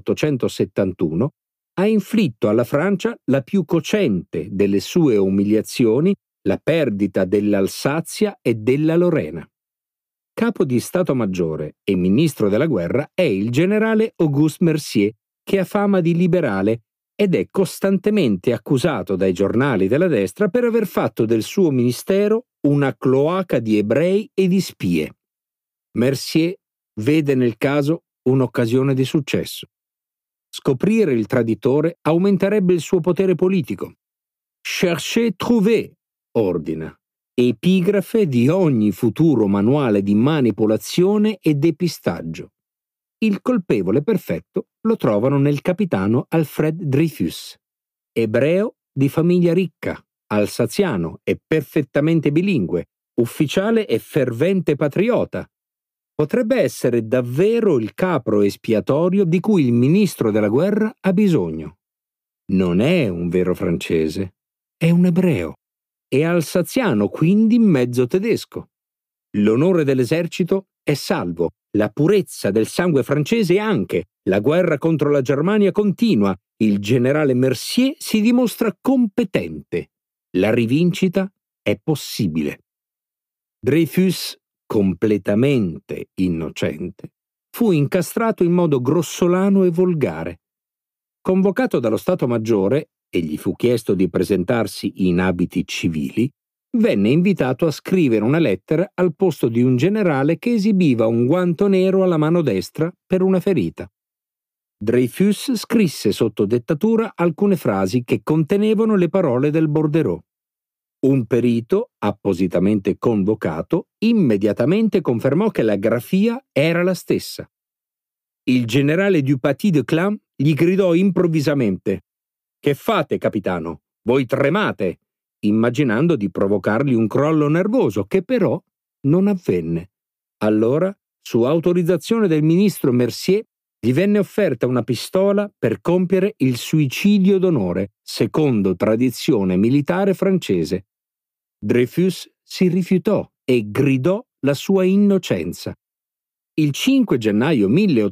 1871 ha inflitto alla Francia la più cocente delle sue umiliazioni, la perdita dell'Alsazia e della Lorena. Capo di Stato Maggiore e ministro della guerra è il generale Auguste Mercier, che ha fama di liberale ed è costantemente accusato dai giornali della destra per aver fatto del suo ministero una cloaca di ebrei e di spie. Mercier vede nel caso un'occasione di successo. Scoprire il traditore aumenterebbe il suo potere politico. Chercher, trouver, ordina. Epigrafe di ogni futuro manuale di manipolazione e depistaggio. Il colpevole perfetto lo trovano nel capitano Alfred Dreyfus, ebreo di famiglia ricca, alsaziano e perfettamente bilingue, ufficiale e fervente patriota. Potrebbe essere davvero il capro espiatorio di cui il ministro della guerra ha bisogno. Non è un vero francese, è un ebreo. È alsaziano, quindi mezzo tedesco. L'onore dell'esercito è salvo, la purezza del sangue francese anche, la guerra contro la Germania continua, il generale Mercier si dimostra competente. La rivincita è possibile. Dreyfus, completamente innocente, fu incastrato in modo grossolano e volgare. Convocato dallo Stato Maggiore, e gli fu chiesto di presentarsi in abiti civili, venne invitato a scrivere una lettera al posto di un generale che esibiva un guanto nero alla mano destra per una ferita. Dreyfus scrisse sotto dettatura alcune frasi che contenevano le parole del bordereau. Un perito, appositamente convocato, immediatamente confermò che la grafia era la stessa. Il generale du Paty de Clam gli gridò improvvisamente: «Che fate, capitano? Voi tremate!», immaginando di provocargli un crollo nervoso, che però non avvenne. Allora, su autorizzazione del ministro Mercier, gli venne offerta una pistola per compiere il suicidio d'onore, secondo tradizione militare francese. Dreyfus si rifiutò e gridò la sua innocenza. Il 5 gennaio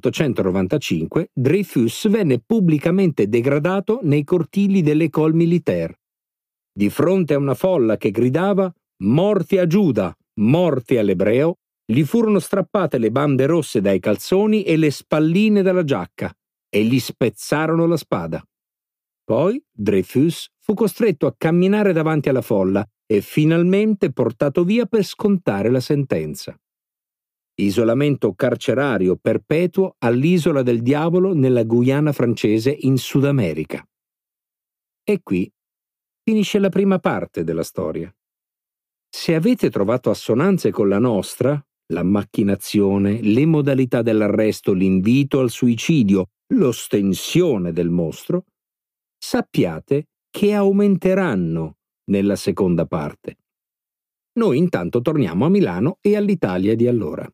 1895 Dreyfus venne pubblicamente degradato nei cortili dell'École Militaire. Di fronte a una folla che gridava «Morti a Giuda! Morti all'ebreo!», gli furono strappate le bande rosse dai calzoni e le spalline dalla giacca e gli spezzarono la spada. Poi Dreyfus fu costretto a camminare davanti alla folla e finalmente portato via per scontare la sentenza. Isolamento carcerario perpetuo all'Isola del Diavolo nella Guyana francese in Sud America. E qui finisce la prima parte della storia. Se avete trovato assonanze con la nostra, la macchinazione, le modalità dell'arresto, l'invito al suicidio, l'ostensione del mostro, sappiate che aumenteranno nella seconda parte. Noi intanto torniamo a Milano e all'Italia di allora.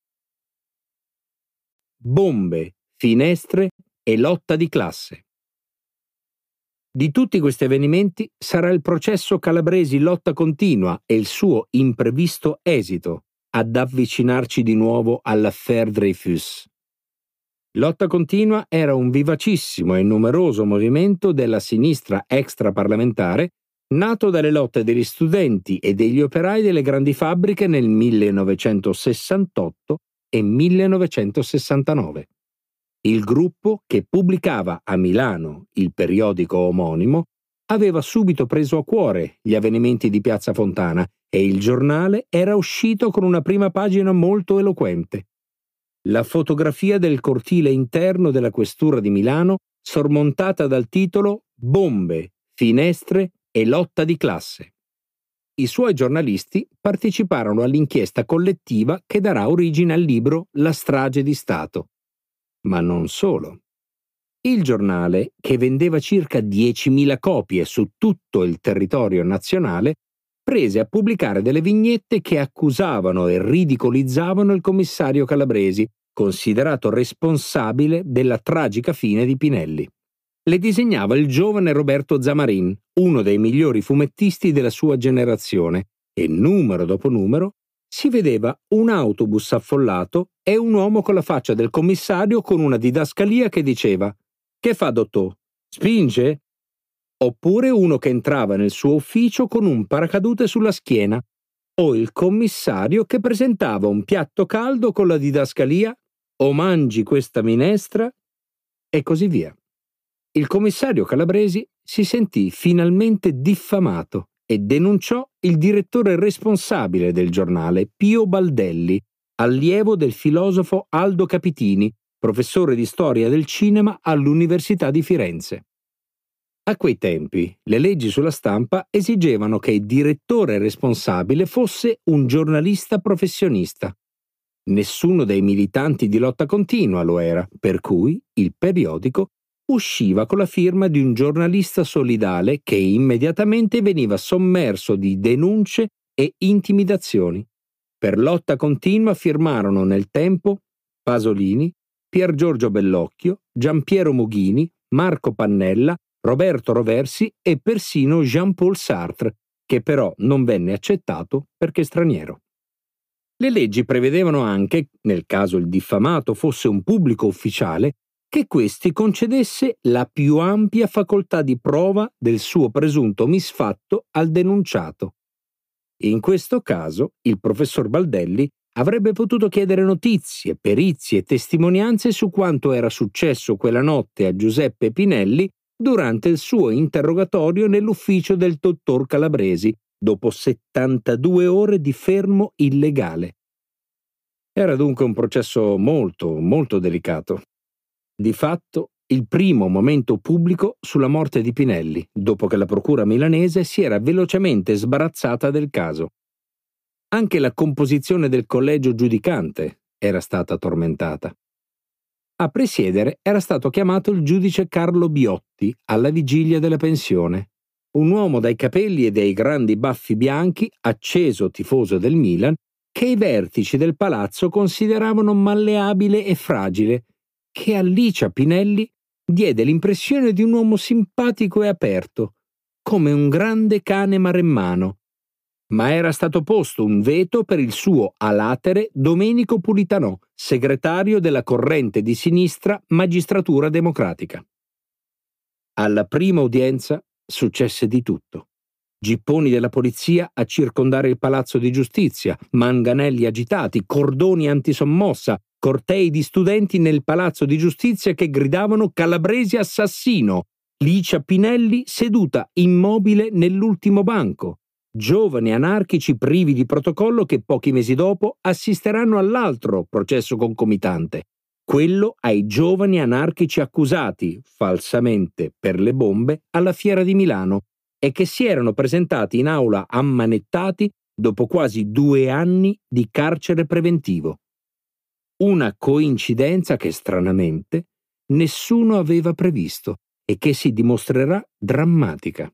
Bombe, finestre e lotta di classe. Di tutti questi avvenimenti sarà il processo Calabresi Lotta Continua e il suo imprevisto esito ad avvicinarci di nuovo all'affaire Dreyfus. Lotta Continua era un vivacissimo e numeroso movimento della sinistra extraparlamentare nato dalle lotte degli studenti e degli operai delle grandi fabbriche nel 1968 e 1969. Il gruppo, che pubblicava a Milano il periodico omonimo, aveva subito preso a cuore gli avvenimenti di Piazza Fontana e il giornale era uscito con una prima pagina molto eloquente. La fotografia del cortile interno della questura di Milano, sormontata dal titolo «Bombe, finestre e lotta di classe». I suoi giornalisti parteciparono all'inchiesta collettiva che darà origine al libro La strage di Stato. Ma non solo. Il giornale, che vendeva circa 10.000 copie su tutto il territorio nazionale, prese a pubblicare delle vignette che accusavano e ridicolizzavano il commissario Calabresi, considerato responsabile della tragica fine di Pinelli. Le disegnava il giovane Roberto Zamarin, uno dei migliori fumettisti della sua generazione, e numero dopo numero si vedeva un autobus affollato e un uomo con la faccia del commissario con una didascalia che diceva «Che fa, dottore? Spinge?» Oppure uno che entrava nel suo ufficio con un paracadute sulla schiena, o il commissario che presentava un piatto caldo con la didascalia «O mangi questa minestra?» e così via. Il commissario Calabresi si sentì finalmente diffamato e denunciò il direttore responsabile del giornale, Pio Baldelli, allievo del filosofo Aldo Capitini, professore di storia del cinema all'Università di Firenze. A quei tempi le leggi sulla stampa esigevano che il direttore responsabile fosse un giornalista professionista. Nessuno dei militanti di Lotta Continua lo era, per cui il periodico usciva con la firma di un giornalista solidale che immediatamente veniva sommerso di denunce e intimidazioni. Per lotta continua firmarono nel tempo Pasolini, Pier Giorgio Bellocchio, Giampiero Mughini, Marco Pannella, Roberto Roversi e persino Jean-Paul Sartre, che però non venne accettato perché straniero. Le leggi prevedevano anche, nel caso il diffamato fosse un pubblico ufficiale, che questi concedesse la più ampia facoltà di prova del suo presunto misfatto al denunciato. In questo caso, il professor Baldelli avrebbe potuto chiedere notizie, perizie e testimonianze su quanto era successo quella notte a Giuseppe Pinelli durante il suo interrogatorio nell'ufficio del dottor Calabresi, dopo 72 ore di fermo illegale. Era dunque un processo molto, molto delicato. Di fatto, il primo momento pubblico sulla morte di Pinelli, dopo che la procura milanese si era velocemente sbarazzata del caso. Anche la composizione del collegio giudicante era stata tormentata. A presiedere era stato chiamato il giudice Carlo Biotti alla vigilia della pensione, un uomo dai capelli e dai grandi baffi bianchi, acceso tifoso del Milan, che i vertici del palazzo consideravano malleabile e fragile, che a Licia Pinelli diede l'impressione di un uomo simpatico e aperto, come un grande cane maremmano. Ma era stato posto un veto per il suo alatere Domenico Pulitanò, segretario della corrente di sinistra Magistratura Democratica. Alla prima udienza successe di tutto. Gipponi della polizia a circondare il palazzo di giustizia, manganelli agitati, cordoni antisommossa, cortei di studenti nel palazzo di giustizia che gridavano Calabresi assassino, Licia Pinelli seduta immobile nell'ultimo banco, giovani anarchici privi di protocollo che pochi mesi dopo assisteranno all'altro processo concomitante, quello ai giovani anarchici accusati, falsamente per le bombe, alla Fiera di Milano e che si erano presentati in aula ammanettati dopo quasi 2 anni di carcere preventivo. Una coincidenza che, stranamente, nessuno aveva previsto e che si dimostrerà drammatica.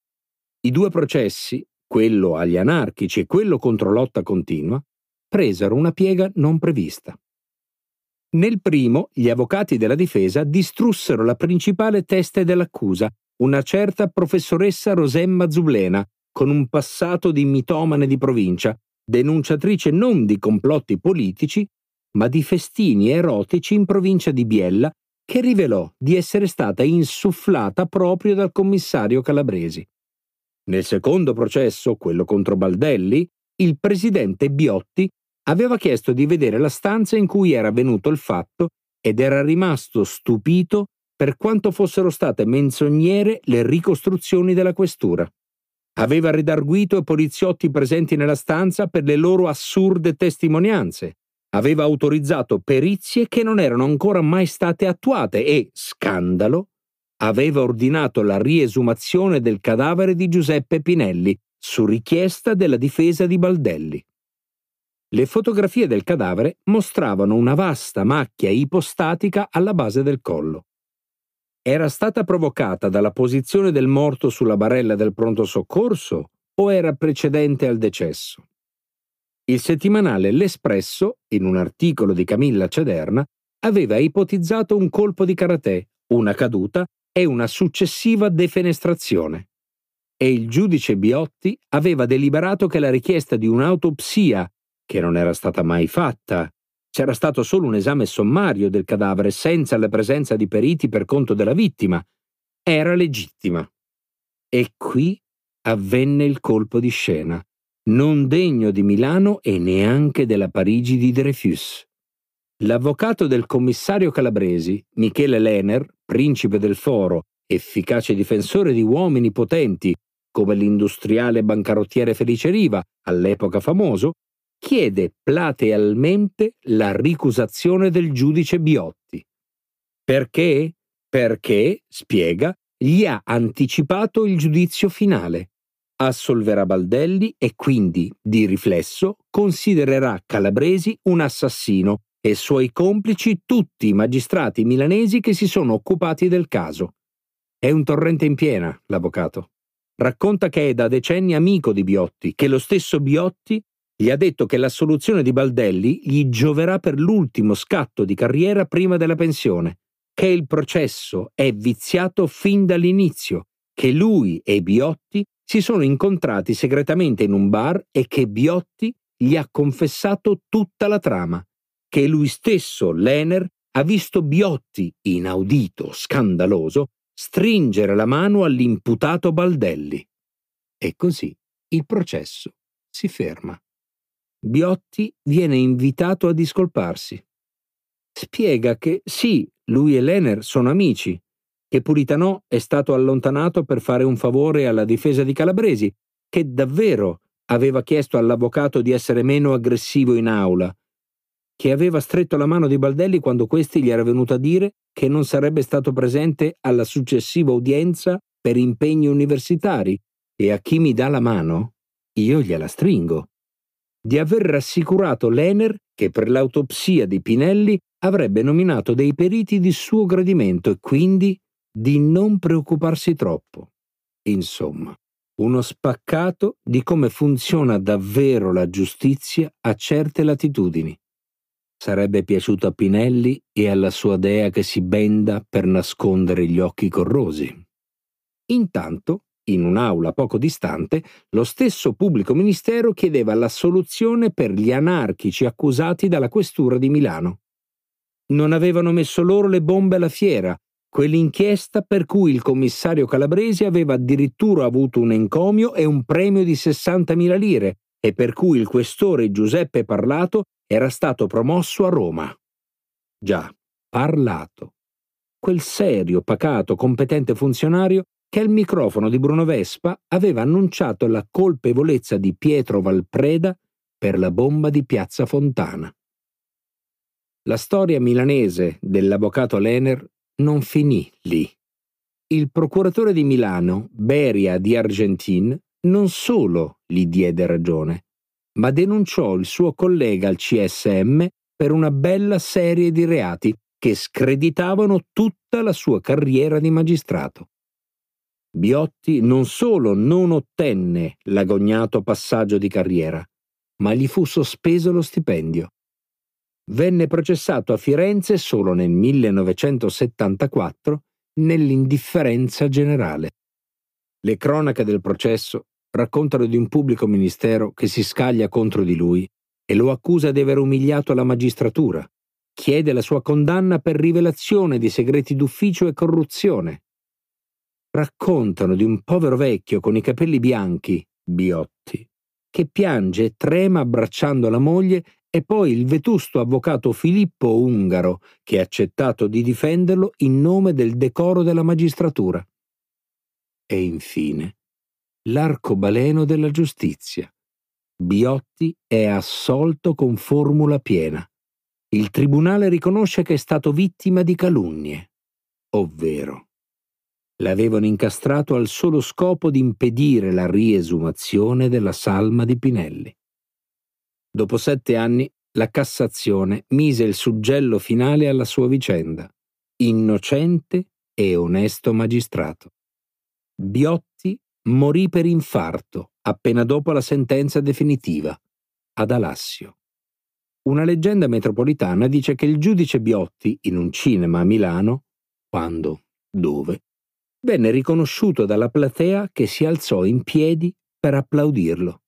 I 2 processi, quello agli anarchici e quello contro lotta continua, presero una piega non prevista. Nel primo, gli avvocati della difesa distrussero la principale teste dell'accusa, una certa professoressa Rosemma Zublena, con un passato di mitomane di provincia, denunciatrice non di complotti politici, ma di festini erotici in provincia di Biella, che rivelò di essere stata insufflata proprio dal commissario Calabresi. Nel secondo processo, quello contro Baldelli, il presidente Biotti aveva chiesto di vedere la stanza in cui era avvenuto il fatto ed era rimasto stupito per quanto fossero state menzognere le ricostruzioni della questura. Aveva redarguito i poliziotti presenti nella stanza per le loro assurde testimonianze. Aveva autorizzato perizie che non erano ancora mai state attuate e, scandalo, aveva ordinato la riesumazione del cadavere di Giuseppe Pinelli su richiesta della difesa di Baldelli. Le fotografie del cadavere mostravano una vasta macchia ipostatica alla base del collo. Era stata provocata dalla posizione del morto sulla barella del pronto soccorso o era precedente al decesso? Il settimanale L'Espresso, in un articolo di Camilla Cederna, aveva ipotizzato un colpo di karatè, una caduta e una successiva defenestrazione. E il giudice Biotti aveva deliberato che la richiesta di un'autopsia, che non era stata mai fatta, c'era stato solo un esame sommario del cadavere senza la presenza di periti per conto della vittima, era legittima. E qui avvenne il colpo di scena, non degno di Milano e neanche della Parigi di Dreyfus. L'avvocato del commissario Calabresi, Michele Lener, principe del foro, efficace difensore di uomini potenti, come l'industriale bancarottiere Felice Riva, all'epoca famoso, chiede platealmente la ricusazione del giudice Biotti. Perché? Perché, spiega, gli ha anticipato il giudizio finale. Assolverà Baldelli e quindi, di riflesso, considererà Calabresi un assassino e suoi complici tutti i magistrati milanesi che si sono occupati del caso. È un torrente in piena, l'avvocato. Racconta che è da decenni amico di Biotti, che lo stesso Biotti gli ha detto che l'assoluzione di Baldelli gli gioverà per l'ultimo scatto di carriera prima della pensione, che il processo è viziato fin dall'inizio, che lui e Biotti si sono incontrati segretamente in un bar e che Biotti gli ha confessato tutta la trama, che lui stesso, Lener, ha visto Biotti, inaudito, scandaloso, stringere la mano all'imputato Baldelli. E così il processo si ferma. Biotti viene invitato a discolparsi. Spiega che sì, lui e Lener sono amici, che Puritanò è stato allontanato per fare un favore alla difesa di Calabresi, che davvero aveva chiesto all'avvocato di essere meno aggressivo in aula, che aveva stretto la mano di Baldelli quando questi gli era venuto a dire che non sarebbe stato presente alla successiva udienza per impegni universitari e a chi mi dà la mano, io gliela stringo. Di aver rassicurato Lener che per l'autopsia di Pinelli avrebbe nominato dei periti di suo gradimento e quindi di non preoccuparsi troppo. Insomma, uno spaccato di come funziona davvero la giustizia a certe latitudini. Sarebbe piaciuto a Pinelli e alla sua dea che si benda per nascondere gli occhi corrosi. Intanto, in un'aula poco distante, lo stesso pubblico ministero chiedeva l'assoluzione per gli anarchici accusati dalla questura di Milano. Non avevano messo loro le bombe alla fiera, quell'inchiesta per cui il commissario Calabresi aveva addirittura avuto un encomio e un premio di 60.000 lire e per cui il questore Giuseppe Parlato era stato promosso a Roma. Già, Parlato. Quel serio, pacato, competente funzionario che al microfono di Bruno Vespa aveva annunciato la colpevolezza di Pietro Valpreda per la bomba di Piazza Fontana. La storia milanese dell'avvocato Lener non finì lì. Il procuratore di Milano, Beria di Argentin, non solo gli diede ragione, ma denunciò il suo collega al CSM per una bella serie di reati che screditavano tutta la sua carriera di magistrato. Biotti non solo non ottenne l'agognato passaggio di carriera, ma gli fu sospeso lo stipendio. Venne processato a Firenze solo nel 1974 nell'indifferenza generale. Le cronache del processo raccontano di un pubblico ministero che si scaglia contro di lui e lo accusa di aver umiliato la magistratura, chiede la sua condanna per rivelazione di segreti d'ufficio e corruzione. Raccontano di un povero vecchio con i capelli bianchi, Biotti, che piange e trema abbracciando la moglie e poi il vetusto avvocato Filippo Ungaro che ha accettato di difenderlo in nome del decoro della magistratura. E infine, l'arcobaleno della giustizia. Biotti è assolto con formula piena. Il tribunale riconosce che è stato vittima di calunnie, ovvero l'avevano incastrato al solo scopo di impedire la riesumazione della salma di Pinelli. Dopo 7 anni, la Cassazione mise il suggello finale alla sua vicenda. Innocente e onesto magistrato. Biotti morì per infarto appena dopo la sentenza definitiva, ad Alassio. Una leggenda metropolitana dice che il giudice Biotti, in un cinema a Milano, quando, dove, venne riconosciuto dalla platea che si alzò in piedi per applaudirlo.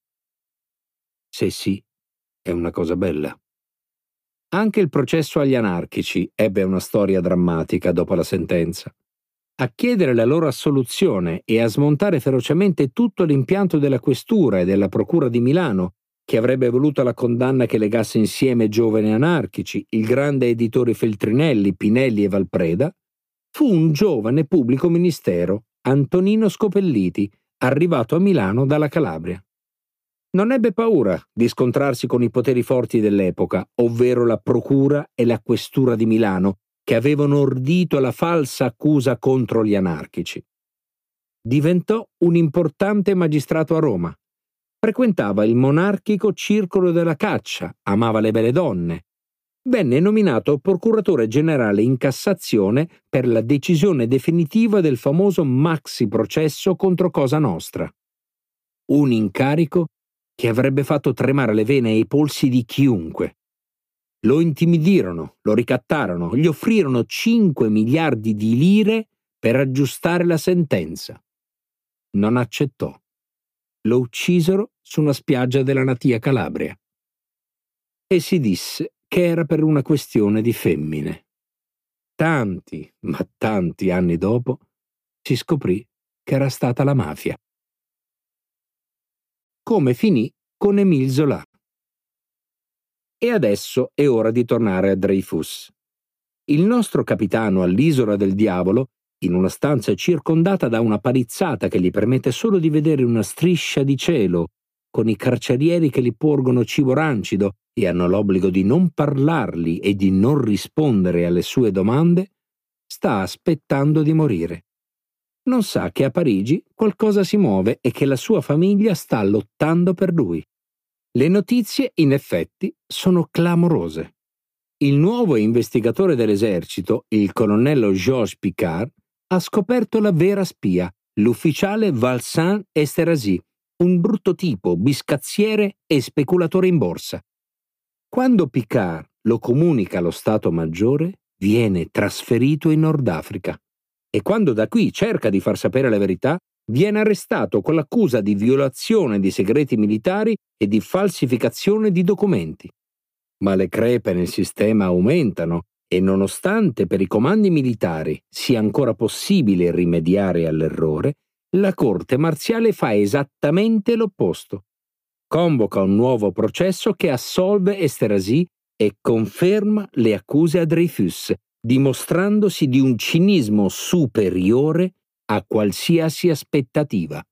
Se sì, è una cosa bella. Anche il processo agli anarchici ebbe una storia drammatica dopo la sentenza. A chiedere la loro assoluzione e a smontare ferocemente tutto l'impianto della questura e della procura di Milano, che avrebbe voluto la condanna che legasse insieme giovani anarchici, il grande editore Feltrinelli, Pinelli e Valpreda, fu un giovane pubblico ministero, Antonino Scopelliti, arrivato a Milano dalla Calabria. Non ebbe paura di scontrarsi con i poteri forti dell'epoca, ovvero la procura e la questura di Milano, che avevano ordito la falsa accusa contro gli anarchici. Diventò un importante magistrato a Roma. Frequentava il monarchico circolo della caccia, amava le belle donne. venne nominato procuratore generale in Cassazione per la decisione definitiva del famoso maxi processo contro Cosa Nostra. Un incarico che avrebbe fatto tremare le vene e i polsi di chiunque. Lo intimidirono, lo ricattarono, gli offrirono 5 miliardi di lire per aggiustare la sentenza. Non accettò. Lo uccisero su una spiaggia della natia Calabria. E si disse che era per una questione di femmine. Tanti, ma tanti anni dopo, si scoprì che era stata la mafia. Come finì con Émile Zola. E adesso è ora di tornare a Dreyfus. Il nostro capitano all'Isola del Diavolo, in una stanza circondata da una palizzata che gli permette solo di vedere una striscia di cielo, con i carcerieri che gli porgono cibo rancido e hanno l'obbligo di non parlargli e di non rispondere alle sue domande, sta aspettando di morire. Non sa che a Parigi qualcosa si muove e che la sua famiglia sta lottando per lui. Le notizie, in effetti, sono clamorose. Il nuovo investigatore dell'esercito, il colonnello Georges Picquart, ha scoperto la vera spia, l'ufficiale Vincent Esterhazy, un brutto tipo, biscazziere e speculatore in borsa. Quando Picquart lo comunica allo Stato Maggiore, viene trasferito in Nord Africa. E quando da qui cerca di far sapere la verità, viene arrestato con l'accusa di violazione di segreti militari e di falsificazione di documenti. Ma le crepe nel sistema aumentano e nonostante per i comandi militari sia ancora possibile rimediare all'errore, la Corte marziale fa esattamente l'opposto. Convoca un nuovo processo che assolve Esterhazy e conferma le accuse a Dreyfus, dimostrandosi di un cinismo superiore a qualsiasi aspettativa.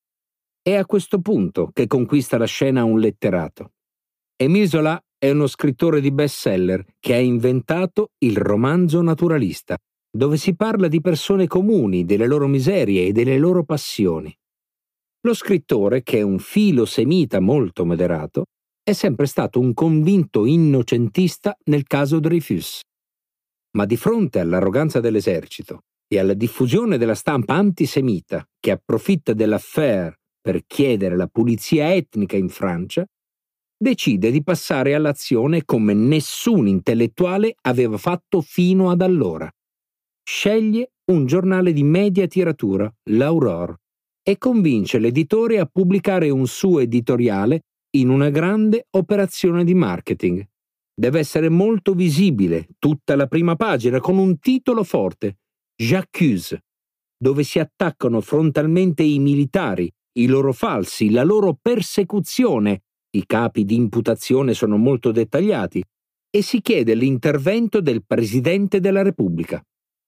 È a questo punto che conquista la scena un letterato. Émile Zola è uno scrittore di bestseller che ha inventato il romanzo naturalista, dove si parla di persone comuni, delle loro miserie e delle loro passioni. Lo scrittore, che è un filo-semita molto moderato, è sempre stato un convinto innocentista nel caso Dreyfus. Ma di fronte all'arroganza dell'esercito e alla diffusione della stampa antisemita che approfitta dell'affaire per chiedere la pulizia etnica in Francia, decide di passare all'azione come nessun intellettuale aveva fatto fino ad allora. Sceglie un giornale di media tiratura, l'Aurore, e convince l'editore a pubblicare un suo editoriale in una grande operazione di marketing. Deve essere molto visibile, tutta la prima pagina, con un titolo forte, J'accuse, dove si attaccano frontalmente i militari, i loro falsi, la loro persecuzione, i capi di imputazione sono molto dettagliati, e si chiede l'intervento del Presidente della Repubblica.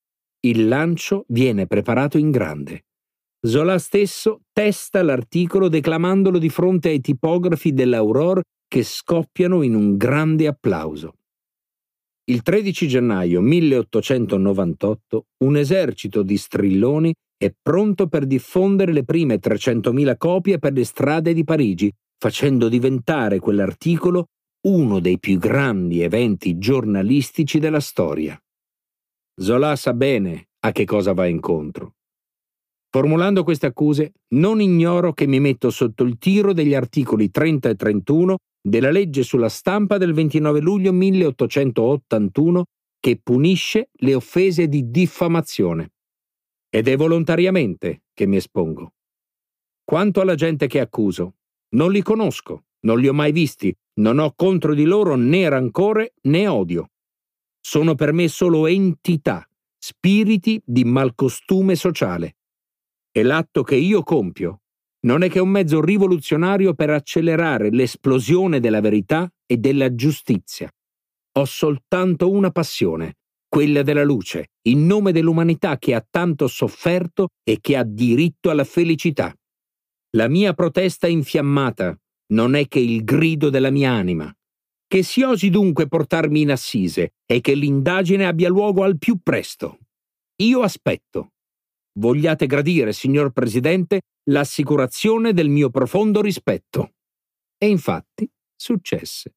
Il lancio viene preparato in grande. Zola stesso testa l'articolo declamandolo di fronte ai tipografi dell'Aurore che scoppiano in un grande applauso. Il 13 gennaio 1898 un esercito di strilloni è pronto per diffondere le prime 300.000 copie per le strade di Parigi, facendo diventare quell'articolo uno dei più grandi eventi giornalistici della storia. Zola sa bene a che cosa va incontro. Formulando queste accuse, non ignoro che mi metto sotto il tiro degli articoli 30 e 31 della legge sulla stampa del 29 luglio 1881 che punisce le offese di diffamazione. Ed è volontariamente che mi espongo. Quanto alla gente che accuso, non li conosco, non li ho mai visti, non ho contro di loro né rancore né odio. Sono per me solo entità, spiriti di malcostume sociale. E l'atto che io compio non è che un mezzo rivoluzionario per accelerare l'esplosione della verità e della giustizia. Ho soltanto una passione, quella della luce, in nome dell'umanità che ha tanto sofferto e che ha diritto alla felicità. La mia protesta infiammata non è che il grido della mia anima. Che si osi dunque portarmi in assise e che l'indagine abbia luogo al più presto. Io aspetto. Vogliate gradire, signor Presidente, l'assicurazione del mio profondo rispetto. E infatti successe.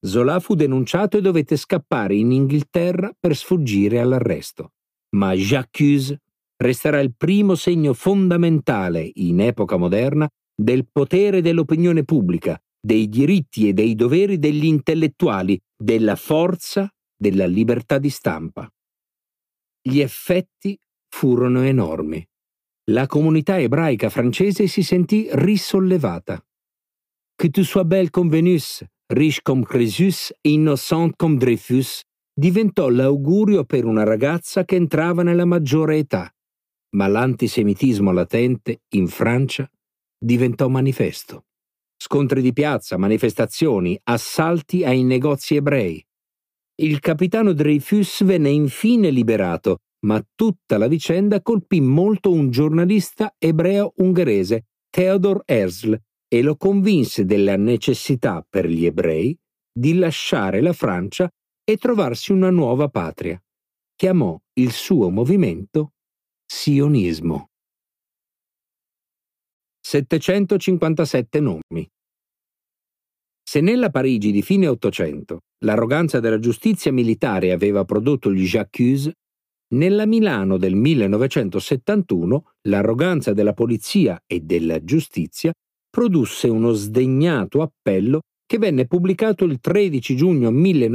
Zola fu denunciato e dovette scappare in Inghilterra per sfuggire all'arresto. Ma J'accuse resterà il primo segno fondamentale, in epoca moderna, del potere dell'opinione pubblica, dei diritti e dei doveri degli intellettuali, della forza della libertà di stampa. Gli effetti furono enormi. La comunità ebraica francese si sentì risollevata. Que tu sois belle comme Vénus, riche comme Crésus, innocente comme Dreyfus, diventò l'augurio per una ragazza che entrava nella maggiore età, ma l'antisemitismo latente in Francia diventò manifesto. Scontri di piazza, manifestazioni, assalti ai negozi ebrei. Il capitano Dreyfus venne infine liberato, ma tutta la vicenda colpì molto un giornalista ebreo ungherese, Theodor Herzl, e lo convinse della necessità per gli ebrei di lasciare la Francia e trovarsi una nuova patria. Chiamò il suo movimento sionismo. 757 nomi. Se nella Parigi di fine Ottocento l'arroganza della giustizia militare aveva prodotto gli J'accuse, nella Milano del 1971 l'arroganza della polizia e della giustizia produsse uno sdegnato appello che venne pubblicato il 13 giugno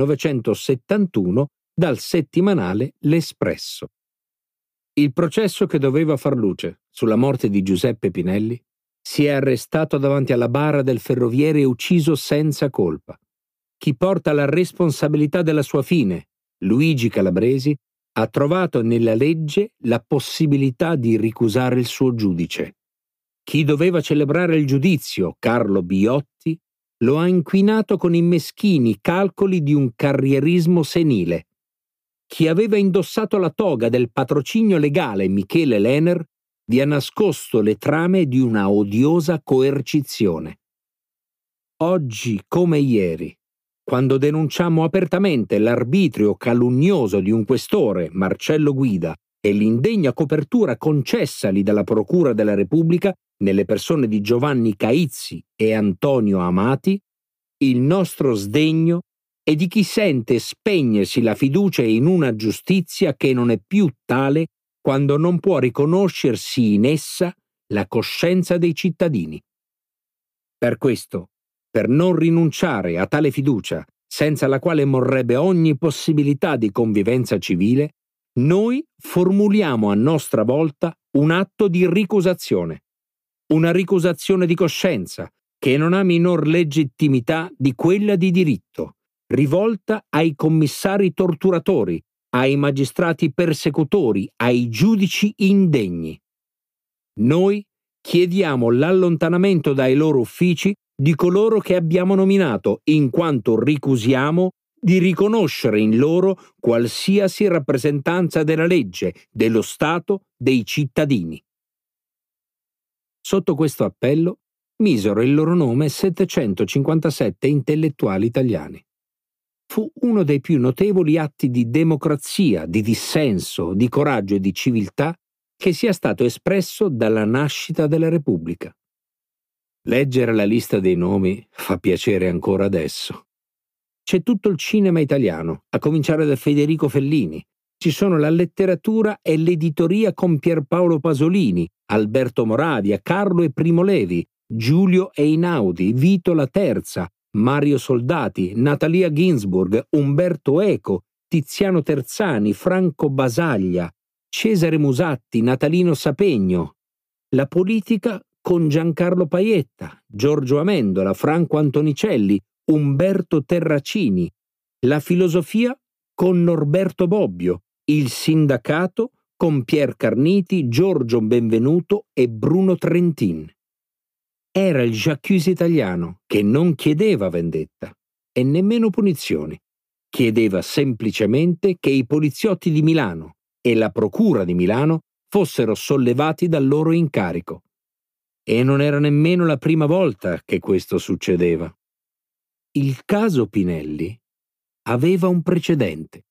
1971 dal settimanale L'Espresso. Il processo che doveva far luce sulla morte di Giuseppe Pinelli si è arrestato davanti alla bara del ferroviere ucciso senza colpa. Chi porta la responsabilità della sua fine, Luigi Calabresi, ha trovato nella legge la possibilità di ricusare il suo giudice. Chi doveva celebrare il giudizio, Carlo Biotti, lo ha inquinato con i meschini calcoli di un carrierismo senile. Chi aveva indossato la toga del patrocinio legale, Michele Lener, vi ha nascosto le trame di una odiosa coercizione. Oggi come ieri, quando denunciamo apertamente l'arbitrio calunnioso di un questore, Marcello Guida, e l'indegna copertura concessali dalla Procura della Repubblica nelle persone di Giovanni Caizzi e Antonio Amati, il nostro sdegno è di chi sente spegnersi la fiducia in una giustizia che non è più tale quando non può riconoscersi in essa la coscienza dei cittadini. Per questo, per non rinunciare a tale fiducia, senza la quale morrebbe ogni possibilità di convivenza civile, noi formuliamo a nostra volta un atto di ricusazione, una ricusazione di coscienza che non ha minor legittimità di quella di diritto, rivolta ai commissari torturatori, ai magistrati persecutori, ai giudici indegni. Noi chiediamo l'allontanamento dai loro uffici di coloro che abbiamo nominato, in quanto ricusiamo di riconoscere in loro qualsiasi rappresentanza della legge, dello Stato, dei cittadini. Sotto questo appello misero il loro nome 757 intellettuali italiani. Fu uno dei più notevoli atti di democrazia, di dissenso, di coraggio e di civiltà che sia stato espresso dalla nascita della Repubblica. Leggere la lista dei nomi fa piacere ancora adesso. C'è tutto il cinema italiano, a cominciare da Federico Fellini. Ci sono la letteratura e l'editoria con Pierpaolo Pasolini, Alberto Moravia, Carlo e Primo Levi, Giulio Einaudi, Vito La Terza, Mario Soldati, Natalia Ginsburg, Umberto Eco, Tiziano Terzani, Franco Basaglia, Cesare Musatti, Natalino Sapegno. La politica con Giancarlo Paietta, Giorgio Amendola, Franco Antonicelli, Umberto Terracini. La filosofia con Norberto Bobbio, il sindacato con Pier Carniti, Giorgio Benvenuto e Bruno Trentin. Era il J'accuse italiano che non chiedeva vendetta e nemmeno punizioni. Chiedeva semplicemente che i poliziotti di Milano e la procura di Milano fossero sollevati dal loro incarico. E non era nemmeno la prima volta che questo succedeva. Il caso Pinelli aveva un precedente.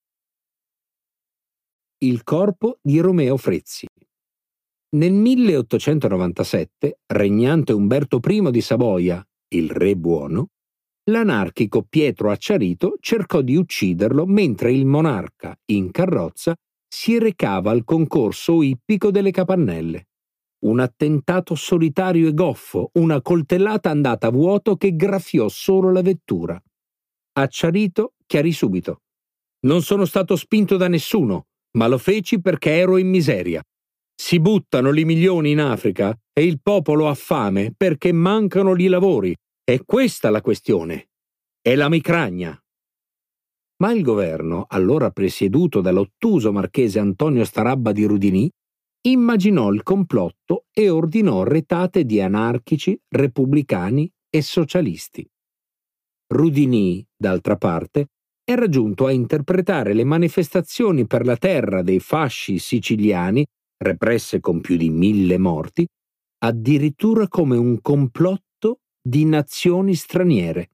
Il corpo di Romeo Frezzi. Nel 1897, regnante Umberto I di Savoia, il re buono, l'anarchico Pietro Acciarito cercò di ucciderlo mentre il monarca, in carrozza, si recava al concorso ippico delle Capannelle. Un attentato solitario e goffo, una coltellata andata a vuoto che graffiò solo la vettura. Acciarito chiarì subito: non sono stato spinto da nessuno, ma lo feci perché ero in miseria. Si buttano li milioni in Africa e il popolo ha fame perché mancano gli lavori. È questa la questione. È la micragna. Ma il governo, allora presieduto dall'ottuso marchese Antonio Starabba di Rudinì, immaginò il complotto e ordinò retate di anarchici, repubblicani e socialisti. Rudinì, d'altra parte, era giunto a interpretare le manifestazioni per la terra dei fasci siciliani, represse con più di 1000 morti, addirittura come un complotto di nazioni straniere.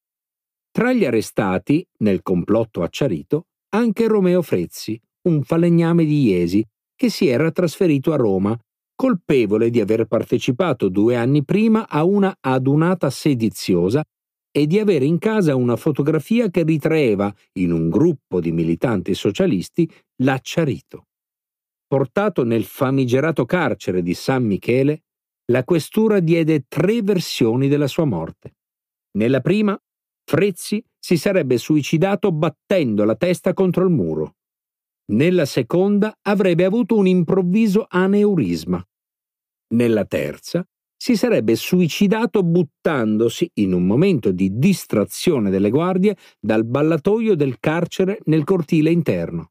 Tra gli arrestati, nel complotto Acciarito, anche Romeo Frezzi, un falegname di Iesi, che si era trasferito a Roma, colpevole di aver partecipato 2 anni prima a una adunata sediziosa e di avere in casa una fotografia che ritraeva, in un gruppo di militanti socialisti, l'Acciarito. Portato nel famigerato carcere di San Michele, la questura diede 3 versioni della sua morte. Nella prima, Frezzi si sarebbe suicidato battendo la testa contro il muro. Nella seconda avrebbe avuto un improvviso aneurisma. Nella terza si sarebbe suicidato buttandosi, in un momento di distrazione delle guardie, dal ballatoio del carcere nel cortile interno.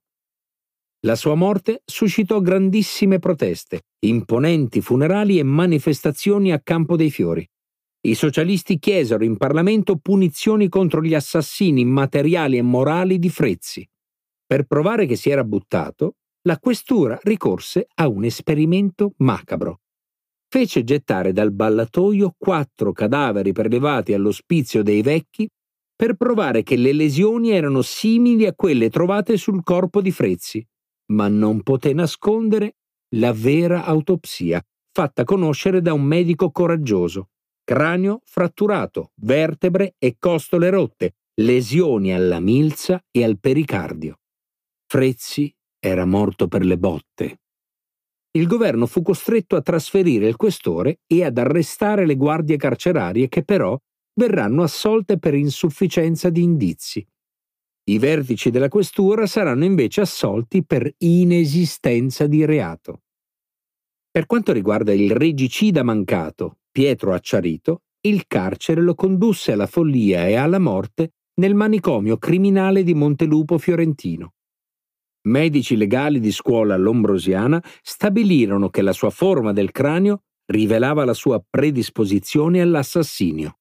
La sua morte suscitò grandissime proteste, imponenti funerali e manifestazioni a Campo dei Fiori. I socialisti chiesero in Parlamento punizioni contro gli assassini materiali e morali di Frezzi. Per provare che si era buttato, la questura ricorse a un esperimento macabro. Fece gettare dal ballatoio 4 cadaveri prelevati all'ospizio dei vecchi per provare che le lesioni erano simili a quelle trovate sul corpo di Frezzi, ma non poté nascondere la vera autopsia, fatta conoscere da un medico coraggioso. Cranio fratturato, vertebre e costole rotte, lesioni alla milza e al pericardio. Frezzi era morto per le botte. Il governo fu costretto a trasferire il questore e ad arrestare le guardie carcerarie che però verranno assolte per insufficienza di indizi. I vertici della questura saranno invece assolti per inesistenza di reato. Per quanto riguarda il regicida mancato, Pietro Acciarito, il carcere lo condusse alla follia e alla morte nel manicomio criminale di Montelupo Fiorentino. Medici legali di scuola lombrosiana stabilirono che la sua forma del cranio rivelava la sua predisposizione all'assassinio.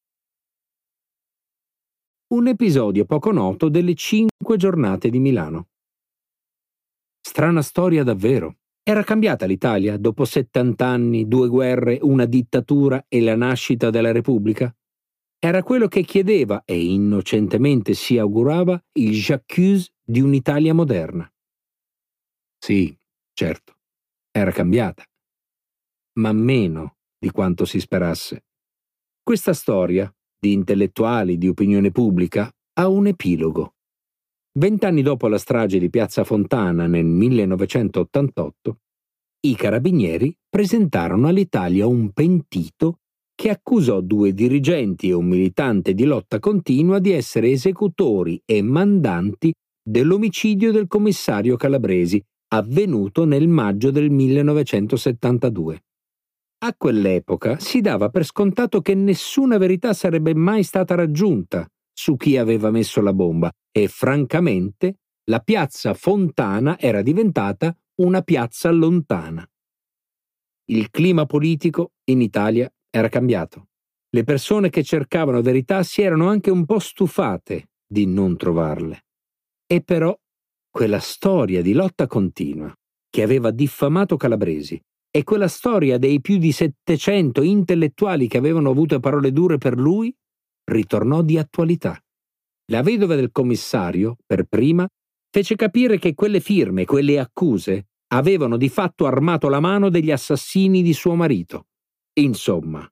Un episodio poco noto delle 5 giornate di Milano. Strana storia davvero. Era cambiata l'Italia dopo 70 anni, 2 guerre, una dittatura e la nascita della Repubblica? Era quello che chiedeva e innocentemente si augurava il J'accuse di un'Italia moderna. Sì, certo, era cambiata, ma meno di quanto si sperasse. Questa storia, di intellettuali, di opinione pubblica, ha un epilogo. 20 anni dopo la strage di Piazza Fontana nel 1988, i carabinieri presentarono all'Italia un pentito che accusò 2 dirigenti e un militante di Lotta Continua di essere esecutori e mandanti dell'omicidio del commissario Calabresi, avvenuto nel maggio del 1972. A quell'epoca si dava per scontato che nessuna verità sarebbe mai stata raggiunta su chi aveva messo la bomba e, francamente, la piazza Fontana era diventata una piazza lontana. Il clima politico in Italia era cambiato. Le persone che cercavano verità si erano anche un po' stufate di non trovarle. E però quella storia di Lotta Continua che aveva diffamato Calabresi e quella storia dei più di 700 intellettuali che avevano avuto parole dure per lui ritornò di attualità. La vedova del commissario, per prima, fece capire che quelle firme, quelle accuse, avevano di fatto armato la mano degli assassini di suo marito. Insomma,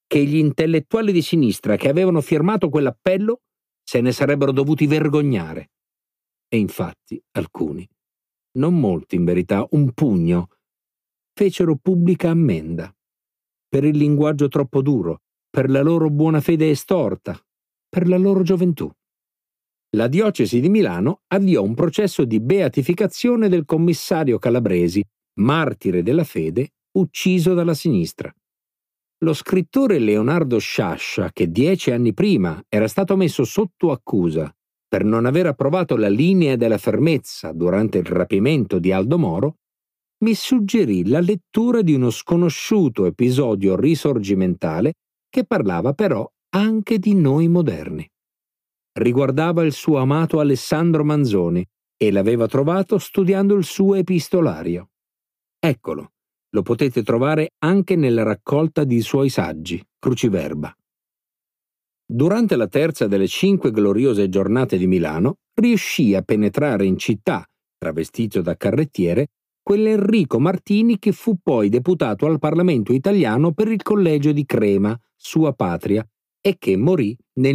che gli intellettuali di sinistra che avevano firmato quell'appello se ne sarebbero dovuti vergognare. E infatti alcuni, non molti in verità, un pugno, fecero pubblica ammenda per il linguaggio troppo duro, per la loro buona fede estorta, per la loro gioventù. La diocesi di Milano avviò un processo di beatificazione del commissario Calabresi, martire della fede, ucciso dalla sinistra. Lo scrittore Leonardo Sciascia, che 10 anni prima era stato messo sotto accusa per non aver approvato la linea della fermezza durante il rapimento di Aldo Moro, mi suggerì la lettura di uno sconosciuto episodio risorgimentale che parlava però anche di noi moderni. Riguardava il suo amato Alessandro Manzoni e l'aveva trovato studiando il suo epistolario. Eccolo, lo potete trovare anche nella raccolta di suoi saggi, Cruciverba. Durante la terza delle 5 gloriose giornate di Milano, riuscì a penetrare in città, travestito da carrettiere, quell'Enrico Martini che fu poi deputato al Parlamento italiano per il collegio di Crema, sua patria, e che morì nel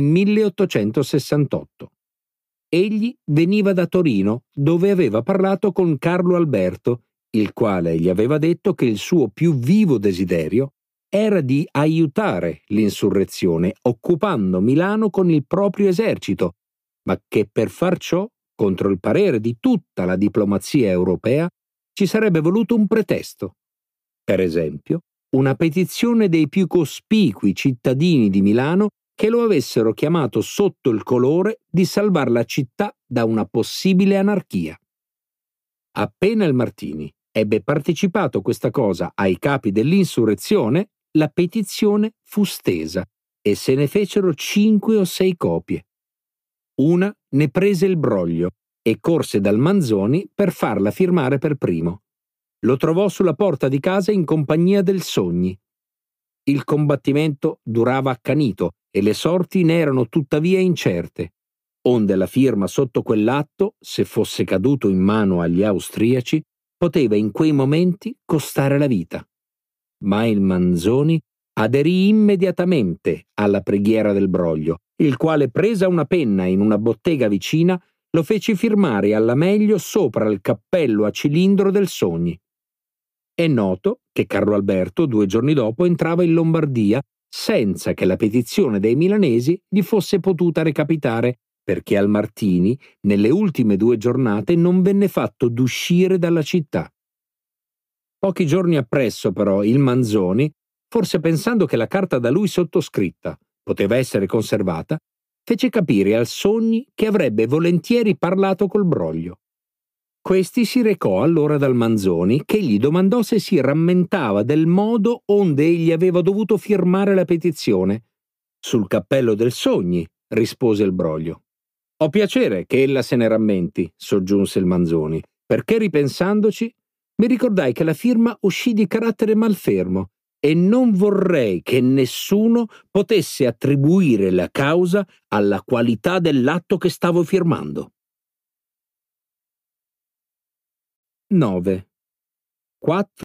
1868. Egli veniva da Torino, dove aveva parlato con Carlo Alberto, il quale gli aveva detto che il suo più vivo desiderio era di aiutare l'insurrezione occupando Milano con il proprio esercito, ma che per far ciò, contro il parere di tutta la diplomazia europea, ci sarebbe voluto un pretesto. Per esempio, una petizione dei più cospicui cittadini di Milano che lo avessero chiamato sotto il colore di salvar la città da una possibile anarchia. Appena il Martini ebbe partecipato questa cosa ai capi dell'insurrezione, la petizione fu stesa e se ne fecero 5 o 6 copie. Una ne prese il broglio e corse dal Manzoni per farla firmare per primo. Lo trovò sulla porta di casa in compagnia del Sogni. Il combattimento durava accanito e le sorti ne erano tuttavia incerte, onde la firma sotto quell'atto, se fosse caduto in mano agli austriaci, poteva in quei momenti costare la vita. Ma il Manzoni aderì immediatamente alla preghiera del broglio, il quale, presa una penna in una bottega vicina, lo fece firmare alla meglio sopra il cappello a cilindro del Sogni. È noto che Carlo Alberto 2 giorni dopo entrava in Lombardia senza che la petizione dei milanesi gli fosse potuta recapitare, perché al Martini, nelle ultime 2 giornate, non venne fatto d'uscire dalla città. Pochi giorni appresso, però, il Manzoni, forse pensando che la carta da lui sottoscritta poteva essere conservata, fece capire al Sogni che avrebbe volentieri parlato col broglio. Questi si recò allora dal Manzoni, che gli domandò se si rammentava del modo onde egli aveva dovuto firmare la petizione. Sul cappello del Sogni, rispose il broglio. Ho piacere che ella se ne rammenti, soggiunse il Manzoni, perché ripensandoci mi ricordai che la firma uscì di carattere malfermo e non vorrei che nessuno potesse attribuire la causa alla qualità dell'atto che stavo firmando. 9. 4